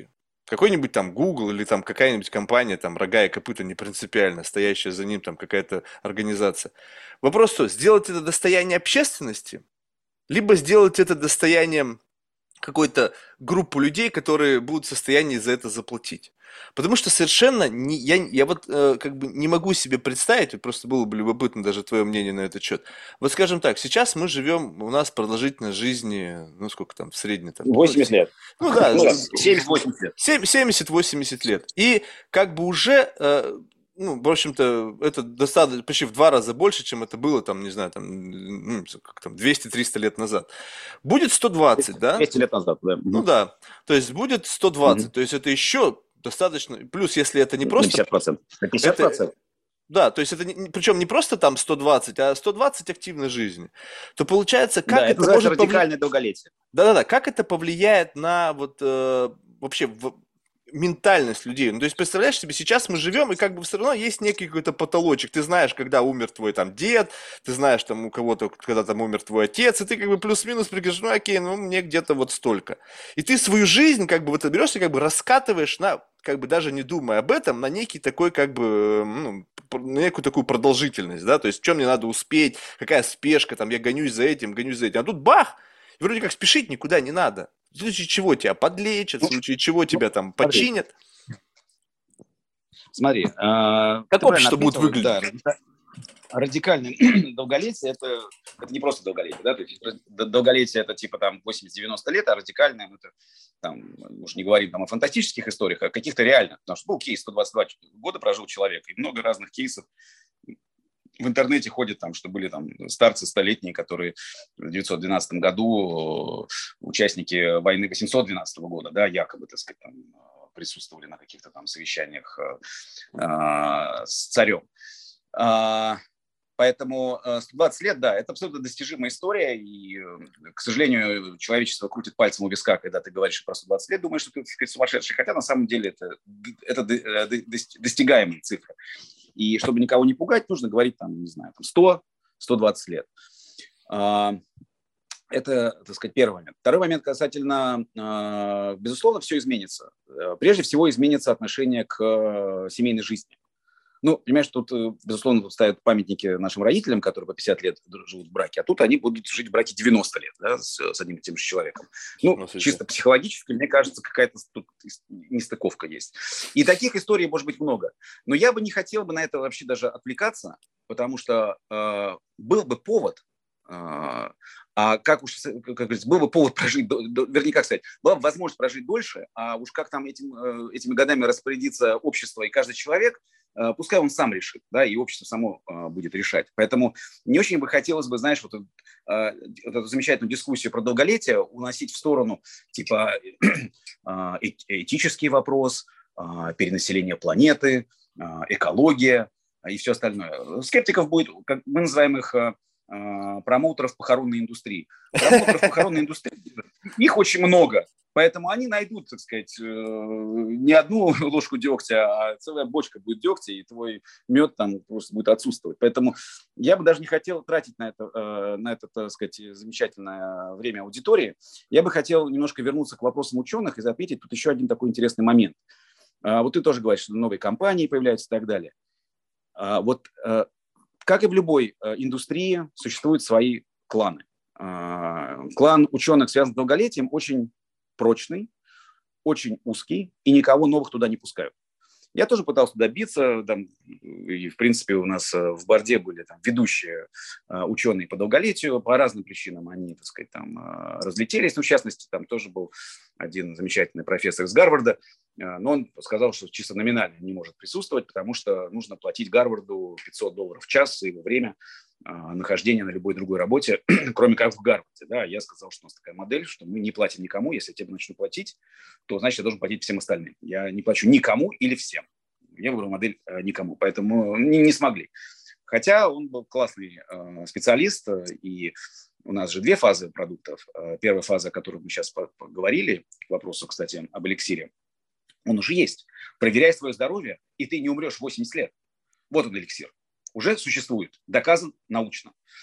Какой-нибудь там Google или там какая-нибудь компания, там рога и копыта не принципиально, стоящая за ним там какая-то организация. Вопрос что, сделать это достояние общественности, либо сделать это достоянием какой-то группу людей, которые будут в состоянии за это заплатить. Потому что совершенно не, я, я вот э, как бы не могу себе представить, вот просто было бы любопытно даже твое мнение на этот счет. Вот скажем так, сейчас мы живем, у нас продолжительность жизни, ну сколько там в среднем там, ну, восемьдесят лет. ну да, Ну, семьдесят-восемьдесят лет. семьдесят-восемьдесят лет. И как бы уже, э, ну, в общем-то, это достаточно, почти в два раза больше, чем это было, там, не знаю, там, ну, как там, двести-триста лет назад. Будет сто двадцать, да? двести лет назад, да. Ну да, то есть будет сто двадцать, угу. То есть это еще достаточно, плюс если это не просто... На пятьдесят процентов. На пятьдесят процентов. Это, да, то есть это не, причем не просто там сто двадцать, а сто двадцать активной жизни, то получается, как да, это, это может радикальное повли... долголетие. Да-да-да, как это повлияет на вот э, вообще в... ментальность людей. Ну, то есть, представляешь себе, сейчас мы живем, и как бы все равно есть некий какой-то потолочек. Ты знаешь, когда умер твой там дед, ты знаешь, там у кого-то, когда там умер твой отец, и ты как бы плюс-минус прикажешь, ну, окей, ну, мне где-то вот столько. И ты свою жизнь как бы вот берешь и как бы раскатываешь на, как бы даже не думая об этом, на некий такой как бы, ну, на некую такую продолжительность, да, то есть, в чем мне надо успеть, какая спешка, там, я гонюсь за этим, гонюсь за этим. А тут бах, и вроде как спешить никуда не надо. В случае чего тебя подлечат, в случае чего тебя там починят. Смотри, э, как общество будет выглядеть? Да, радикальное долголетие это, это не просто долголетие, да, то есть долголетие это типа там восемьдесят-девяносто лет, а радикальное это там, мы уж не говорим там о фантастических историях, а каких-то реальных, потому что был кейс, сто двадцать два года прожил человек, и много разных кейсов в интернете ходят там, что были там старцы столетние, которые в девятьсот двенадцатом году участники войны восемьсот двенадцатого года, да, якобы, так сказать, там, присутствовали на каких-то там совещаниях э, с царем. А, поэтому сто двадцать лет, да, это абсолютно достижимая история, и, к сожалению, человечество крутит пальцем у виска, когда ты говоришь про сто двадцать лет, думаешь, что ты, так сказать, сумасшедший, хотя на самом деле это, это достигаемые цифры. И чтобы никого не пугать, нужно говорить, там, не знаю, там сто - сто двадцать лет. Это, так сказать, первый момент. Второй момент касательно, безусловно, все изменится. Прежде всего, изменится отношение к семейной жизни. Ну, понимаешь, тут, безусловно, тут ставят памятники нашим родителям, которые по пятьдесят лет живут в браке, а тут они будут жить в браке девяносто лет, да, с, с одним и тем же человеком. Ну, ну чисто психологически, мне кажется, какая-то тут нестыковка есть. И таких историй может быть много. Но я бы не хотел бы на это вообще даже отвлекаться, потому что э, был бы повод, э, а как уж, как говорится, был бы повод прожить, до, до, вернее, как сказать, была бы возможность прожить дольше, а уж как там этим, э, этими годами распорядится общество и каждый человек, пускай он сам решит, да, и общество само э, будет решать. Поэтому не очень бы хотелось бы, знаешь, вот, э, вот эту замечательную дискуссию про долголетие уносить в сторону типа э, этический вопрос, э, перенаселение планеты, э, экология и все остальное. Скептиков будет, как мы называем их, э, промоутеров похоронной индустрии. Промоутеров похоронной индустрии, их очень много. Поэтому они найдут, так сказать, не одну ложку дегтя, а целая бочка будет дегтя, и твой мед там просто будет отсутствовать. Поэтому я бы даже не хотел тратить на это, на это, так сказать, замечательное время аудитории. Я бы хотел немножко вернуться к вопросам ученых и заметить тут еще один такой интересный момент. Вот ты тоже говоришь, что новые компании появляются и так далее. Вот как и в любой индустрии существуют свои кланы. Клан ученых, связанный с долголетием, очень прочный, очень узкий, и никого новых туда не пускают. Я тоже пытался добиться, там, и, в принципе, у нас в Борде были там ведущие ученые по долголетию, по разным причинам они, так сказать, там разлетелись. Ну, в частности, там тоже был один замечательный профессор из Гарварда, но он сказал, что чисто номинально не может присутствовать, потому что нужно платить Гарварду пятьсот долларов в час за его время нахождения на любой другой работе, кроме как в Гарварде. Да, я сказал, что у нас такая модель, что мы не платим никому. Если я тебе начну платить, то значит я должен платить всем остальным. Я не плачу никому или всем. Я выбрал модель никому, поэтому не, не смогли. Хотя он был классный э, специалист, и у нас же две фазы продуктов. Первая фаза, о которой мы сейчас поговорили, к вопросу, кстати, об эликсире, он уже есть. Проверяй свое здоровье, и ты не умрешь в восемьдесят лет. Вот он эликсир. Уже существует, доказан научно.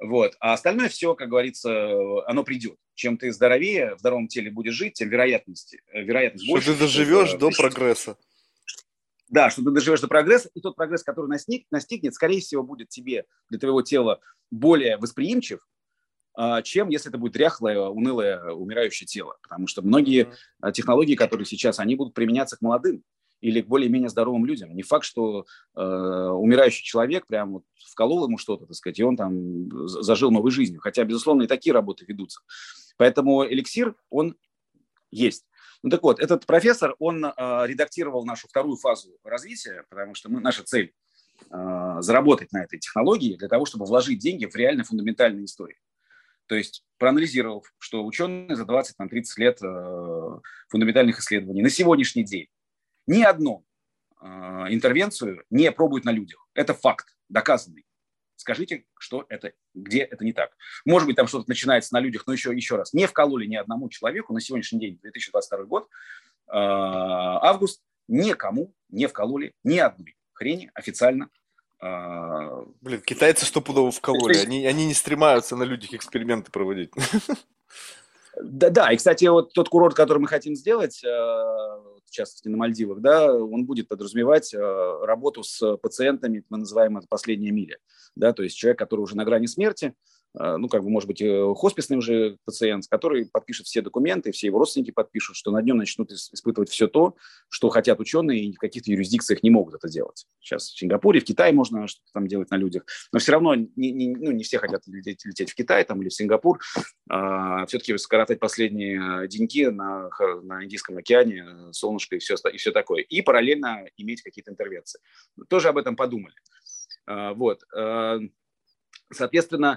Вот. А остальное все, как говорится, оно придет. Чем ты здоровее, в здоровом теле будешь жить, тем вероятности, вероятность Что больше. ты доживешь что, до ты, прогресса. да, что ты доживешь до прогресса, и тот прогресс, который настиг, настигнет, скорее всего, будет тебе, для твоего тела более восприимчив, чем если это будет дряхлое, унылое, умирающее тело. Потому что многие mm-hmm. технологии, которые сейчас, они будут применяться к молодым или к более-менее здоровым людям. Не факт, что э, умирающий человек прям вот вколол ему что-то, так сказать, и он там зажил новой жизнью. Хотя, безусловно, и такие работы ведутся. Поэтому эликсир, он есть. Ну так вот, этот профессор, он э, редактировал нашу вторую фазу развития, потому что мы, наша цель э, заработать на этой технологии для того, чтобы вложить деньги в реально фундаментальные истории. То есть проанализировав, что ученые за двадцать-тридцать лет э, фундаментальных исследований на сегодняшний день ни одну э, интервенцию не пробуют на людях. Это факт, доказанный. Скажите, что это, где это не так. Может быть, там что-то начинается на людях, но еще, еще раз, не вкололи ни одному человеку на сегодняшний день, две тысячи двадцать второй год, э, август, никому не вкололи ни одной хрени официально. Э, Блин, китайцы стопудово вкололи, они, они не стремаются на людях эксперименты проводить. Да, да, и, кстати, вот тот курорт, который мы хотим сделать, в частности, на Мальдивах, да, он будет подразумевать работу с пациентами, мы называем это «последняя миля», да, то есть человек, который уже на грани смерти, ну, как бы, может быть, хосписный уже пациент, который подпишет все документы, все его родственники подпишут, что на нем начнут испытывать все то, что хотят ученые, и в каких-то юрисдикциях не могут это делать. Сейчас в Сингапуре, в Китае можно что-то там делать на людях, но все равно не, не, ну, не все хотят лететь, лететь в Китай там, или в Сингапур, а, все-таки скоротать последние деньки на, на Индийском океане, солнышко и все, и все такое, и параллельно иметь какие-то интервенции. Тоже об этом подумали. А, вот. А, соответственно,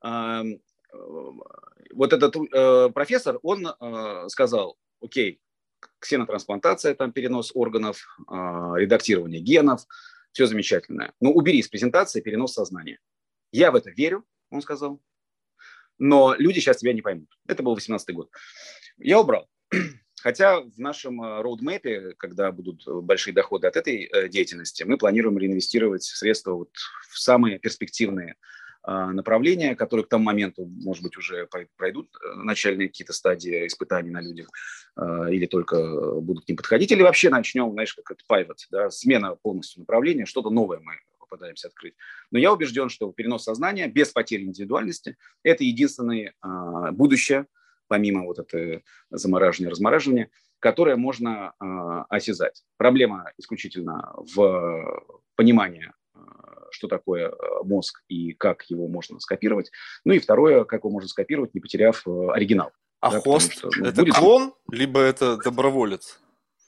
вот этот э, профессор, он э, сказал, окей, ксенотрансплантация, там перенос органов, э, редактирование генов, все замечательно. Но убери из презентации перенос сознания. Я в это верю, он сказал, но люди сейчас тебя не поймут. Это был восемнадцатый год. Я убрал. Хотя в нашем роудмэпе, когда будут большие доходы от этой э, деятельности, мы планируем реинвестировать средства вот в самые перспективные направления, которые к тому моменту, может быть, уже пройдут начальные какие-то стадии испытаний на людях, или только будут к ним подходить, или вообще начнем, знаешь, как это pivot, да, смена полностью направления, что-то новое мы попытаемся открыть. Но я убежден, что перенос сознания без потери индивидуальности – это единственное будущее, помимо вот этого замораживания, размораживания, которое можно осязать. Проблема исключительно в понимании, что такое мозг и как его можно скопировать. Ну и второе, как его можно скопировать, не потеряв оригинал. А да, хост что, ну, это будет... клон, либо это доброволец?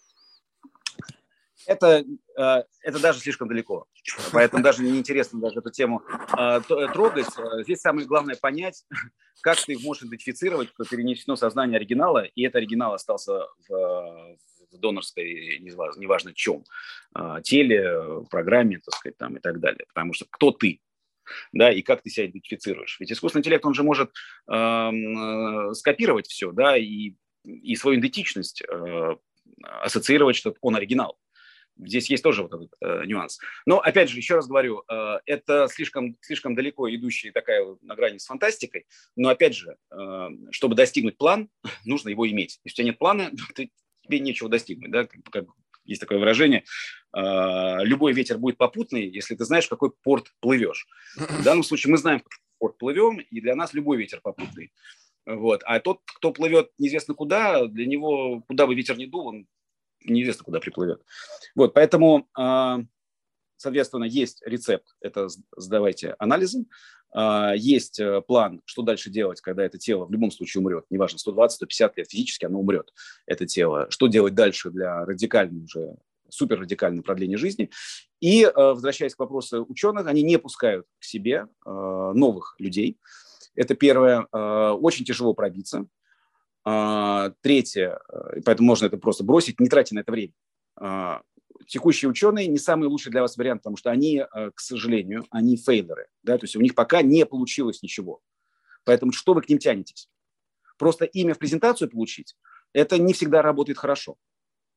Это, это даже слишком далеко. Поэтому даже неинтересно даже эту тему трогать. Здесь самое главное понять, как ты можешь идентифицировать, что перенесено сознание оригинала, и этот оригинал остался в, в донорской, неважно, неважно чем, теле, программе, так сказать, там, и так далее. Потому что кто ты, да, и как ты себя идентифицируешь. Ведь искусственный интеллект, он же может э, скопировать все, да, и, и свою идентичность э, ассоциировать, что он оригинал. Здесь есть тоже вот этот э, нюанс. Но, опять же, еще раз говорю, э, это слишком, слишком далеко идущая такая вот на грани с фантастикой. Но, опять же, э, чтобы достигнуть план, нужно его иметь. Если у тебя нет плана, ты, тебе нечего достигнуть. Да? Как, как есть такое выражение. Э, любой ветер будет попутный, если ты знаешь, в какой порт плывешь. В данном случае мы знаем, в какой порт плывем, и для нас любой ветер попутный. Вот. А тот, кто плывет неизвестно куда, для него, куда бы ветер ни дул, он неизвестно, куда приплывет. Вот, поэтому, соответственно, есть рецепт, это сдавайте анализы, есть план, что дальше делать, когда это тело в любом случае умрет, неважно, сто двадцать - сто пятьдесят лет, физически оно умрет, это тело, что делать дальше для радикального уже, суперрадикального продления жизни. И, возвращаясь к вопросу ученых, они не пускают к себе новых людей. Это первое, очень тяжело пробиться. Третье, поэтому можно это просто бросить, не тратя на это время. Текущие ученые не самый лучший для вас вариант, потому что они, к сожалению, они фейлеры. Да? То есть у них пока не получилось ничего. Поэтому что вы к ним тянетесь? Просто имя в презентацию получить, это не всегда работает хорошо.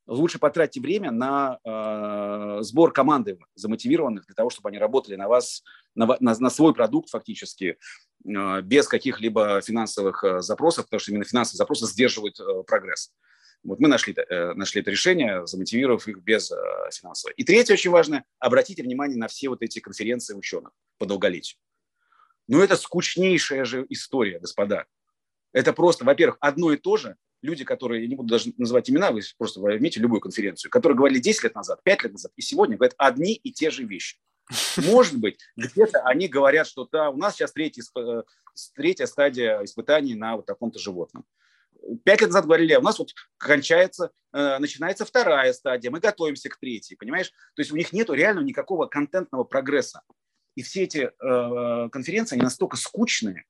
лучше потратьте время на э, сбор команды замотивированных для того, чтобы они работали на вас, на, на, на свой продукт фактически, э, без каких-либо финансовых э, запросов, потому что именно финансовые запросы сдерживают э, прогресс. Вот мы нашли, э, нашли это решение, замотивировав их без э, финансового. И третье, очень важное, обратите внимание на все вот эти конференции ученых по долголетию. Ну, это скучнейшая же история, господа. Это просто, во-первых, одно и то же. Люди, которые, я не буду даже называть имена, вы просто возьмите любую конференцию, которые говорили десять лет назад, пять лет назад, и сегодня говорят одни и те же вещи. Может быть, где-то они говорят, что да, у нас сейчас третья, третья стадия испытаний на вот таком-то животном. Пять лет назад говорили, у нас вот кончается, начинается вторая стадия, мы готовимся к третьей, понимаешь? То есть у них нету реально никакого контентного прогресса. И все эти э, конференции, они настолько скучные,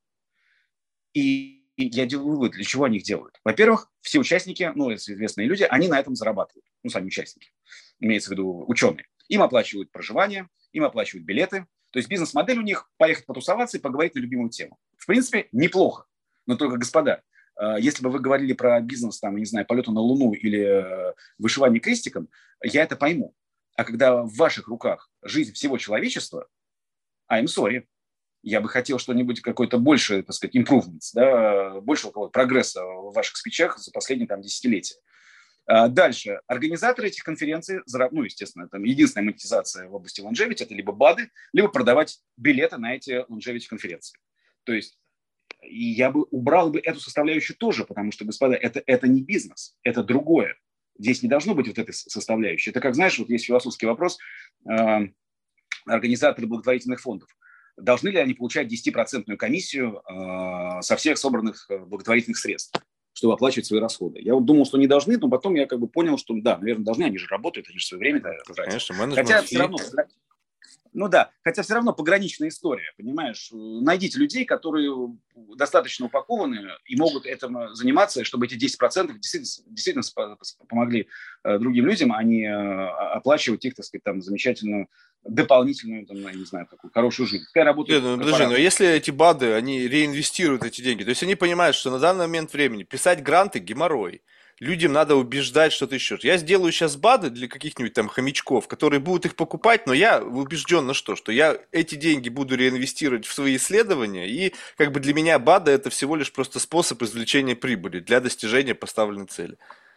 и я делаю вывод, для чего они их делают. Во-первых, все участники, ну, известные люди, они на этом зарабатывают. Ну, сами участники, имеется в виду ученые. Им оплачивают проживание, им оплачивают билеты. То есть бизнес-модель у них поехать потусоваться и поговорить на любимую тему. В принципе, неплохо. Но только, господа, если бы вы говорили про бизнес, там, не знаю, полета на Луну или вышивание крестиком, я это пойму. А когда в ваших руках жизнь всего человечества, I'm sorry. Я бы хотел что-нибудь, какой-то больше, так сказать, improvements, да, больше прогресса в ваших спичах за последние там десятилетия. Дальше. Организаторы этих конференций, ну, естественно, там единственная монетизация в области longevity – это либо БАДы, либо продавать билеты на эти longevity конференции. То есть и я бы убрал бы эту составляющую тоже, потому что, господа, это, это не бизнес, это другое. Здесь не должно быть вот этой составляющей. Это как, знаешь, вот есть философский вопрос, э, организаторы благотворительных фондов. Должны ли они получать десятипроцентную комиссию э, со всех собранных благотворительных средств, чтобы оплачивать свои расходы? Я вот думал, что не должны, но потом я как бы понял, что да, наверное, должны, они же работают, они же свое время тратят. Конечно, менеджмент. Хотя все равно, ну да, хотя все равно пограничная история, понимаешь? Найдите людей, которые достаточно упакованы и могут этим заниматься, чтобы эти десять процентов действительно, действительно помогли другим людям, а не оплачивать их, так сказать, там, замечательную дополнительную, там, я не знаю, такую хорошую жизнь. Какая работа? Нет, ну, подожди, но если эти БАДы, они реинвестируют эти деньги, то есть они понимают, что на данный момент времени писать гранты – геморрой. Людям надо убеждать что-то еще. Я сделаю сейчас БАДы для каких-нибудь там хомячков, которые будут их покупать, но я убежден на что? Что я эти деньги буду реинвестировать в свои исследования, и как бы для меня БАДы – это всего лишь просто способ извлечения прибыли для достижения поставленной цели.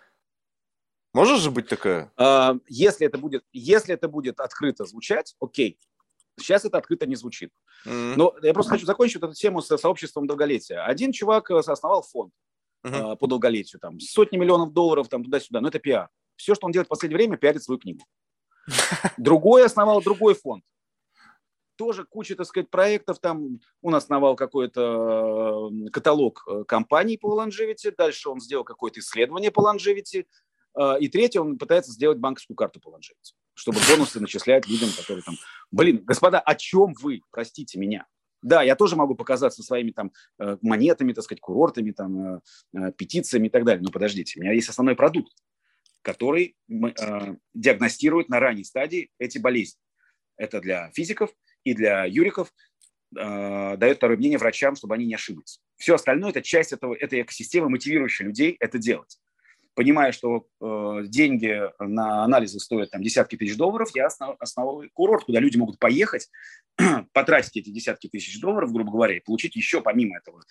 Может же быть такая? А, если это будет, если это будет открыто звучать, окей. Сейчас это открыто не звучит. Mm-hmm. Но я просто хочу закончить вот эту тему с сообществом долголетия. Один чувак основал фонд uh-huh. по долголетию, там, сотни миллионов долларов там, туда-сюда, но это пиар. Все, что он делает в последнее время, пиарит свою книгу. Другой основал другой фонд. Тоже куча, так сказать, проектов. Там он основал какой-то каталог компаний по longevity, дальше он сделал какое-то исследование по longevity, и третье, он пытается сделать банковскую карту по longevity, чтобы бонусы начислять людям, которые там... Блин, господа, о чем вы? Простите меня. Да, я тоже могу показаться своими там монетами, так сказать, курортами, там, петициями и так далее. Но подождите, у меня есть основной продукт, который э, диагностирует на ранней стадии эти болезни. Это для физиков и для юриков э, дает второе мнение врачам, чтобы они не ошиблись. Все остальное – это часть этого, этой экосистемы, мотивирующей людей это делать. Понимая, что э, деньги на анализы стоят там, десятки тысяч долларов, я основ, основал курорт, куда люди могут поехать, потратить эти десятки тысяч долларов, грубо говоря, и получить еще помимо этого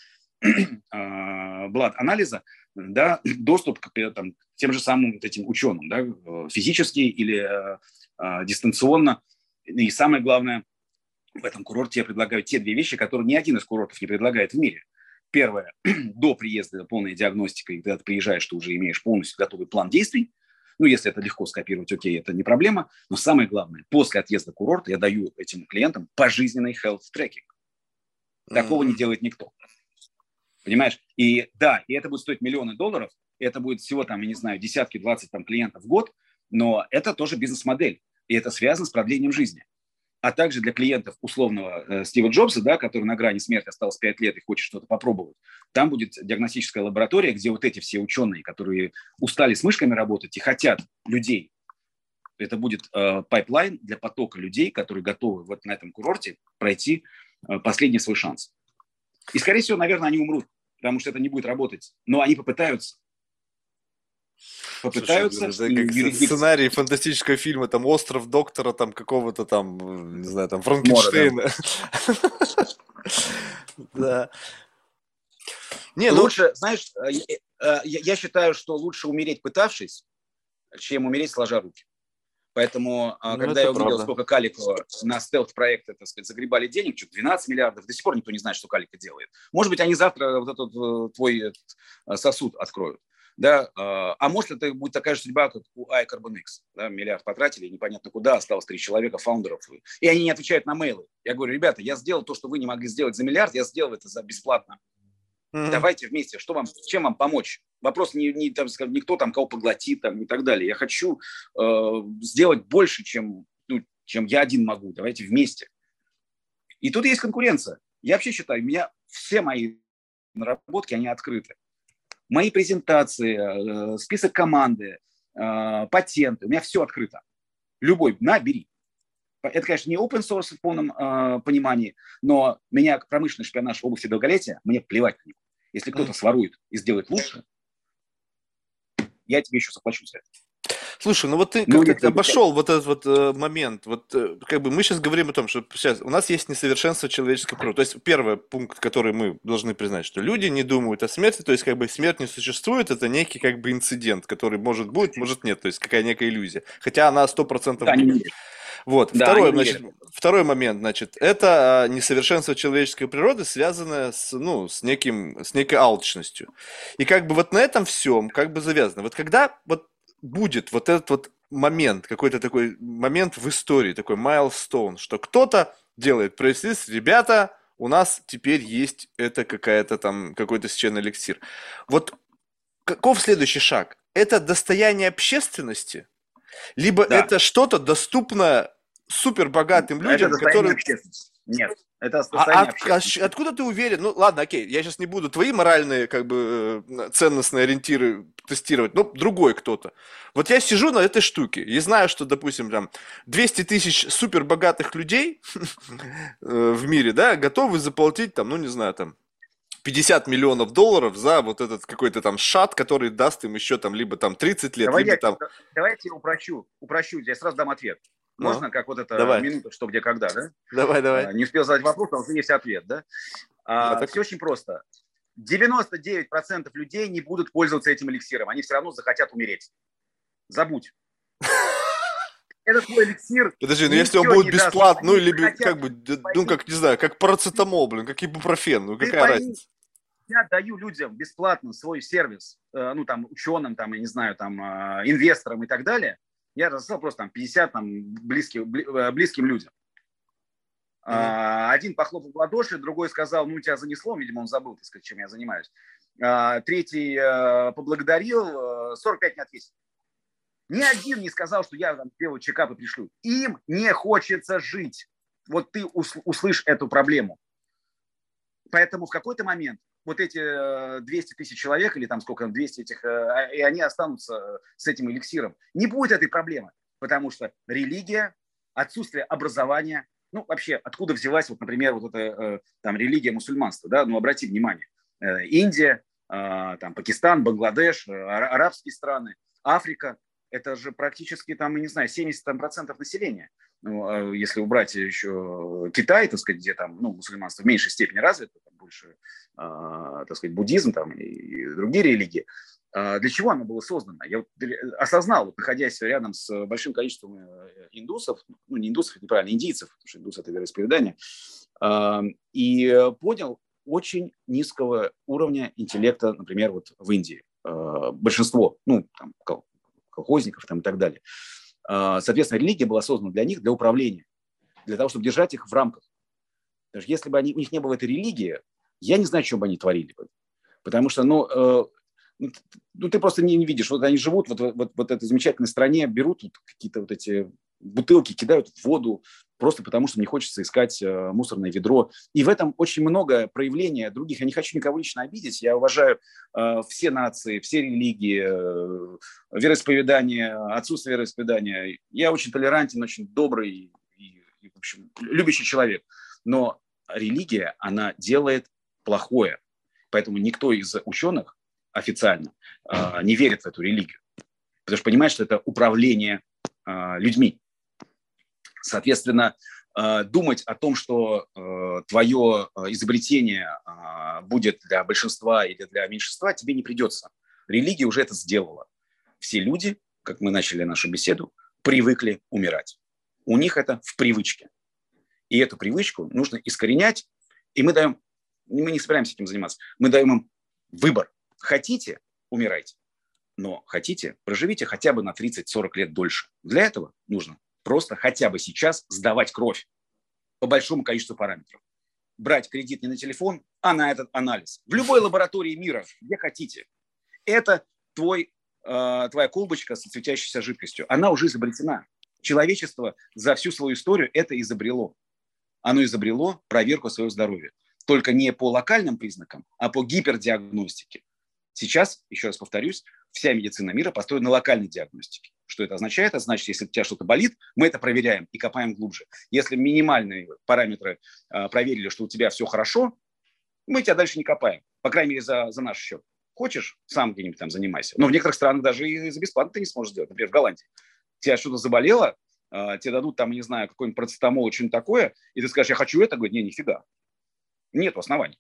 э, блад-анализа, да, доступ к там, тем же самым вот этим ученым, да, физически или э, э, дистанционно. И самое главное, в этом курорте я предлагаю те две вещи, которые ни один из курортов не предлагает в мире. Первое, до приезда полная диагностика, и когда ты приезжаешь, ты уже имеешь полностью готовый план действий. Ну, если это легко скопировать, окей, это не проблема. Но самое главное, после отъезда курорта я даю этим клиентам пожизненный health tracking. Такого mm-hmm. не делает никто. Понимаешь? И да, и это будет стоить миллионы долларов, это будет всего там, я не знаю, десятки, двадцать там клиентов в год, но это тоже бизнес-модель, и это связано с продлением жизни. А также для клиентов условного э, Стива Джобса, да, который на грани смерти осталось пять лет и хочет что-то попробовать, там будет диагностическая лаборатория, где вот эти все ученые, которые устали с мышками работать и хотят людей, это будет э, пайплайн для потока людей, которые готовы вот на этом курорте пройти э, последний свой шанс. И, скорее всего, наверное, они умрут, потому что это не будет работать, но они попытаются. попытаются. Слушай, это как юрисдикция... сценарий фантастического фильма, там «Остров доктора», там какого-то там, не знаю, там Франкенштейна. Да. Не, ну... Лучше, знаешь, я, я считаю, что лучше умереть, пытавшись, чем умереть, сложа руки. Поэтому, ну, когда я увидел, правда. Сколько Каликова на стелс-проекты, так сказать, загребали денег, что-то двенадцать миллиардов, до сих пор никто не знает, что Калика делает. Может быть, они завтра вот этот твой этот, сосуд откроют. Да? А может, это будет такая же судьба, как у iCarbon X. Да? Миллиард потратили, непонятно куда, осталось три человека, фаундеров. И они не отвечают на мейлы. Я говорю, ребята, я сделал то, что вы не могли сделать за миллиард, я сделал это за бесплатно. Mm-hmm. Давайте вместе, что вам, чем вам помочь? Вопрос не, не, там, скажем, не кто там кого поглотит там, и так далее. Я хочу э, сделать больше, чем, ну, чем я один могу. Давайте вместе. И тут есть конкуренция. Я вообще считаю, у меня все мои наработки, они открыты. Мои презентации, э, список команды, э, патенты, у меня все открыто. Любой, на, бери. Это, конечно, не open source в полном э, понимании, но меня промышленный шпионаж в области долголетия, мне плевать на него. Если кто-то сворует и сделает лучше, я тебе еще заплачу за это. Слушай, ну вот ты ну, как-то обошел вот этот вот э, момент. Вот э, как бы мы сейчас говорим о том, что сейчас у нас есть несовершенство человеческой природы. То есть первый пункт, который мы должны признать, что люди не думают о смерти, то есть как бы смерть не существует, это некий как бы инцидент, который может быть, может нет, то есть какая некая иллюзия. Хотя она сто процентов да, будет. Вот. Да, второй, значит, второй момент, значит, это несовершенство человеческой природы, связанное с, ну, с, неким, с некой алчностью. И как бы вот на этом всем как бы завязано. Вот когда вот будет вот этот вот момент, какой-то такой момент в истории, такой milestone, что кто-то делает пресс-лист, ребята, у нас теперь есть это какая-то там, какой-то священный эликсир. Вот каков следующий шаг? Это достояние общественности? Либо да. это что-то доступно супербогатым людям, это которые... Нет, это а, от, а откуда ты уверен? Ну ладно, окей, я сейчас не буду твои моральные как бы ценностные ориентиры тестировать, но другой кто-то. Вот я сижу на этой штуке и знаю, что, допустим, там двести тысяч супербогатых людей в мире, да, готовы заплатить там, ну не знаю, там пятьдесят миллионов долларов за вот этот какой-то там шат, который даст им еще там либо там тридцать лет, Давай либо я, там... Давайте я упрощу, упрощу, я сразу дам ответ. Можно, ну, как вот это давай. минута, что, где, когда, да? Давай, давай. А, не успел задать вопрос, а уже есть ответ, да? А, так... Все очень просто. девяносто девять процентов людей не будут пользоваться этим эликсиром, они все равно захотят умереть. Забудь. Это твой эликсир. Подожди, ну если он будет бесплатный, ну или как бы, ну как, не знаю, как парацетамол, блин, как ибупрофен, ну какая разница? Я даю людям бесплатно свой сервис, ну там ученым, там, я не знаю, там инвесторам и так далее. Я рассылал просто там пятьдесят там, близким, близким людям. Mm-hmm. Один похлопал в ладоши, другой сказал, ну, тебя занесло, видимо, он забыл, так сказать, чем я занимаюсь. Третий поблагодарил, сорок пять не ответил. Ни один не сказал, что я там сделаю чекап и пришлю. Им не хочется жить. Вот ты услышь эту проблему. Поэтому в какой-то момент вот эти двести тысяч человек, или там сколько, двести этих, и они останутся с этим эликсиром. Не будет этой проблемы, потому что религия, отсутствие образования, ну, вообще, откуда взялась, вот, например, вот эта там религия мусульманства, да, ну, обрати внимание, Индия, там, Пакистан, Бангладеш, арабские страны, Африка, это же практически, там, я не знаю, семьдесят процентов населения. Ну, если убрать еще Китай, так сказать, где там, ну, мусульманство в меньшей степени развито, там больше, э, так сказать, буддизм там, и, и другие религии. Э, для чего оно было создано? Я вот осознал, вот, находясь рядом с большим количеством индусов, ну, не индусов, это неправильно, индийцев, потому что индус – это вероисповедание, э, и понял очень низкого уровня интеллекта, например, вот в Индии. Э, большинство, ну, там, колхозников там, и так далее. Соответственно, религия была создана для них, для управления, для того, чтобы держать их в рамках. Даже если бы они, у них не было этой религии, я не знаю, что бы они творили бы. Потому что, ну, э, ну ты просто не, не видишь, вот они живут вот в вот, вот этой замечательной стране, берут вот какие-то вот эти бутылки, кидают в воду, просто потому что не хочется искать э, мусорное ведро. И в этом очень много проявления других. Я не хочу никого лично обидеть. Я уважаю э, все нации, все религии, э, вероисповедания, отсутствие вероисповедания. Я очень толерантен, очень добрый и, и в общем, любящий человек. Но религия, она делает плохое. Поэтому никто из ученых официально э, не верит в эту религию. потому что понимает, что это управление э, людьми. Соответственно, э, думать о том, что э, твое изобретение э, будет для большинства или для меньшинства, тебе не придется. Религия уже это сделала. Все люди, как мы начали нашу беседу, привыкли умирать. У них это в привычке. И эту привычку нужно искоренять, и мы даем, мы не собираемся этим заниматься, мы даем им выбор. Хотите – умирайте, но хотите – проживите хотя бы на тридцать-сорок лет дольше. Для этого нужно просто хотя бы сейчас сдавать кровь по большому количеству параметров. Брать кредит не на телефон, а на этот анализ. В любой лаборатории мира, где хотите. Это твой, э, твоя колбочка со светящейся жидкостью. Она уже изобретена. Человечество за всю свою историю это изобрело. Оно изобрело проверку своего здоровья. Только не по локальным признакам, а по гипердиагностике. Сейчас, еще раз повторюсь, вся медицина мира построена на локальной диагностике. Что это означает? Это значит, если у тебя что-то болит, мы это проверяем и копаем глубже. Если минимальные параметры э, проверили, что у тебя все хорошо, мы тебя дальше не копаем. По крайней мере, за, за наш счет. Хочешь, сам где-нибудь там занимайся. Но в некоторых странах даже и за бесплатно ты не сможешь сделать. Например, в Голландии. Тебя что-то заболело, э, тебе дадут там, не знаю, какой-нибудь процетамол, что-нибудь такое, и ты скажешь, я хочу это, говорит, не, нифига. Нет оснований.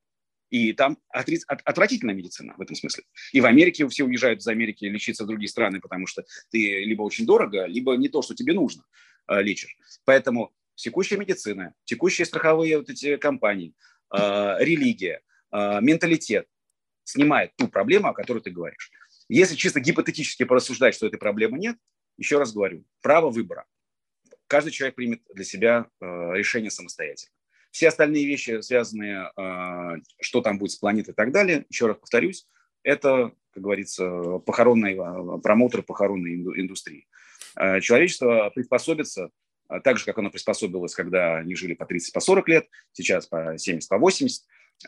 И там отвратительная медицина в этом смысле. И в Америке все уезжают из Америки лечиться в другие страны, потому что ты либо очень дорого, либо не то, что тебе нужно, лечишь. Поэтому текущая медицина, текущие страховые вот эти компании, религия, менталитет снимает ту проблему, о которой ты говоришь. Если чисто гипотетически порассуждать, что этой проблемы нет, еще раз говорю, право выбора. Каждый человек примет для себя решение самостоятельно. Все остальные вещи, связанные, что там будет с планетой и так далее, еще раз повторюсь, это, как говорится, похоронный промоутер похоронной индустрии. Человечество приспособится так же, как оно приспособилось, когда они жили по тридцать, по сорок лет, сейчас по семьдесят, по восемьдесят.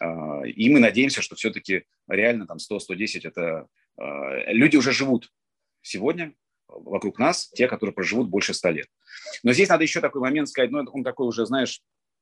И мы надеемся, что все-таки реально там сто - сто десять это люди уже живут сегодня вокруг нас, те, которые проживут больше ста лет. Но здесь надо еще такой момент сказать, ну, он такой уже, знаешь,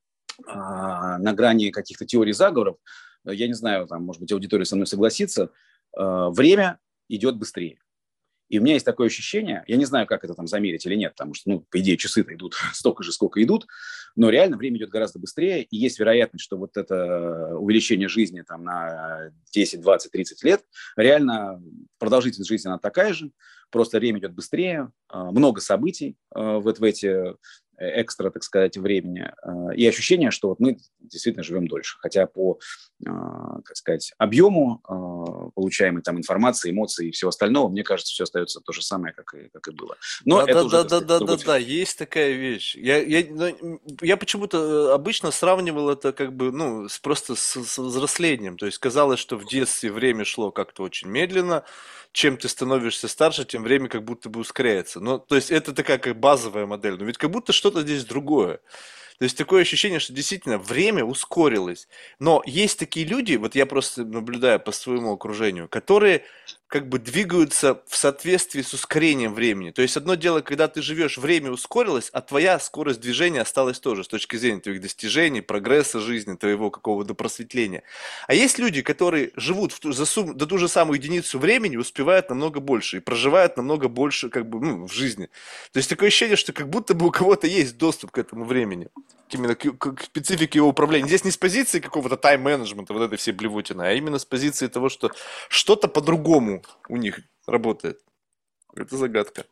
на грани каких-то теорий заговоров, я не знаю, там, может быть, аудитория со мной согласится, время идет быстрее. И у меня есть такое ощущение, я не знаю, как это там замерить или нет, потому что, ну, по идее, часы-то идут столько же, сколько идут, но реально время идет гораздо быстрее, и есть вероятность, что вот это увеличение жизни там на десять, двадцать, тридцать лет, реально продолжительность жизни она такая же, просто время идет быстрее, много событий в, в эти экстра, так сказать, времени, и ощущение, что вот мы действительно живем дольше, хотя по, как сказать, объему получаемой там информации, эмоций и всего остального, мне кажется, все остается то же самое, как и, как и было. Но да, это да, уже, да, да, да, да, да, есть такая вещь. Я, я, ну, я почему-то обычно сравнивал это как бы, ну, с, просто с, с взрослением, то есть казалось, что в детстве время шло как-то очень медленно, чем ты становишься старше, тем время как будто бы ускоряется. Ну, то есть это такая как базовая модель, но ведь как будто что-то здесь другое. То есть такое ощущение, что действительно время ускорилось. Но есть такие люди, вот я просто наблюдаю по своему окружению, которые как бы двигаются в соответствии с ускорением времени. То есть одно дело, когда ты живешь, время ускорилось, а твоя скорость движения осталась тоже с точки зрения твоих достижений, прогресса жизни, твоего какого-то просветления. А есть люди, которые живут в ту, за сум, до ту же самую единицу времени, успевают намного больше и проживают намного больше как бы, ну, в жизни. То есть такое ощущение, что как будто бы у кого-то есть доступ к этому времени. Именно к, к специфике его управления. Здесь не с позиции какого-то тайм-менеджмента, вот этой всей блевотины, а именно с позиции того, что что-то по-другому у них работает. Это загадка.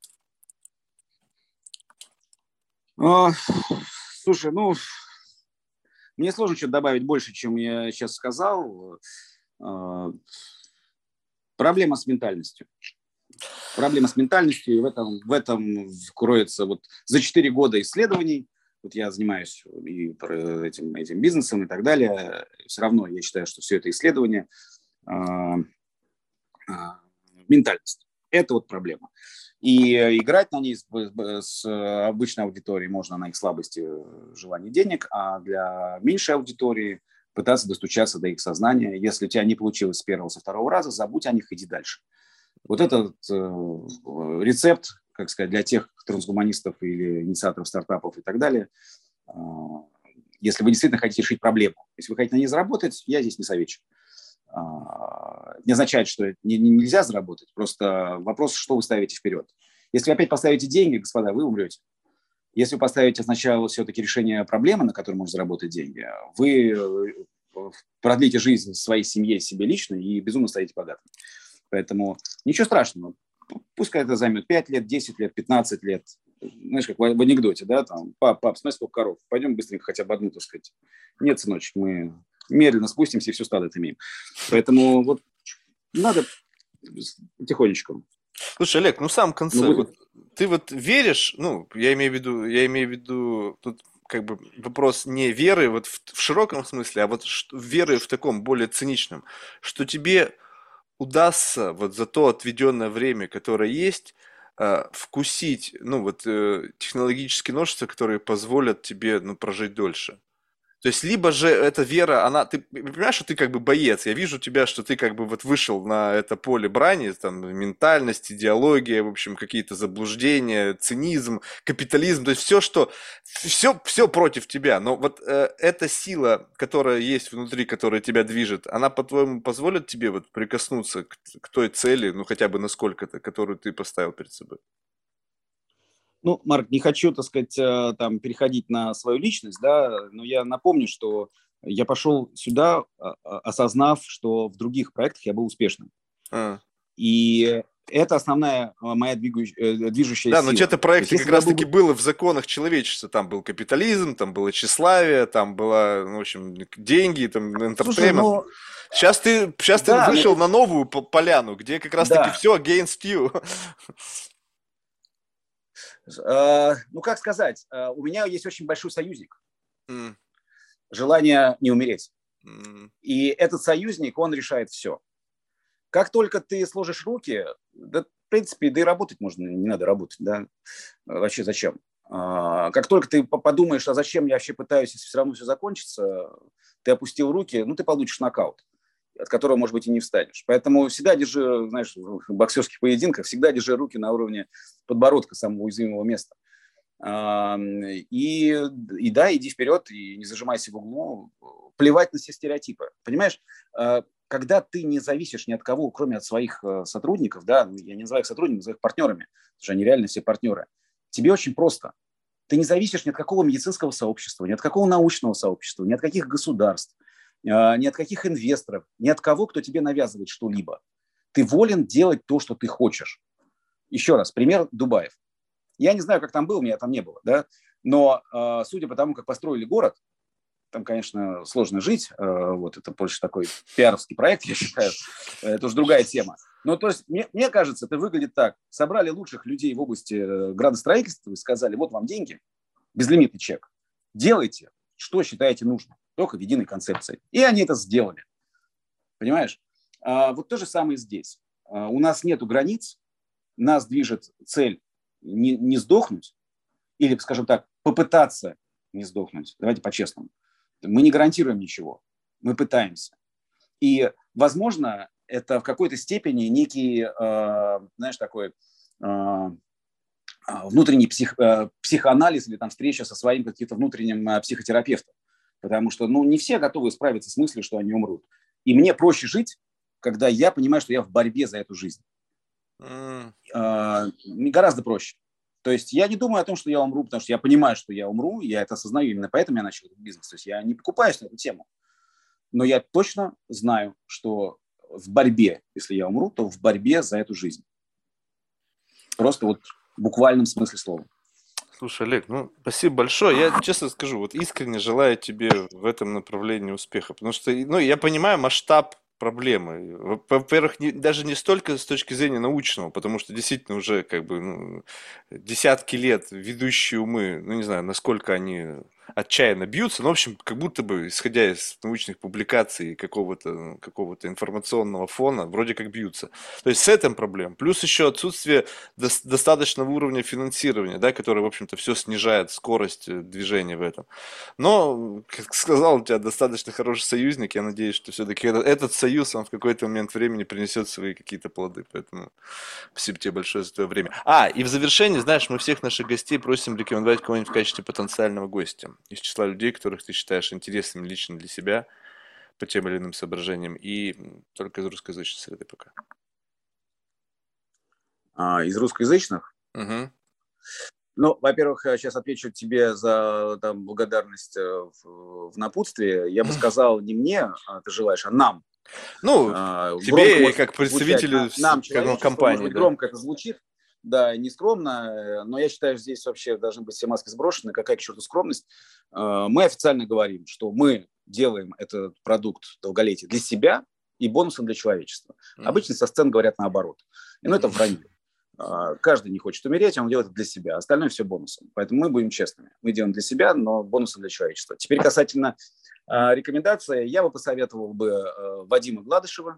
А, слушай, ну, мне сложно что-то добавить больше, чем я сейчас сказал. А, проблема с ментальностью. Проблема с ментальностью, и в этом, в этом кроется вот за четыре года исследований. Вот я занимаюсь и этим, этим бизнесом и так далее. Все равно я считаю, что все это исследование а, а, ментальность. Это вот проблема. И играть на ней с, с обычной аудиторией можно на их слабости, желании денег, а для меньшей аудитории пытаться достучаться до их сознания. Если у тебя не получилось с первого, со второго раза, забудь о них, иди дальше. Вот этот э, рецепт, как сказать, для тех трансгуманистов или инициаторов стартапов и так далее, если вы действительно хотите решить проблему. Если вы хотите на ней заработать, я здесь не советчик. А, не означает, что не, не- нельзя заработать, просто вопрос, что вы ставите вперед. Если вы опять поставите деньги, господа, вы умрете. Если вы поставите сначала все-таки решение проблемы, на которой можно заработать деньги, вы э, продлите жизнь своей семье, себе лично и безумно станете богатым. Поэтому ничего страшного. Пускай это займет пять лет, десять лет, пятнадцать лет. Знаешь, как в в анекдоте, да, там, пап, пап, смотри, сколько коров, пойдем быстренько хотя бы одну, так сказать. Нет, сыночек, мы медленно спустимся и всю стадо отымеем. Поэтому вот надо потихонечку. Слушай, Олег, ну в самом конце, Ну, вы- вот ты вот веришь, ну, я имею в виду, я имею в виду, тут как бы вопрос не веры вот в, в широком смысле, а вот ш- веры в таком более циничном, что тебе удастся вот за то отведенное время, которое есть, э, вкусить, ну, вот э, технологические новшества, которые позволят тебе, ну, прожить дольше. То есть, либо же эта вера, она, ты понимаешь, что ты как бы боец, я вижу тебя, что ты как бы вот вышел на это поле брани, там, ментальность, идеология, в общем, какие-то заблуждения, цинизм, капитализм, то есть все, что, все, все против тебя, но вот э, эта сила, которая есть внутри, которая тебя движет, она, по-твоему, позволит тебе вот прикоснуться к, к той цели, ну, хотя бы насколько-то, которую ты поставил перед собой? Ну, Марк, не хочу, так сказать, э, там, переходить на свою личность, да, но я напомню, что я пошел сюда, а, а, осознав, что в других проектах я был успешным. А. И это основная а, моя двигающая, э, движущая Да, но сила. те-то То есть, проекты если как бы я был раз-таки бы... было в законах человечества. Там был капитализм, там было тщеславие, там было, ну, в общем, деньги, там Слушай, entertainment. ну, Сейчас ты, сейчас ты да, ну, вышел на новую по- поляну, где как раз-таки да. все against you. Э, ну, как сказать, э, у меня есть очень большой союзник. М, Желание не умереть. м, И этот союзник, он решает все. Как только ты сложишь руки, да, в принципе, да и работать можно, не надо работать, да, вообще зачем? А, Как только ты по- подумаешь, а зачем я вообще пытаюсь, если все равно все закончится, ты опустил руки, ну, ты получишь нокаут, от которого, может быть, и не встанешь. Поэтому всегда держи, знаешь, в боксерских поединках, всегда держи руки на уровне подбородка, самого уязвимого места. А, И, и да, иди вперед, и не зажимайся в углу, плевать на все стереотипы. Понимаешь, А, когда ты не зависишь ни от кого, кроме от своих э, сотрудников, да, ну, я не называю их сотрудниками, называю их партнерами, потому что они реально все партнеры, тебе очень просто. Ты не зависишь ни от какого медицинского сообщества, ни от какого научного сообщества, ни от каких государств, э, ни от каких инвесторов, ни от кого, кто тебе навязывает что-либо. Ты волен делать то, что ты хочешь. Еще раз, пример Дубаев. Я не знаю, как там было, меня там не было, да, но э, судя по тому, как построили город, там, конечно, сложно жить, э, вот это больше такой пиаровский проект, я считаю, это уже другая тема. Но то есть мне, мне кажется, это выглядит так. Собрали лучших людей в области э, градостроительства и сказали, вот вам деньги, безлимитный чек, делайте, что считаете нужным, только в единой концепции. И они это сделали, понимаешь? А, вот то же самое здесь. А, у нас нету границ, нас движет цель не, не сдохнуть, или, скажем так, попытаться не сдохнуть. Давайте по-честному. Мы не гарантируем ничего. Мы пытаемся. И, возможно, это в какой-то степени некий, э, знаешь, такой э, внутренний псих, э, психоанализ или там встреча со своим каким-то внутренним э, психотерапевтом. Потому что, ну, не все готовы справиться с мыслью, что они умрут. И мне проще жить, когда я понимаю, что я в борьбе за эту жизнь. м. Э, гораздо проще. То есть я не думаю о том, что я умру, потому что я понимаю, что я умру, я это осознаю, именно поэтому я начал этот бизнес. То есть я не покупаюсь на эту тему. Но я точно знаю, что в борьбе, если я умру, то в борьбе за эту жизнь. Просто вот в буквальном смысле слова. Слушай, Олег, ну, спасибо большое. Я честно скажу, вот искренне желаю тебе в этом направлении успеха, потому что, ну, я понимаю масштаб проблемы. Во- Во-первых, не- даже не столько с точки зрения научного, потому что действительно уже как бы ну, десятки лет ведущие умы, ну, не знаю, насколько они отчаянно бьются, но, в общем, как будто бы, исходя из научных публикаций и какого-то ну, какого-то информационного фона, вроде как бьются. То есть с этим проблем. Плюс еще отсутствие дос- достаточного уровня финансирования, да, которое, в общем-то, все снижает скорость э, движения в этом. Но, как сказал, у тебя достаточно хороший союзник. Я надеюсь, что все-таки этот, этот союз, он в какой-то момент времени принесет свои какие-то плоды. Поэтому спасибо тебе большое за твое время. А, и в завершении, знаешь, мы всех наших гостей просим рекомендовать кого-нибудь в качестве потенциального гостя из числа людей, которых ты считаешь интересными лично для себя. по тем или иным соображениям, и только из русскоязычной среды пока. А, из русскоязычных? Угу. Ну, во-первых, сейчас отвечу тебе за там, благодарность в, в напутствии. Я бы сказал не мне, а ты желаешь, а нам. Ну, а, тебе и как представителю нам, как компании. Может быть, да. громко это звучит, да, не скромно, но я считаю, что здесь вообще должны быть все маски сброшены. Какая к черту скромность? Мы официально говорим, что мы делаем этот продукт долголетия для себя и бонусом для человечества. Mm-hmm. Обычно со сцен говорят наоборот. Но mm-hmm. это вранье. Каждый не хочет умереть, он делает это для себя. Остальное все бонусом. Поэтому мы будем честными. Мы делаем для себя, но бонусом для человечества. Теперь касательно э, рекомендации. Я бы посоветовал бы э, Вадима Гладышева,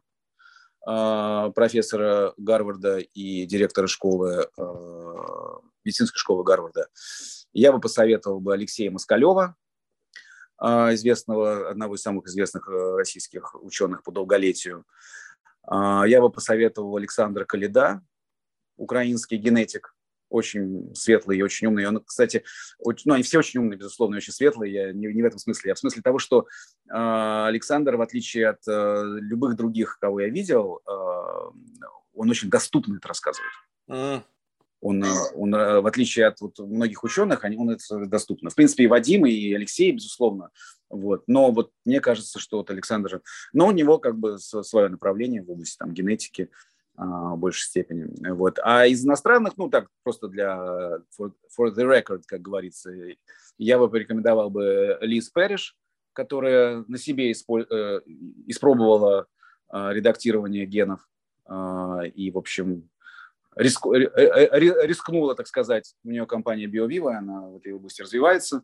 э, профессора Гарварда и директора школы, э, медицинской школы Гарварда. Я бы посоветовал бы Алексея Москалева, э, известного, одного из самых известных э, российских ученых по долголетию. Э, я бы посоветовал Александра Калида, украинский генетик, очень светлый и очень умный. Он, кстати, очень, ну, они все очень умные, безусловно, и очень светлые. Я не, не в этом смысле. Я в смысле того, что э, Александр, в отличие от э, любых других, кого я видел, э, он очень доступно это рассказывает. Mm. Он, он, в отличие от вот, многих ученых, они, он это доступно. В принципе, и Вадим, и Алексей, безусловно. Вот. Но вот мне кажется, что вот Александр... Но у него как бы свое направление в области там, генетики, в большей степени. Вот. А из иностранных, ну так, просто для for, for the record, как говорится, я бы порекомендовал бы Лиз Пэриш, которая на себе испо- э, испробовала э, редактирование генов э, и, в общем, риску, э, э, рискнула, так сказать. У нее компания BioViva, она в этой области развивается.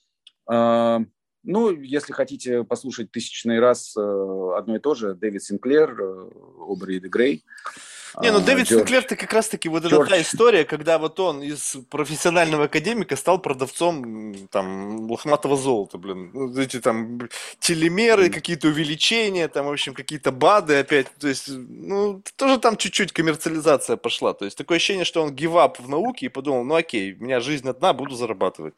Э, Ну, если хотите послушать тысячный раз одно и то же, Дэвид Синклер, Обри де Грей. Не, ну Дэвид Джордж, Синклер-то как раз-таки вот Джордж. Это та история, когда вот он из профессионального академика стал продавцом там лохматого золота, блин. Ну, эти там телемеры, mm. какие-то увеличения, там, в общем, какие-то БАДы опять. То есть, ну, тоже там чуть-чуть коммерциализация пошла. То есть, такое ощущение, что он гивап в науке и подумал, ну окей, у меня жизнь одна, буду зарабатывать.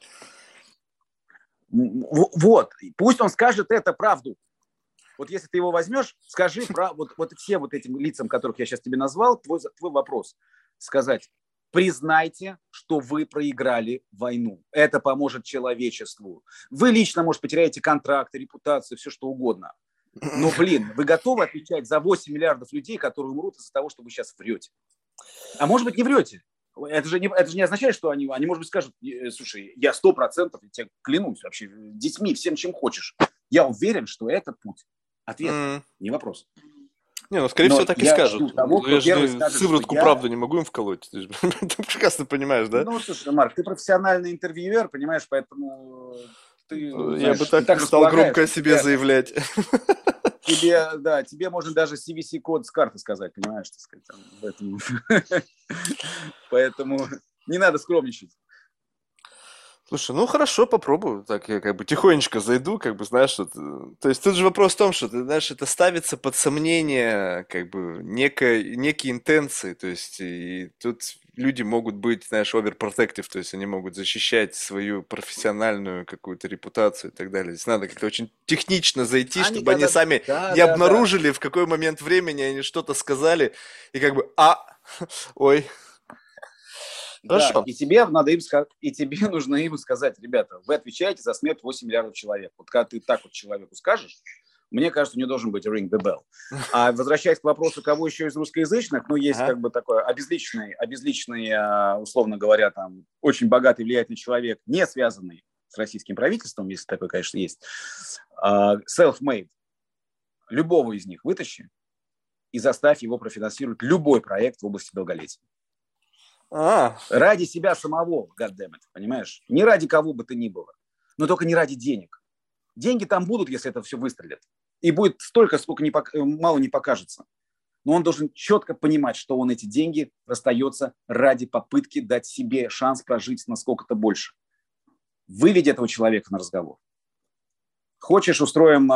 Вот, пусть он скажет это правду. Вот если ты его возьмешь, скажи про вот, вот все вот этим лицам, которых я сейчас тебе назвал, твой, твой вопрос. Сказать, признайте, что вы проиграли войну. Это поможет человечеству. Вы лично, может, потеряете контракты, репутацию, все что угодно. Но, блин, вы готовы отвечать за восемь миллиардов людей, которые умрут из-за того, что вы сейчас врете? А может быть, не врете. Это же, не, это же не означает, что они, они, может быть, скажут, слушай, я сто процентов, я тебе клянусь, вообще, детьми, всем, чем хочешь. Я уверен, что это путь. Ответ, mm. не вопрос. Не, ну, скорее Но всего, так и скажут. Того, я же скажет, сыворотку я... правду не могу им вколоть. Ты, ты прекрасно понимаешь, да? Ну, слушай, Марк, ты профессиональный интервьюер, понимаешь, поэтому ты, Я знаешь, бы так, так стал громко о себе тебе, заявлять. Тебе, да, тебе можно даже си ви си-код с карты сказать, понимаешь, так сказать. Там, поэтому... поэтому не надо скромничать. Слушай, ну хорошо, попробую. Так я как бы тихонечко зайду, как бы, знаешь, что то есть тут же вопрос в том, что ты знаешь, это ставится под сомнение, как бы, некой, некие интенции, то есть и тут люди могут быть, знаешь, overprotective, то есть они могут защищать свою профессиональную какую-то репутацию и так далее. Здесь надо как-то очень технично зайти, они чтобы когда... они сами да, не да, обнаружили, да. в какой момент времени они что-то сказали, и как бы, а, ой... Да, и тебе надо им сказать, и тебе нужно им сказать, ребята, вы отвечаете за смерть восемь миллиардов человек. Вот когда ты так вот человеку скажешь, мне кажется, у него должен быть ring the bell. А возвращаясь к вопросу, кого еще из русскоязычных, ну, есть ага. как бы такой обезличенный, обезличенный, условно говоря, там, очень богатый, влиятельный человек, не связанный с российским правительством, если такой, конечно, есть, self-made. Любого из них вытащи и заставь его профинансировать любой проект в области долголетия. А. Ради себя самого, goddammit, понимаешь? Не ради кого бы то ни было, но только не ради денег. Деньги там будут, если это все выстрелит. И будет столько, сколько не пок... мало не покажется. Но он должен четко понимать, что он эти деньги расстается ради попытки дать себе шанс прожить на сколько-то больше. Выведи этого человека на разговор. Хочешь, устроим...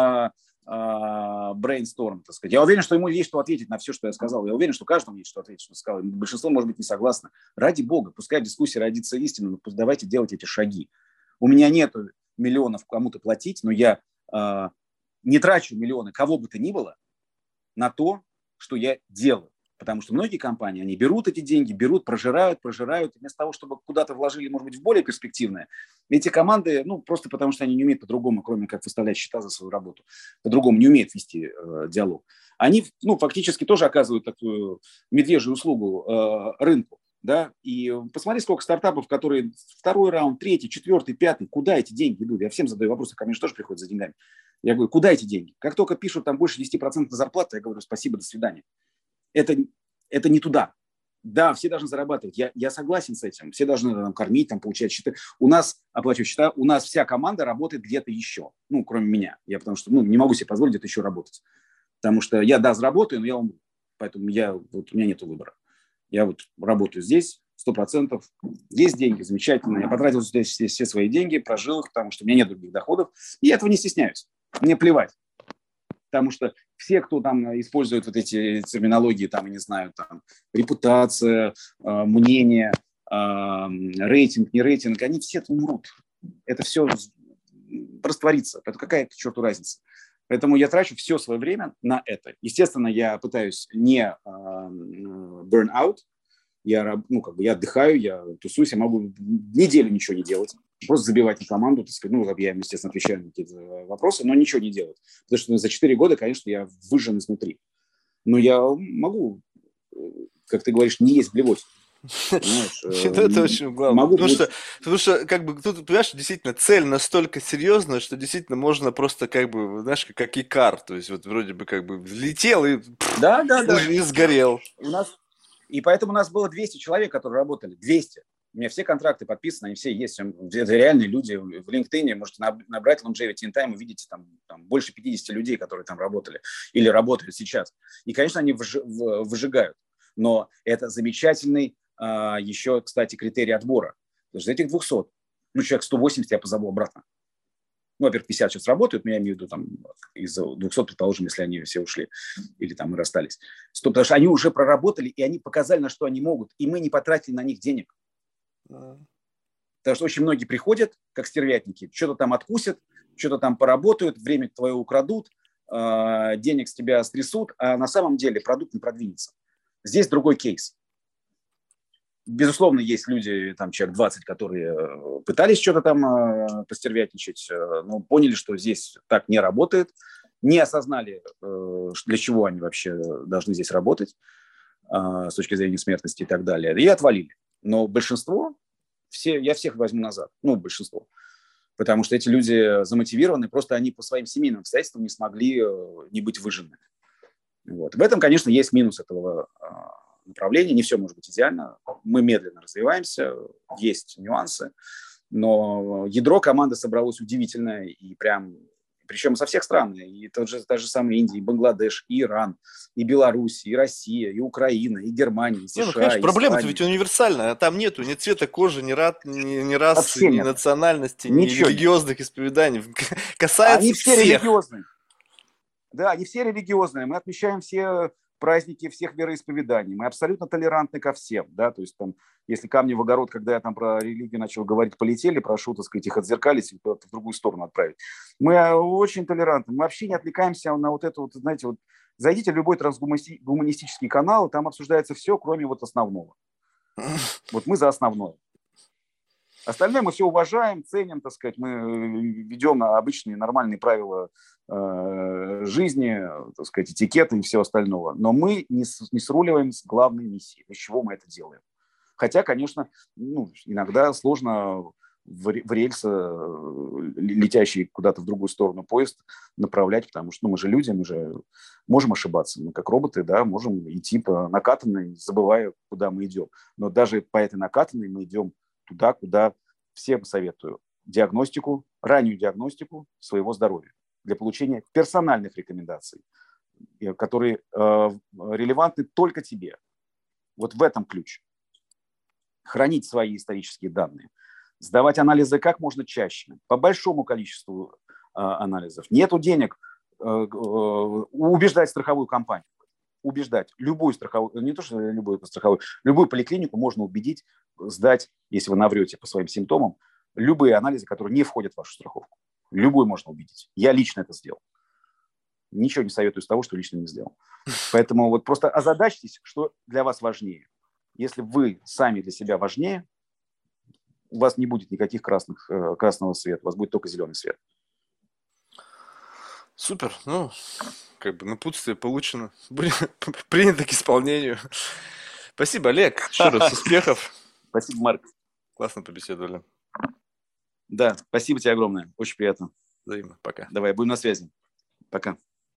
брейнсторм, так сказать. Я уверен, что ему есть что ответить на все, что я сказал. Я уверен, что каждому есть что ответить, что сказал. Большинство, может быть, не согласно. Ради бога, пускай в дискуссии родится истина, но давайте делать эти шаги. У меня нет миллионов кому-то платить, но я э, не трачу миллионы кого бы то ни было на то, что я делаю. Потому что многие компании, они берут эти деньги, берут, прожирают, прожирают. Вместо того, чтобы куда-то вложили, может быть, в более перспективное, эти команды, ну, просто потому что они не умеют по-другому, кроме как выставлять счета за свою работу, по-другому не умеют вести э, диалог. Они, ну, фактически тоже оказывают такую медвежью услугу э, рынку. Да? И посмотри, сколько стартапов, которые второй раунд, третий, четвертый, пятый, куда эти деньги идут? Я всем задаю вопросы, ко мне же тоже приходят за деньгами. Я говорю, куда эти деньги? Как только пишут там больше десять процентов зарплаты, я говорю, спасибо, до свидания. Это, это не туда. Да, все должны зарабатывать. Я, я согласен с этим. Все должны там, кормить, там, получать счета. У нас, оплачивать счета, у нас вся команда работает где-то еще. Ну, кроме меня. Я потому что ну, не могу себе позволить где-то еще работать. Потому что я, да, заработаю, но я умру. Поэтому я, вот, у меня нет выбора. Я вот работаю здесь, сто процентов. Есть деньги, замечательно. Я потратил здесь все, все свои деньги, прожил их, потому что у меня нет других доходов. И я этого не стесняюсь. Мне плевать. Потому что все, кто там использует вот эти терминологии, там, я не знаю, там, репутация, э, мнение, э, рейтинг, не рейтинг, они все умрут. Это все растворится. Это какая к черту разница? Поэтому я трачу все свое время на это. Естественно, я пытаюсь не э, burn out. Я, ну, как бы я отдыхаю, я тусуюсь, я могу неделю ничего не делать. Просто забивать на команду, так сказать, ну, я им, естественно, отвечаю на какие-то вопросы, но ничего не делать. Потому что за четыре года, конечно, я выжжен изнутри. Но я могу, как ты говоришь, не есть блевотину. Это очень главное. Потому что, потому что, как бы, тут, понимаешь, действительно, цель настолько серьезная, что действительно можно просто, как бы, знаешь, как, как икар. То есть, вот вроде бы, как бы, взлетел и, да, да, да. и сгорел. У нас... И поэтому у нас было двести человек, которые работали. двести. У меня все контракты подписаны, они все есть. Это реальные люди. В LinkedIn можете набрать Longevity in Time, увидите там, там больше пятьдесят людей, которые там работали или работают сейчас. И, конечно, они выжигают. Но это замечательный а, еще, кстати, критерий отбора. Потому что из этих двухсот, ну, человек сто восемьдесят я позову обратно. Ну, во-первых, пятьдесят сейчас работают, но я имею в виду там из двухсот, предположим, если они все ушли или там мы расстались. сто, потому что они уже проработали, и они показали, на что они могут, и мы не потратили на них денег. Потому что очень многие приходят, как стервятники, что-то там откусят, что-то там поработают, время твое украдут, денег с тебя стрясут, а на самом деле продукт не продвинется. Здесь другой кейс. Безусловно, есть люди, там, человек двадцать, которые пытались что-то там э, постервятничать, э, но поняли, что здесь так не работает, не осознали, э, для чего они вообще должны здесь работать э, с точки зрения смертности и так далее, и отвалили. Но большинство, все, я всех возьму назад, ну, большинство, потому что эти люди замотивированы, просто они по своим семейным обстоятельствам не смогли э, не быть выжженными. Вот. В этом, конечно, есть минус этого э, направления. Не все может быть идеально. Мы медленно развиваемся, есть нюансы, но ядро команды собралось удивительное, и прям, причем со всех стран, и тот же, та же самая Индия, и Бангладеш, и Иран, и Беларусь, и Россия, и Украина, и Германия, и США. Не, ну, конечно, и проблема-то ведь универсальная, там нету ни цвета кожи, ни, рад, ни, ни расы, Вообще ни нет. национальности, Ничего ни религиозных нет. Исповеданий. Касается они все всех. Религиозные. Да, они все религиозные. Мы отмечаем все праздники всех вероисповеданий. Мы абсолютно толерантны ко всем. Да? То есть, там, если камни в огород, когда я там про религию начал говорить, полетели, прошу, так сказать, их отзеркалить и в другую сторону отправить. Мы очень толерантны. Мы вообще не отвлекаемся на вот это вот, знаете, вот зайдите в любой трансгуманистический канал, там обсуждается все, кроме вот основного. Вот мы за основное. Остальное мы все уважаем, ценим, так сказать, мы ведем обычные нормальные правила э, жизни, так сказать, этикета и всего остального. Но мы не, не сруливаем с главной миссией, для чего мы это делаем. Хотя, конечно, ну, иногда сложно в, в рельсы, летящий куда-то в другую сторону поезд, направлять, потому что ну, мы же люди, мы же можем ошибаться. Мы как роботы, да, можем идти по накатанной, забывая, куда мы идем. Но даже по этой накатанной мы идем туда, куда всем советую диагностику, раннюю диагностику своего здоровья для получения персональных рекомендаций, которые э, релевантны только тебе. Вот в этом ключ. Хранить свои исторические данные, сдавать анализы как можно чаще, по большому количеству э, анализов. Нету денег э, э, убеждать страховую компанию. Убеждать любую страховую, не то что любую страховую, любую поликлинику можно убедить сдать, если вы наврете по своим симптомам, любые анализы, которые не входят в вашу страховку. Любую можно убедить. Я лично это сделал. ничего не советую из того, что лично не сделал. Поэтому вот просто озадачьтесь, что для вас важнее. Если вы сами для себя важнее, у вас не будет никаких красных, э, красного света, у вас будет только зеленый свет. Супер. Ну, как бы напутствие получено. Принято к исполнению. Спасибо, Олег. Еще раз успехов. Спасибо, Марк. Классно побеседовали. Да, спасибо тебе огромное. Очень приятно. Взаимно. Пока. Давай, будем на связи. Пока.